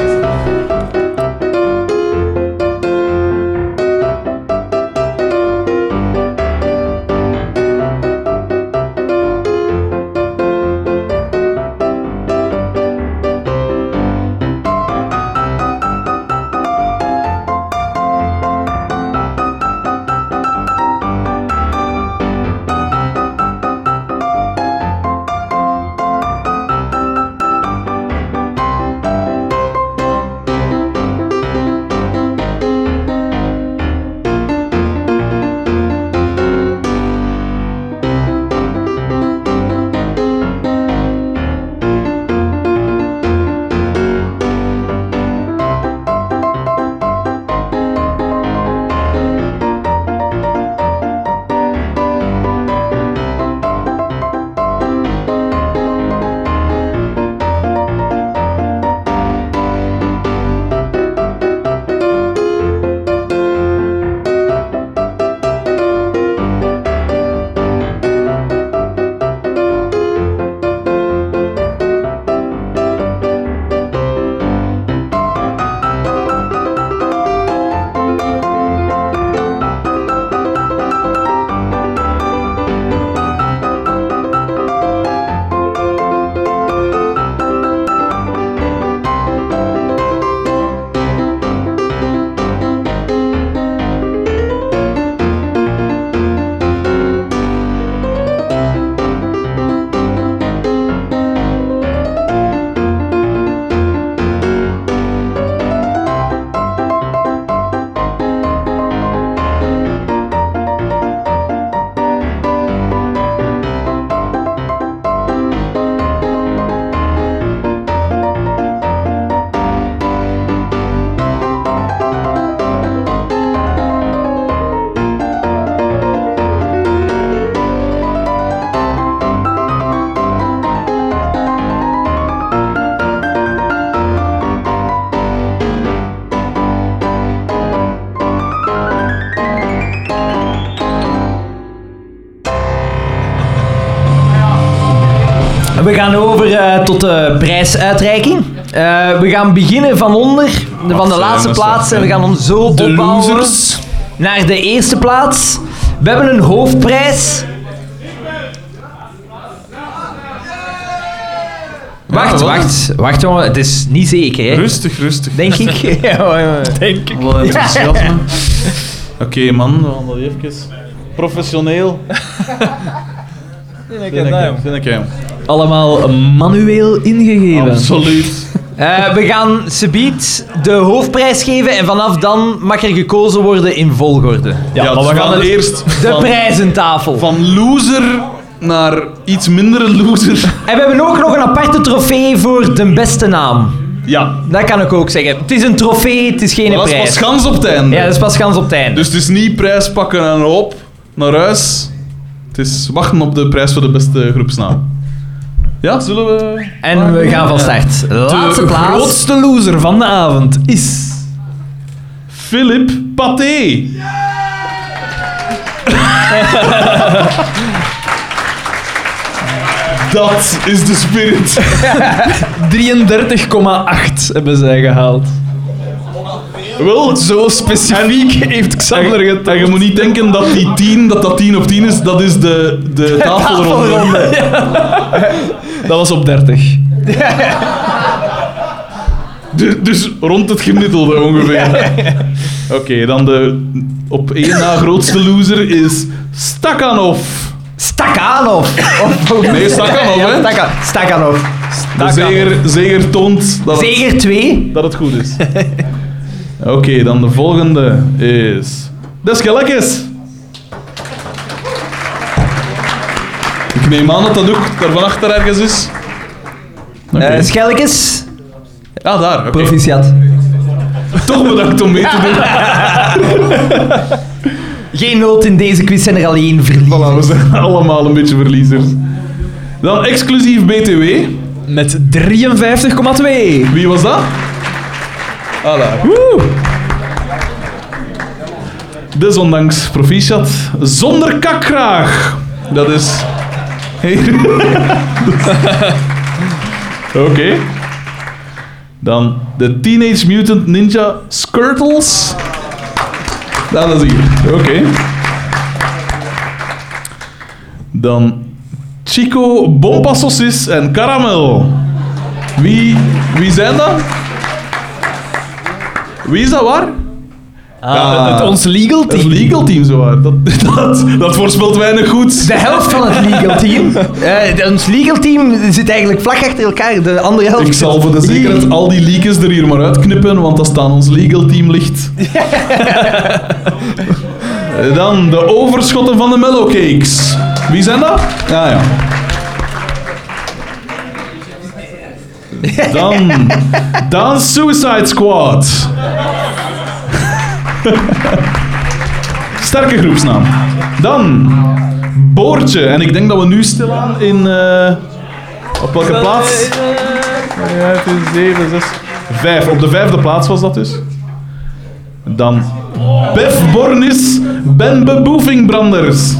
We gaan over uh, tot de prijsuitreiking. Uh, we gaan beginnen van onder, de, van de laatste plaats. En we gaan ons zo De opbouwen losers. naar de eerste plaats. We hebben een hoofdprijs. Wacht, Ja, wacht. Wacht, jongen. Het is niet zeker, hè. Rustig, rustig. Denk ik. Ja, jongen. Denk ik. Wat enthousiasme. Oké, okay, man, we gaan dat even. Professioneel. Vind ik, vind ik hem. Allemaal manueel ingegeven. Absoluut. Uh, we gaan subiet de hoofdprijs geven en vanaf dan mag er gekozen worden in volgorde. Ja, Ja, maar dus we gaan van het- eerst De van, prijzentafel. van loser naar iets mindere loser. En we hebben ook nog een aparte trofee voor de beste naam. Ja, Dat kan ik ook zeggen. Het is een trofee, het is geen maar dat is prijs. pas gans op het einde. Ja, dat is pas gans op het einde. Dus het is niet prijs pakken en op, naar huis. Het is wachten op de prijs voor de beste groepsnaam. Ja, zullen we... En we gaan van start. Laatste De plaats. grootste loser van de avond is... Philip Pathé. Dat is de spirit. drieëndertig komma acht hebben zij gehaald. Wel, Zo specifiek heeft Xander en, getoond. en je moet niet denken dat die tien, dat dat tien op tien is. Dat is de, de tafelronde. Dat was op dertig. Dus, dus rond het gemiddelde ongeveer. Oké, okay, dan de op één na grootste loser is Stakhanov. Stakhanov. Of- Nee, Stakhanov, Ja, hè? Stakha- Stakhanov. De zeger, zeger toont dat het, Zeger twee. dat het goed is. Oké, okay, dan de volgende is... Deskelekes. Ik neem aan dat dat ook daar van achter ergens is. Oké. Okay. Uh, Schelkes. Ah, daar. Oké. Okay. Proficiat. Toch bedankt om mee te doen. Geen nood in deze quiz, zijn er alleen verliezen. Voilà, we zijn allemaal een beetje verliezers. Dan exclusief B T W. met drieënvijftig komma twee. Wie was dat? Voilà. Woe! Desondanks proficiat. Zonder kakkraag. Dat is... Oké. Okay. Dan de Teenage Mutant Ninja Skirtles. Dat is hier. Oké. Okay. Dan Chico, Bompa Saucis en Caramel. Wie, wie zijn dat? Wie is dat waar? Ah, het, het, ons legal team. Het legal team, zo waar. Dat, dat, dat voorspelt weinig goeds. De helft van het legal team. Uh, ons legal team zit eigenlijk vlak achter elkaar. De andere helft. Ik zal voor de zekerheid al die leakers er hier maar uitknippen, want dat staan ons legal team licht. Dan de overschotten van de mellowcakes. Wie zijn dat? Ja, ja. Dan Dan Suicide Squad. Sterke groepsnaam. Dan Boortje. En ik denk dat we nu stilaan in... Uh, op welke plaats? Ja, zeven, zes, vijf. Op de vijfde plaats was dat dus. Dan Bef Bornis, Ben Beboefingbranders.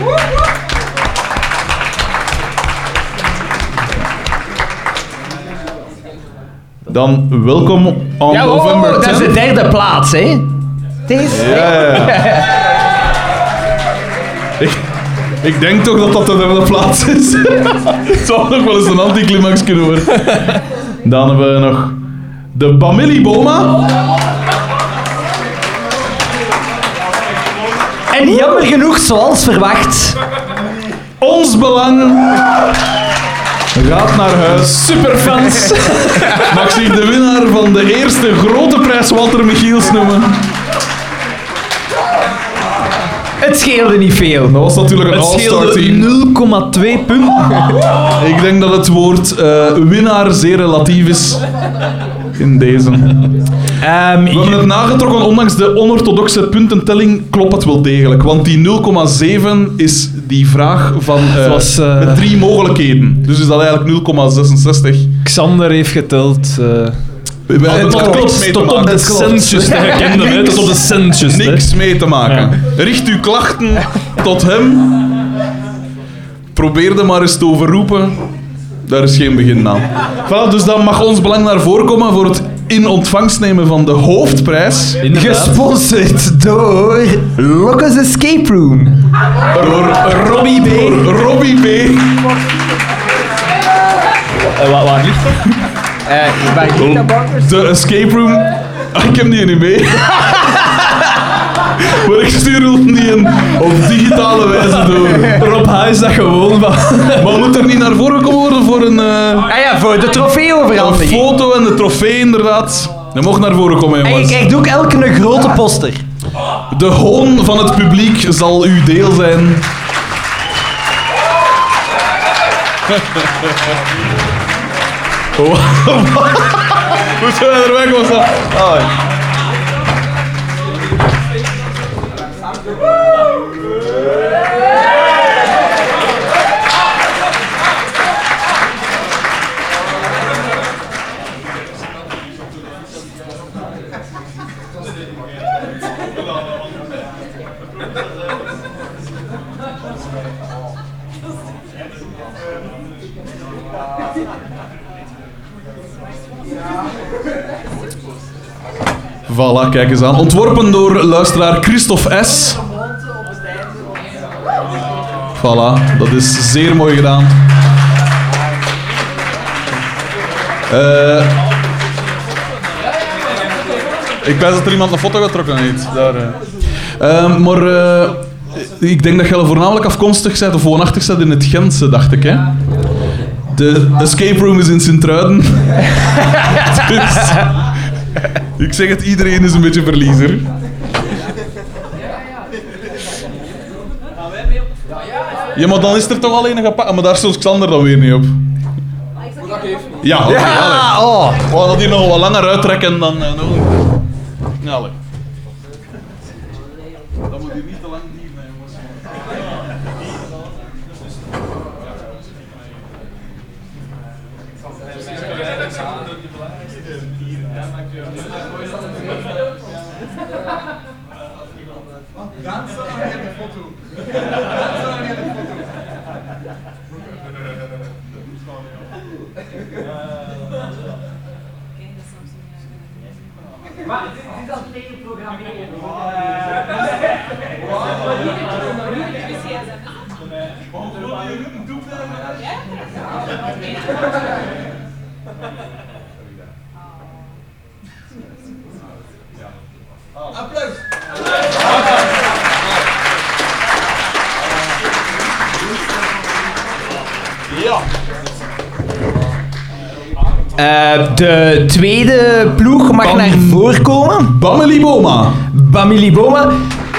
Dan welkom on ja, oh, November dat is de derde plaats, hè? Deze. Ja, ja. ik, ik denk toch dat dat de derde plaats is. Het zou nog wel eens een anticlimax kunnen worden. Dan hebben we nog de Bamili Boma. En jammer genoeg, zoals verwacht, Ons Belang gaat naar huis. Superfans. Mag zich de winnaar van de eerste grote prijs Walter Michiels noemen. het scheelde niet veel. Dat was natuurlijk een Het all-star scheelde team. nul komma twee punten. Ik denk dat het woord uh, winnaar zeer relatief is in deze. Um, We hebben het nagetrokken, ondanks de onorthodoxe puntentelling klopt het wel degelijk. Want die nul komma zeven is die vraag van uh, was, uh... met drie mogelijkheden. Dus is dat eigenlijk nul komma zesenzestig. Xander heeft geteld. Uh... We hebben Tot, er niks tot, mee te tot op de maken. centjes, hè. Je kende hem, hè. Tot op de centjes. hè. Niks mee te maken. Richt uw klachten tot hem. Probeer er maar eens te overroepen. Daar is geen begin aan. Voilà, dus dan mag ons belang naar voren komen voor het in ontvangst nemen van de hoofdprijs. Inderdaad. Gesponsord door Locke's Escape Room. Door Robbie B. Robbie B. Uh, waar, waar ligt dat? Uh, bij Gina Bankers. De escape room. Ah, ik heb die niet mee. Maar ik stuur ons die in op digitale wijze door. Rob H. is dat gewoon van... Maar moet er niet naar voren komen worden voor een, uh, Ah ja, voor de een trofeeoverhandiging. foto en de trofee inderdaad. Je mag naar voren komen, En je jongens. krijgt ook elke een grote poster. De hoon van het publiek zal uw deel zijn. Oh. Hoe zijn we er weg? Was dat? Ah, ja. Voilà, kijk eens aan. Ontworpen door luisteraar Christophe S. Voilà, dat is zeer mooi gedaan. Uh, ik wijs dat er iemand een foto getrokken heeft. Daar, uh. Uh, maar uh, ik denk dat je voornamelijk afkomstig bent of woonachtig bent in het Gentse, dacht ik. Hè? De escape room is in Sint-Truiden. Dus... Ik zeg het, iedereen is een beetje verliezer. Ja, maar dan is er toch alleen een gepakt. Maar daar stond Xander dan weer niet op. Ja, oké. Okay, Ja, oh. we gaan dat hier nog wat langer uittrekken dan... Uh, nog. Ja, allee. Dat moet hier niet te lang duren, hè, jongens. Uh, de tweede ploeg mag Bam. naar voren komen. Bammeliboma. Bamiliboma.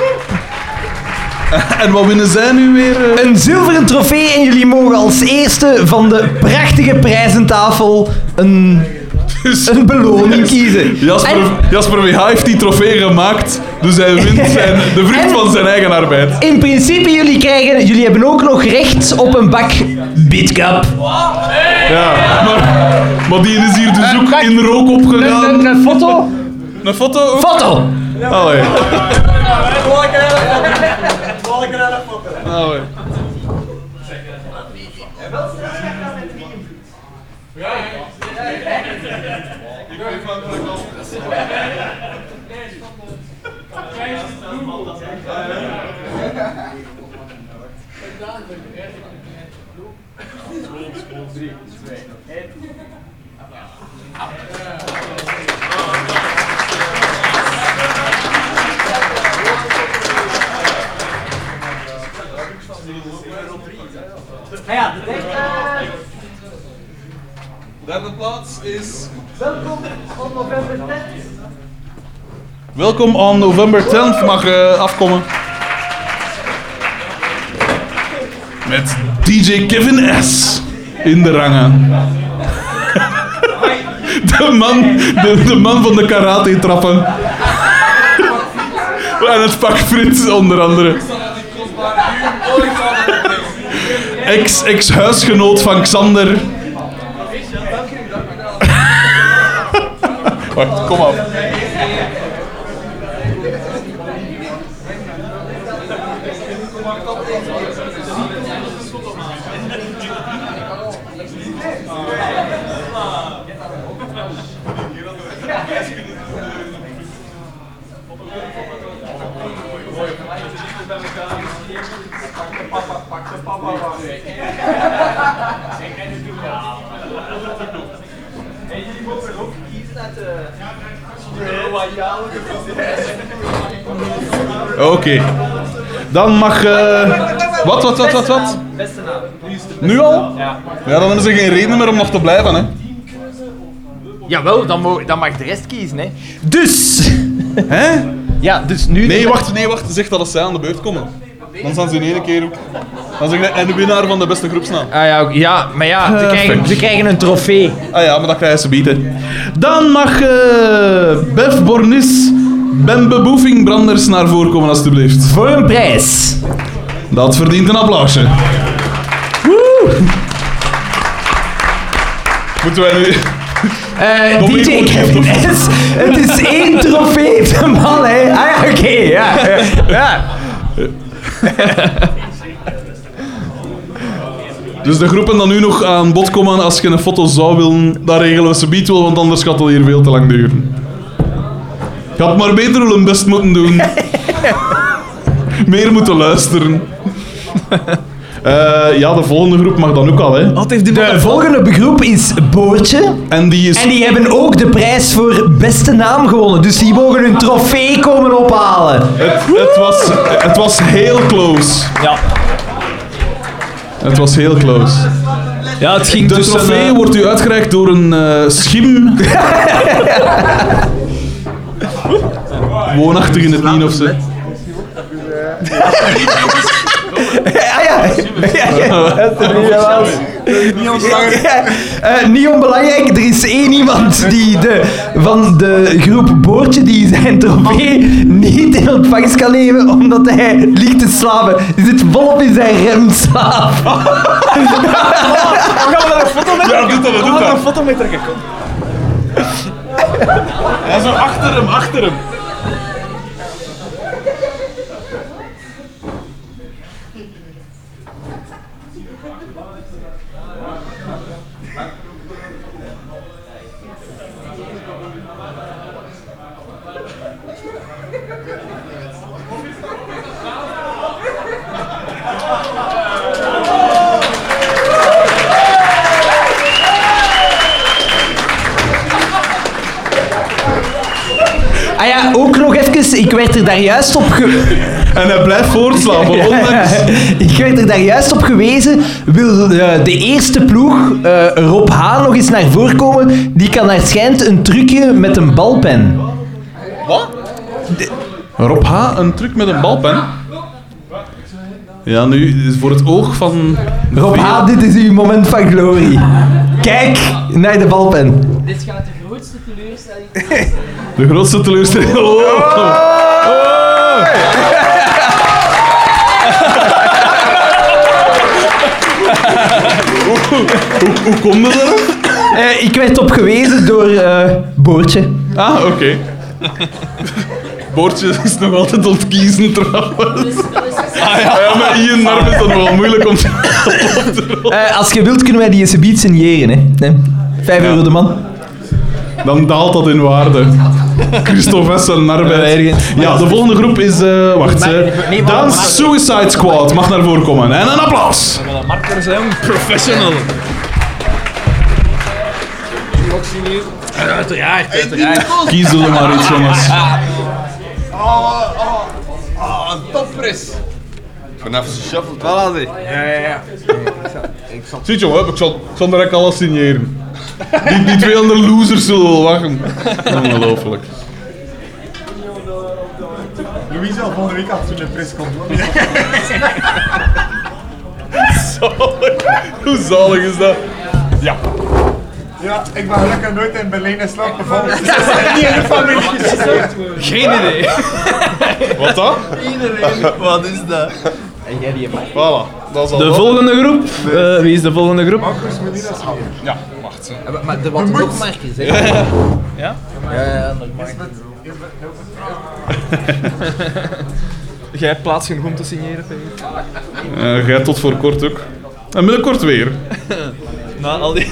En wat winnen zij nu weer? eh? Een zilveren trofee en jullie mogen als eerste van de prachtige prijzentafel een, Dus een beloning kiezen. Jasper, En Jasper W H heeft die trofee gemaakt, dus hij wint zijn, de vrucht En- van zijn eigen arbeid. in principe, jullie krijgen, jullie hebben ook nog recht op een bak Bitcup. Ja, maar, maar die is hier dus ook in rook opgegaan. Een foto? Een foto? ook? Foto! Allee. Allee. Derde plaats is... Welkom op november tiende. Welkom on November tenth, mag uh, afkomen. Met D J Kevin S. in de rangen. De man, de, de man van de karate-trappen. En het pak Frits, onder andere. Ex, ex-huisgenoot van Xander. Wacht, kom af. Oké. Okay. Dan mag... Uh... Wat, wat, wat, wat, wat? Nu al? Ja. Ja, dan hebben ze geen reden meer om nog te blijven, hè. Jawel, dan, mo- dan mag de rest kiezen, hè. Dus... Hè? Ja, dus nu... Nee, wacht, nee, wacht. Zeg dat als zij aan de beurt komen. Dan zijn ze in één keer ook... Dan zeg ik, en de winnaar van de beste groepsnaam. Ah ja, ook- ja, maar ja, ze krijgen, ze krijgen een trofee. Ah ja, maar dat krijgen ze bieden. Dan mag uh, Bev Bornis, Bembe Boefingbranders naar voren komen, alstublieft. Voor een prijs. Dat verdient een applausje. Woe! Moeten wij nu... Eh Kom D J hier, Kevin S. Het is één trofee te man, hè. Ah ja, oké, ja. ja. Dus de groepen dan nu nog aan bod komen als je een foto zou willen, dat regelen we subiet wel, want anders gaat het hier veel te lang duren. Je had maar beter wel hun best moeten doen. Meer moeten luisteren. Uh, ja, de volgende groep mag dan ook al, hè. De volgende groep is Boortje. En die is... En die hebben ook de prijs voor beste naam gewonnen. Dus die mogen hun trofee komen ophalen. Het, het, was, het was heel close. Ja. Het was heel close. Ja, het ging De tussen... trofee eh, wordt u uitgereikt door een uh, schim. Woonachtig in het Nien of zo. Ja, ja. ja, ja. Niet onbelangrijk. Ja, uh, niet onbelangrijk, er is één iemand die de, van de groep Boortje die zijn trofee niet in ontvangst kan nemen omdat hij ligt te slapen. Die zit volop in zijn remslaap. Gaan we daar een foto mee Ja, doe dat, doe dat. een foto mee trekken. En zo achter hem, achter hem. ik werd er daar juist op ge... En hij blijft voortslapen, ondanks... Ik werd er daar juist op gewezen. Wil uh, de eerste ploeg, uh, Rob H., nog eens naar voren komen? Die kan naar schijnt een trucje met een balpen. Wat? Rob H., een truc met een balpen? Ja, nu, voor het oog van... Rob H., dit is uw moment van glorie. Kijk naar de balpen. Dit gaat de grootste teleurstelling. De grootste teleurstelling. Oh. Oh. hoe, hoe, hoe komt het er? Uh, ik werd op gewezen door uh, Boortje. Ah, oké. Okay. Boortje is nog altijd ontkiezen trouwens. Ah ja, ja met Ian Narm is dat wel moeilijk om te, op te rollen. Uh, als je wilt kunnen wij die eens beat signeren. Hè. Nee. Vijf Ja. euro de man. Dan daalt dat in waarde. Christophe S. en Narbeid. Ja, de volgende groep is... Uh, wacht, uh, Dance Suicide Squad mag naar voren komen. En een applaus. We gaan marker zijn. Professional. Uiteraard, uiteraard. Kies er maar iets, jongens. Oh, oh, oh, een toppres. Vanaf de shuffle, voilà. Zeg. Ja, ja, ja. Ziet jongen, ik zal, ik zal direct alles signeren. Die, die twee andere losers zullen wel wachten. Ongelooflijk. Louis zal volgende week af toen de pres komt. Zalig. Hoe zalig is dat? Ja. Ja, ik ben gelukkig nooit in Berlijn in slaap gevallen. Dus dat is niet in de familie. Geen idee. Wat dan? Wat is dat? Voilà, dat is al De wat. volgende groep. Uh, wie is de volgende groep? Ja, wacht. Hè. Maar de wat nog marken, zeg. Ja? Ja? Ja, ja, nog marken. Jij hebt plaats genoeg om te signeren, Peter. Uh, jij tot voor kort ook. En binnenkort weer. Na al die...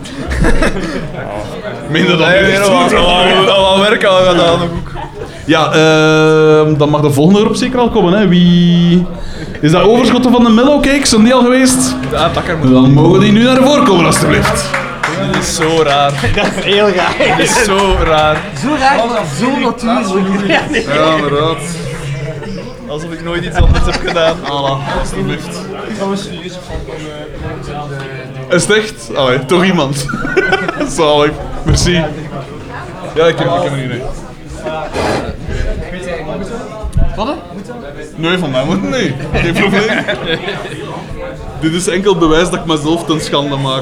Minder dan Nee, nu. nee, al, al, al, al werk al gedaan ook. Ja, uh, dan mag de volgende groep zeker al komen. Hè. Wie... Is dat overschotten van de Mellowcakes? Zijn die al geweest? Ja, takker moet. Dan mogen die nu naar voren komen, alstublieft. Dat is zo raar. Dat is heel raar. Dat is zo raar. Zo raar, maar zo natuurlijk. Ja, nee. Ja, inderdaad. Alsof ik nooit iets anders heb gedaan. Voilà, alstublieft. Ik ga me serieus van Is het echt? Allee, toch iemand. Zalig. Merci. Ja, ik heb, ik heb er niet. Nee. Wat? Nee, van mij moet het niet. Geen probleem. Dit is enkel bewijs dat ik mezelf ten schande maak.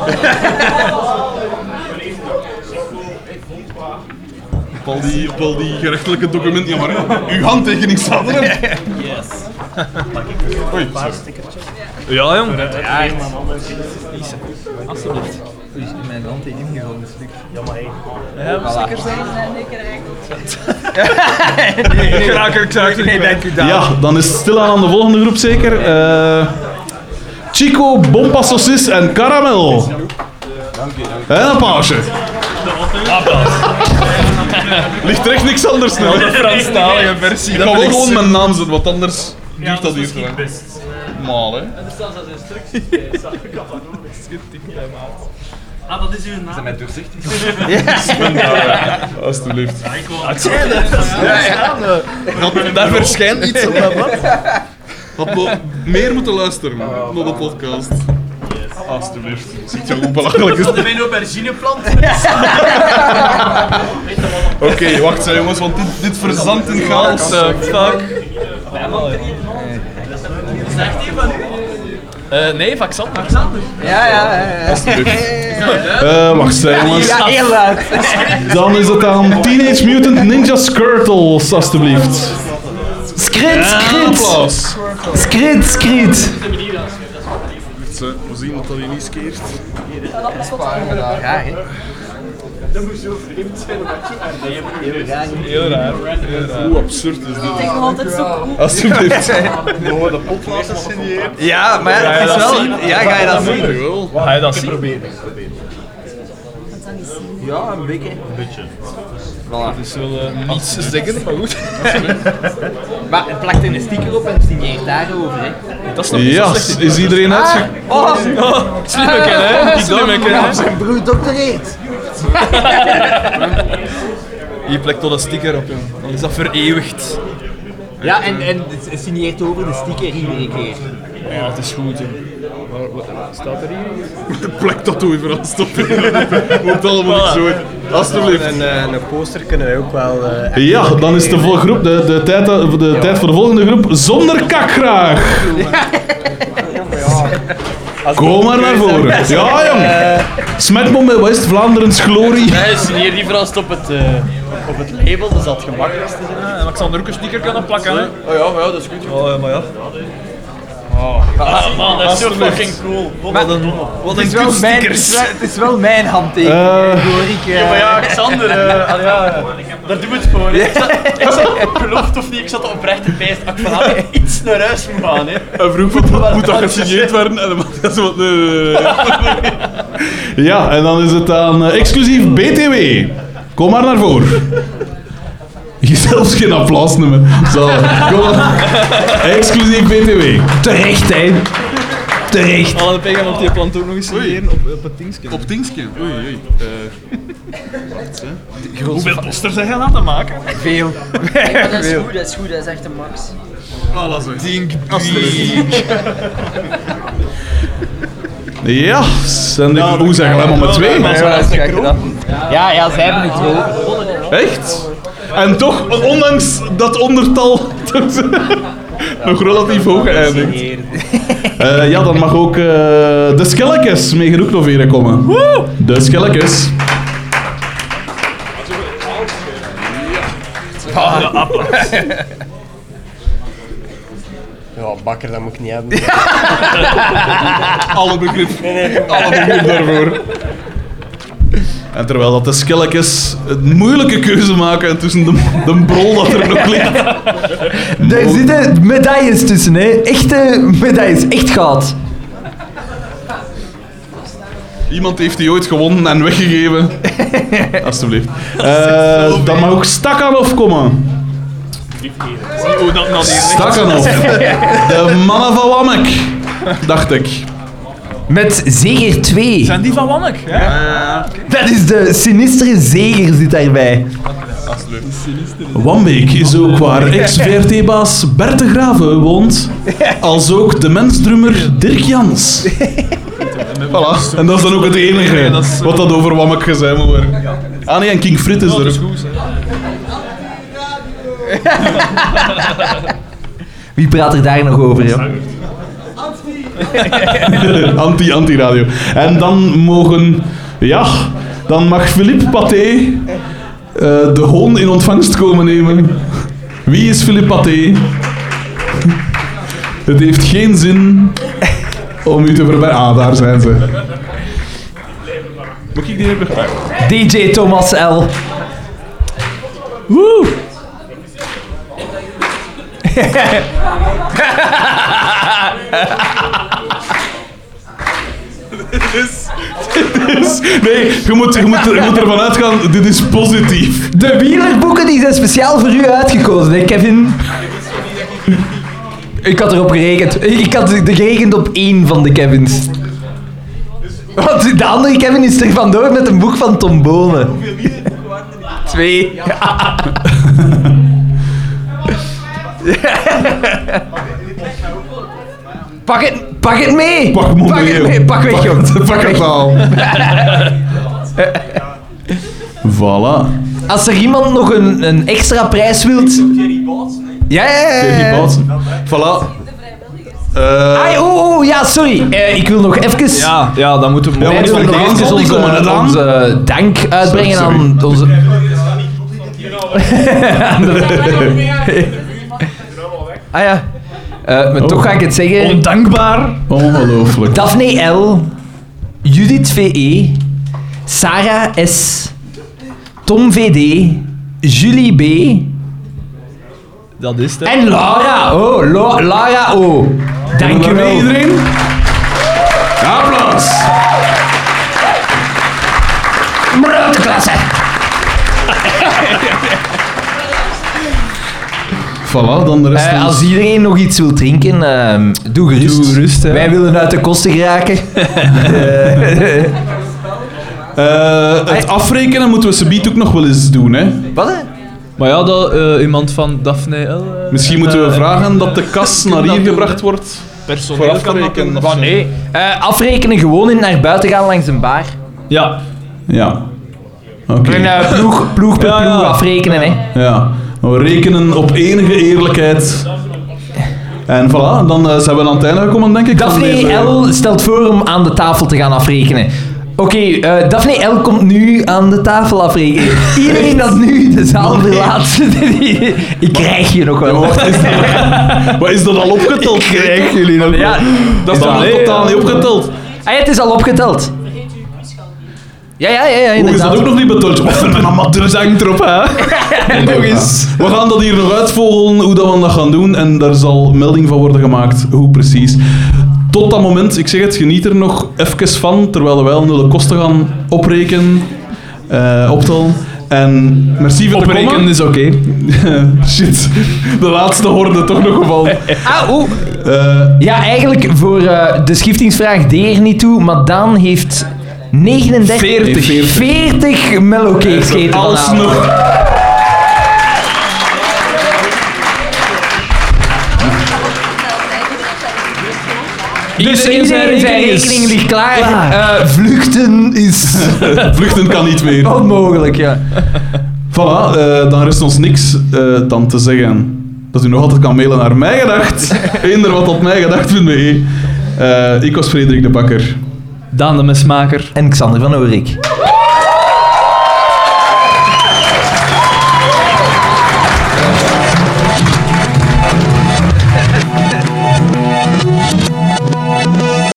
Op al die, op al die gerechtelijke documenten. Ja, maar uw handtekening staat erop. Yes. Oei, sorry. Ja, jong. Alsjeblieft. Oei, mijn hand heeft ingevallen, een stuk. Ja, maar hé. Ja, stickers zijn. Ik raak er, ik raak er niet bij. Ja, dan is het stilaan aan de volgende groep zeker. Uh, Chico, Bompa Saucis en Caramel. En een pausje. Ligt er echt niks anders nu. De Franstalige versie. Ik dat ga wel vind ik gewoon zo- mijn naam zetten, want anders duurt dat hier te lang. Maal, hè. Ah, dat is uw naam. Met doorzichtig. Alsjeblieft. Daar verschijnt iets op dat blad. Had wel meer moeten luisteren naar de podcast. Alsjeblieft. Ziet je hoe belachelijk is. Mijn aubergineplant. Oké, okay, wacht hè, jongens, want dit, dit verzandt in chaos. Uh, fuck. Zegt hij van u? Uh, nee, Vaxander. Ja, ja, ja. Alsjeblieft. Uh, wacht hè, jongens. Ja, heel luid. Dan is het aan Teenage Mutant Ninja Skirtles, alsjeblieft. Skrit, skrit. Applaus. Skrit, skrit. We zien dat dat je niet skeert. Raar, hè? Heel raar. Hoe absurd is dit? Ik altijd zo cool. Alsjeblieft. Mogen de pot laten signeren? Ja, maar ja, het is wel... Ja, ga je dat zien? Wel. Ga je dat zien? Ja, een beetje. Het is wel uh, niets zeggen, maar goed. Maar het plakt er een sticker op en signeert daarover, hè? Dat is nog niet zo Ja, slecht. is iedereen uitge... Oh, Slimmeke, hè? Slimmeke, hè? zijn broer dokter heet. Hier plakt tot een sticker op, jong. Dan is dat vereeuwigd. Ja, en, en het signeert over de sticker iedere keer. Ja, het is goed, jong. Waar, wat, staat er hier? Plek tattoo vooral stoppen. Moet allemaal niet zo. Alsjeblieft. En uh, een poster kunnen wij ook wel... Uh, Ja, dan is de vol- groep, de, de, tijd, de tijd voor de volgende groep zonder kak graag. Kom maar naar voren. Ja, jong. Smetmom bij West-Vlaanderen's glorie. Nee, signeer die vooral op het, uh, op het label, dus dat het gemakkelijkste is. Ja, en ik zal er ook een sticker kunnen plakken, hè. Oh ja, ja, dat is goed. Oh, ja, maar ja. Ah, man, dat is zo fucking cool. Wat een, Wat het, een is wel mijn, het, is wel, het is wel mijn handtekening, Eh. hoor ik. Uh, Ja, maar ja, Xander, uh, allee, ja, daar doen we het voor. Hè. Ik zat, ik zat, geloof of niet, ik zat oprecht te pijst. Ik van had iets naar huis moet gaan. Hè. Hij vroeg wat moet dat gesigneerd worden? En dan was hij zo wat, nee, nee, nee, nee. Ja, en dan is het aan uh, exclusief B T W. Kom maar naar voren. Je zelfs geen applaus noemen. Zo, kom maar. Exclusief B T W. Terecht, hè. Terecht. Alle P gaan op die plant ook nog eens signeren op, op het dingetje. Op Dingske. Oei, oei. Uh, Hoeveel posters heb je laten maken? veel. Maar dat is goed, dat is goed, dat is echt een max. voilà zo. Dink, Ja, zijn de, hoe zeggen we helemaal met twee? Ja, ja, zij hebben het wel. Echt? En toch, ondanks dat ondertal, toch nog relatief hoog geëindigd. Uh, ja, dan mag ook uh, de Skellekes mee genoeg nog weer komen. Woe! De Skellekes. Ja, bakker, dat moet ik niet hebben. Alle begrip, alle begrip daarvoor. En terwijl dat de Skellekes een moeilijke keuze maken tussen de, de brol dat er nog ligt. Daar zitten medailles tussen, hè. Echte medailles, echt goud. Iemand heeft die ooit gewonnen en weggegeven. Alsjeblieft. Uh, dan mag ook Stakhanov komen. Oh, dat nou Stakhanov. De mannen van Wammek, dacht ik. Met zeger twee. Zijn die van Wannek? Ja. Dat is de sinistere zeger zit daarbij. Wambeek is ook waar ex-V R T-baas Bert de Grave woont, als ook de mensdrummer Dirk Jans. Voilà. En dat is dan ook het enige wat dat over Wammek gezegd moet worden. Ah nee, en King Frit is er ook. Wie praat er daar nog over, joh? Anti, anti-radio. En dan mogen... Ja, dan mag Philippe Pathé uh, de hoon in ontvangst komen nemen. Wie is Philippe Pathé? Het heeft geen zin om u te verbergen. Ah, daar zijn ze. Moet ik die even... D J Thomas L. Woe! Dit is, dit is, nee, je moet, je, moet, je moet ervan uitgaan, dit is positief. De wielerboeken die zijn speciaal voor u uitgekozen, hè, Kevin? Ik had erop gerekend. Ik had gerekend op één van de Kevins. Want de andere Kevin is er vandoor met een boek van Tom Bonen. Twee. Ja. Pak het, pak het mee! Pak hem pak mee, het mee! Pak weg, pak, joh! Pak, pak weg. het al. Voilà. Als er iemand nog een, een extra prijs wilt... Ja, ja, ja, Kijk, die ja. baas. Voilà. Uh, Ai, oh, oh, ja, sorry. Uh, ik wil nog even... Ja, ja, dan moeten we... Ja, Wij want willen nog vergeet even al die komen onze, eraan. onze dank uitbrengen Sorry, sorry. aan onze... ah ja. Uh, maar Oh. toch ga ik het zeggen. Ondankbaar. Ongelooflijk. Daphne L, Judith V E, Sarah S, Tom V D, Julie B Dat is het. hè. en Laura. Oh, Lo- Lara O. Dank u wel. iedereen. Applaus. Grote klasse. Voilà, dan de rest. Uh, als iedereen nog iets wil drinken, uh, doe gerust. Doe gerust, hè. Wij willen uit de kosten geraken. uh, Uh, het afrekenen moeten we subiet ook nog wel eens doen, hè? Wat, hè? Maar ja, dat, uh, iemand van Daphne L... Uh, Misschien moeten we uh, vragen dat de kas naar hier gebracht wordt. Personeel voor afrekenen. Wat, nee. Uh, afrekenen gewoon in naar buiten gaan langs een bar. Ja. Ja. Oké. Okay. En uh, ploeg, ploeg per ja, ploeg ja. afrekenen, hè. Ja. We rekenen op enige eerlijkheid. En voilà, dan uh, zijn we aan het einde gekomen, denk ik. Daphne deze... L. stelt voor om aan de tafel te gaan afrekenen. Oké, okay, uh, Daphne L. komt nu aan de tafel afrekenen. Iedereen dat nu de zaal verlaat, ik krijg je nog wel. Wat is dat, wat is dat al opgeteld? Ik krijg jullie nog Ja, dat is dan nee, totaal ja. niet opgeteld. Ah, ja, het is al opgeteld. Ja, ja, ja, ja, Hoe is inderdaad. dat ook nog niet betoond? Wat een amateur hangt erop, hè? En nog eens. We gaan dat hier nog uitvogelen, hoe dat we dat gaan doen. En daar zal melding van worden gemaakt, hoe precies. Tot dat moment, ik zeg het, geniet er nog even van, terwijl we wel nul kosten gaan oprekenen, uh, optellen. En merci voor het komen. Oprekenen is oké. Shit, de laatste hoorde toch nog gevallen. Ah, oeh. Uh, Ja, eigenlijk voor uh, de schiftingsvraag deed er niet toe, maar Daan heeft negenendertig... veertig. veertig mellowcakes gegeten vanavond. alsnog. Dus Iedereen zijn iedereen zijn rekening is rekening ligt klaar. klaar. Uh, vluchten is Vluchten kan niet meer. onmogelijk, ja. Voilà, uh, dan rest ons niks uh, dan te zeggen dat u nog altijd kan mailen naar mijgedacht. Eender wat op mijgedacht punt be. Uh, ik was Frederik de Bakker. Daan de Mesmaker. En Xander van Oorik.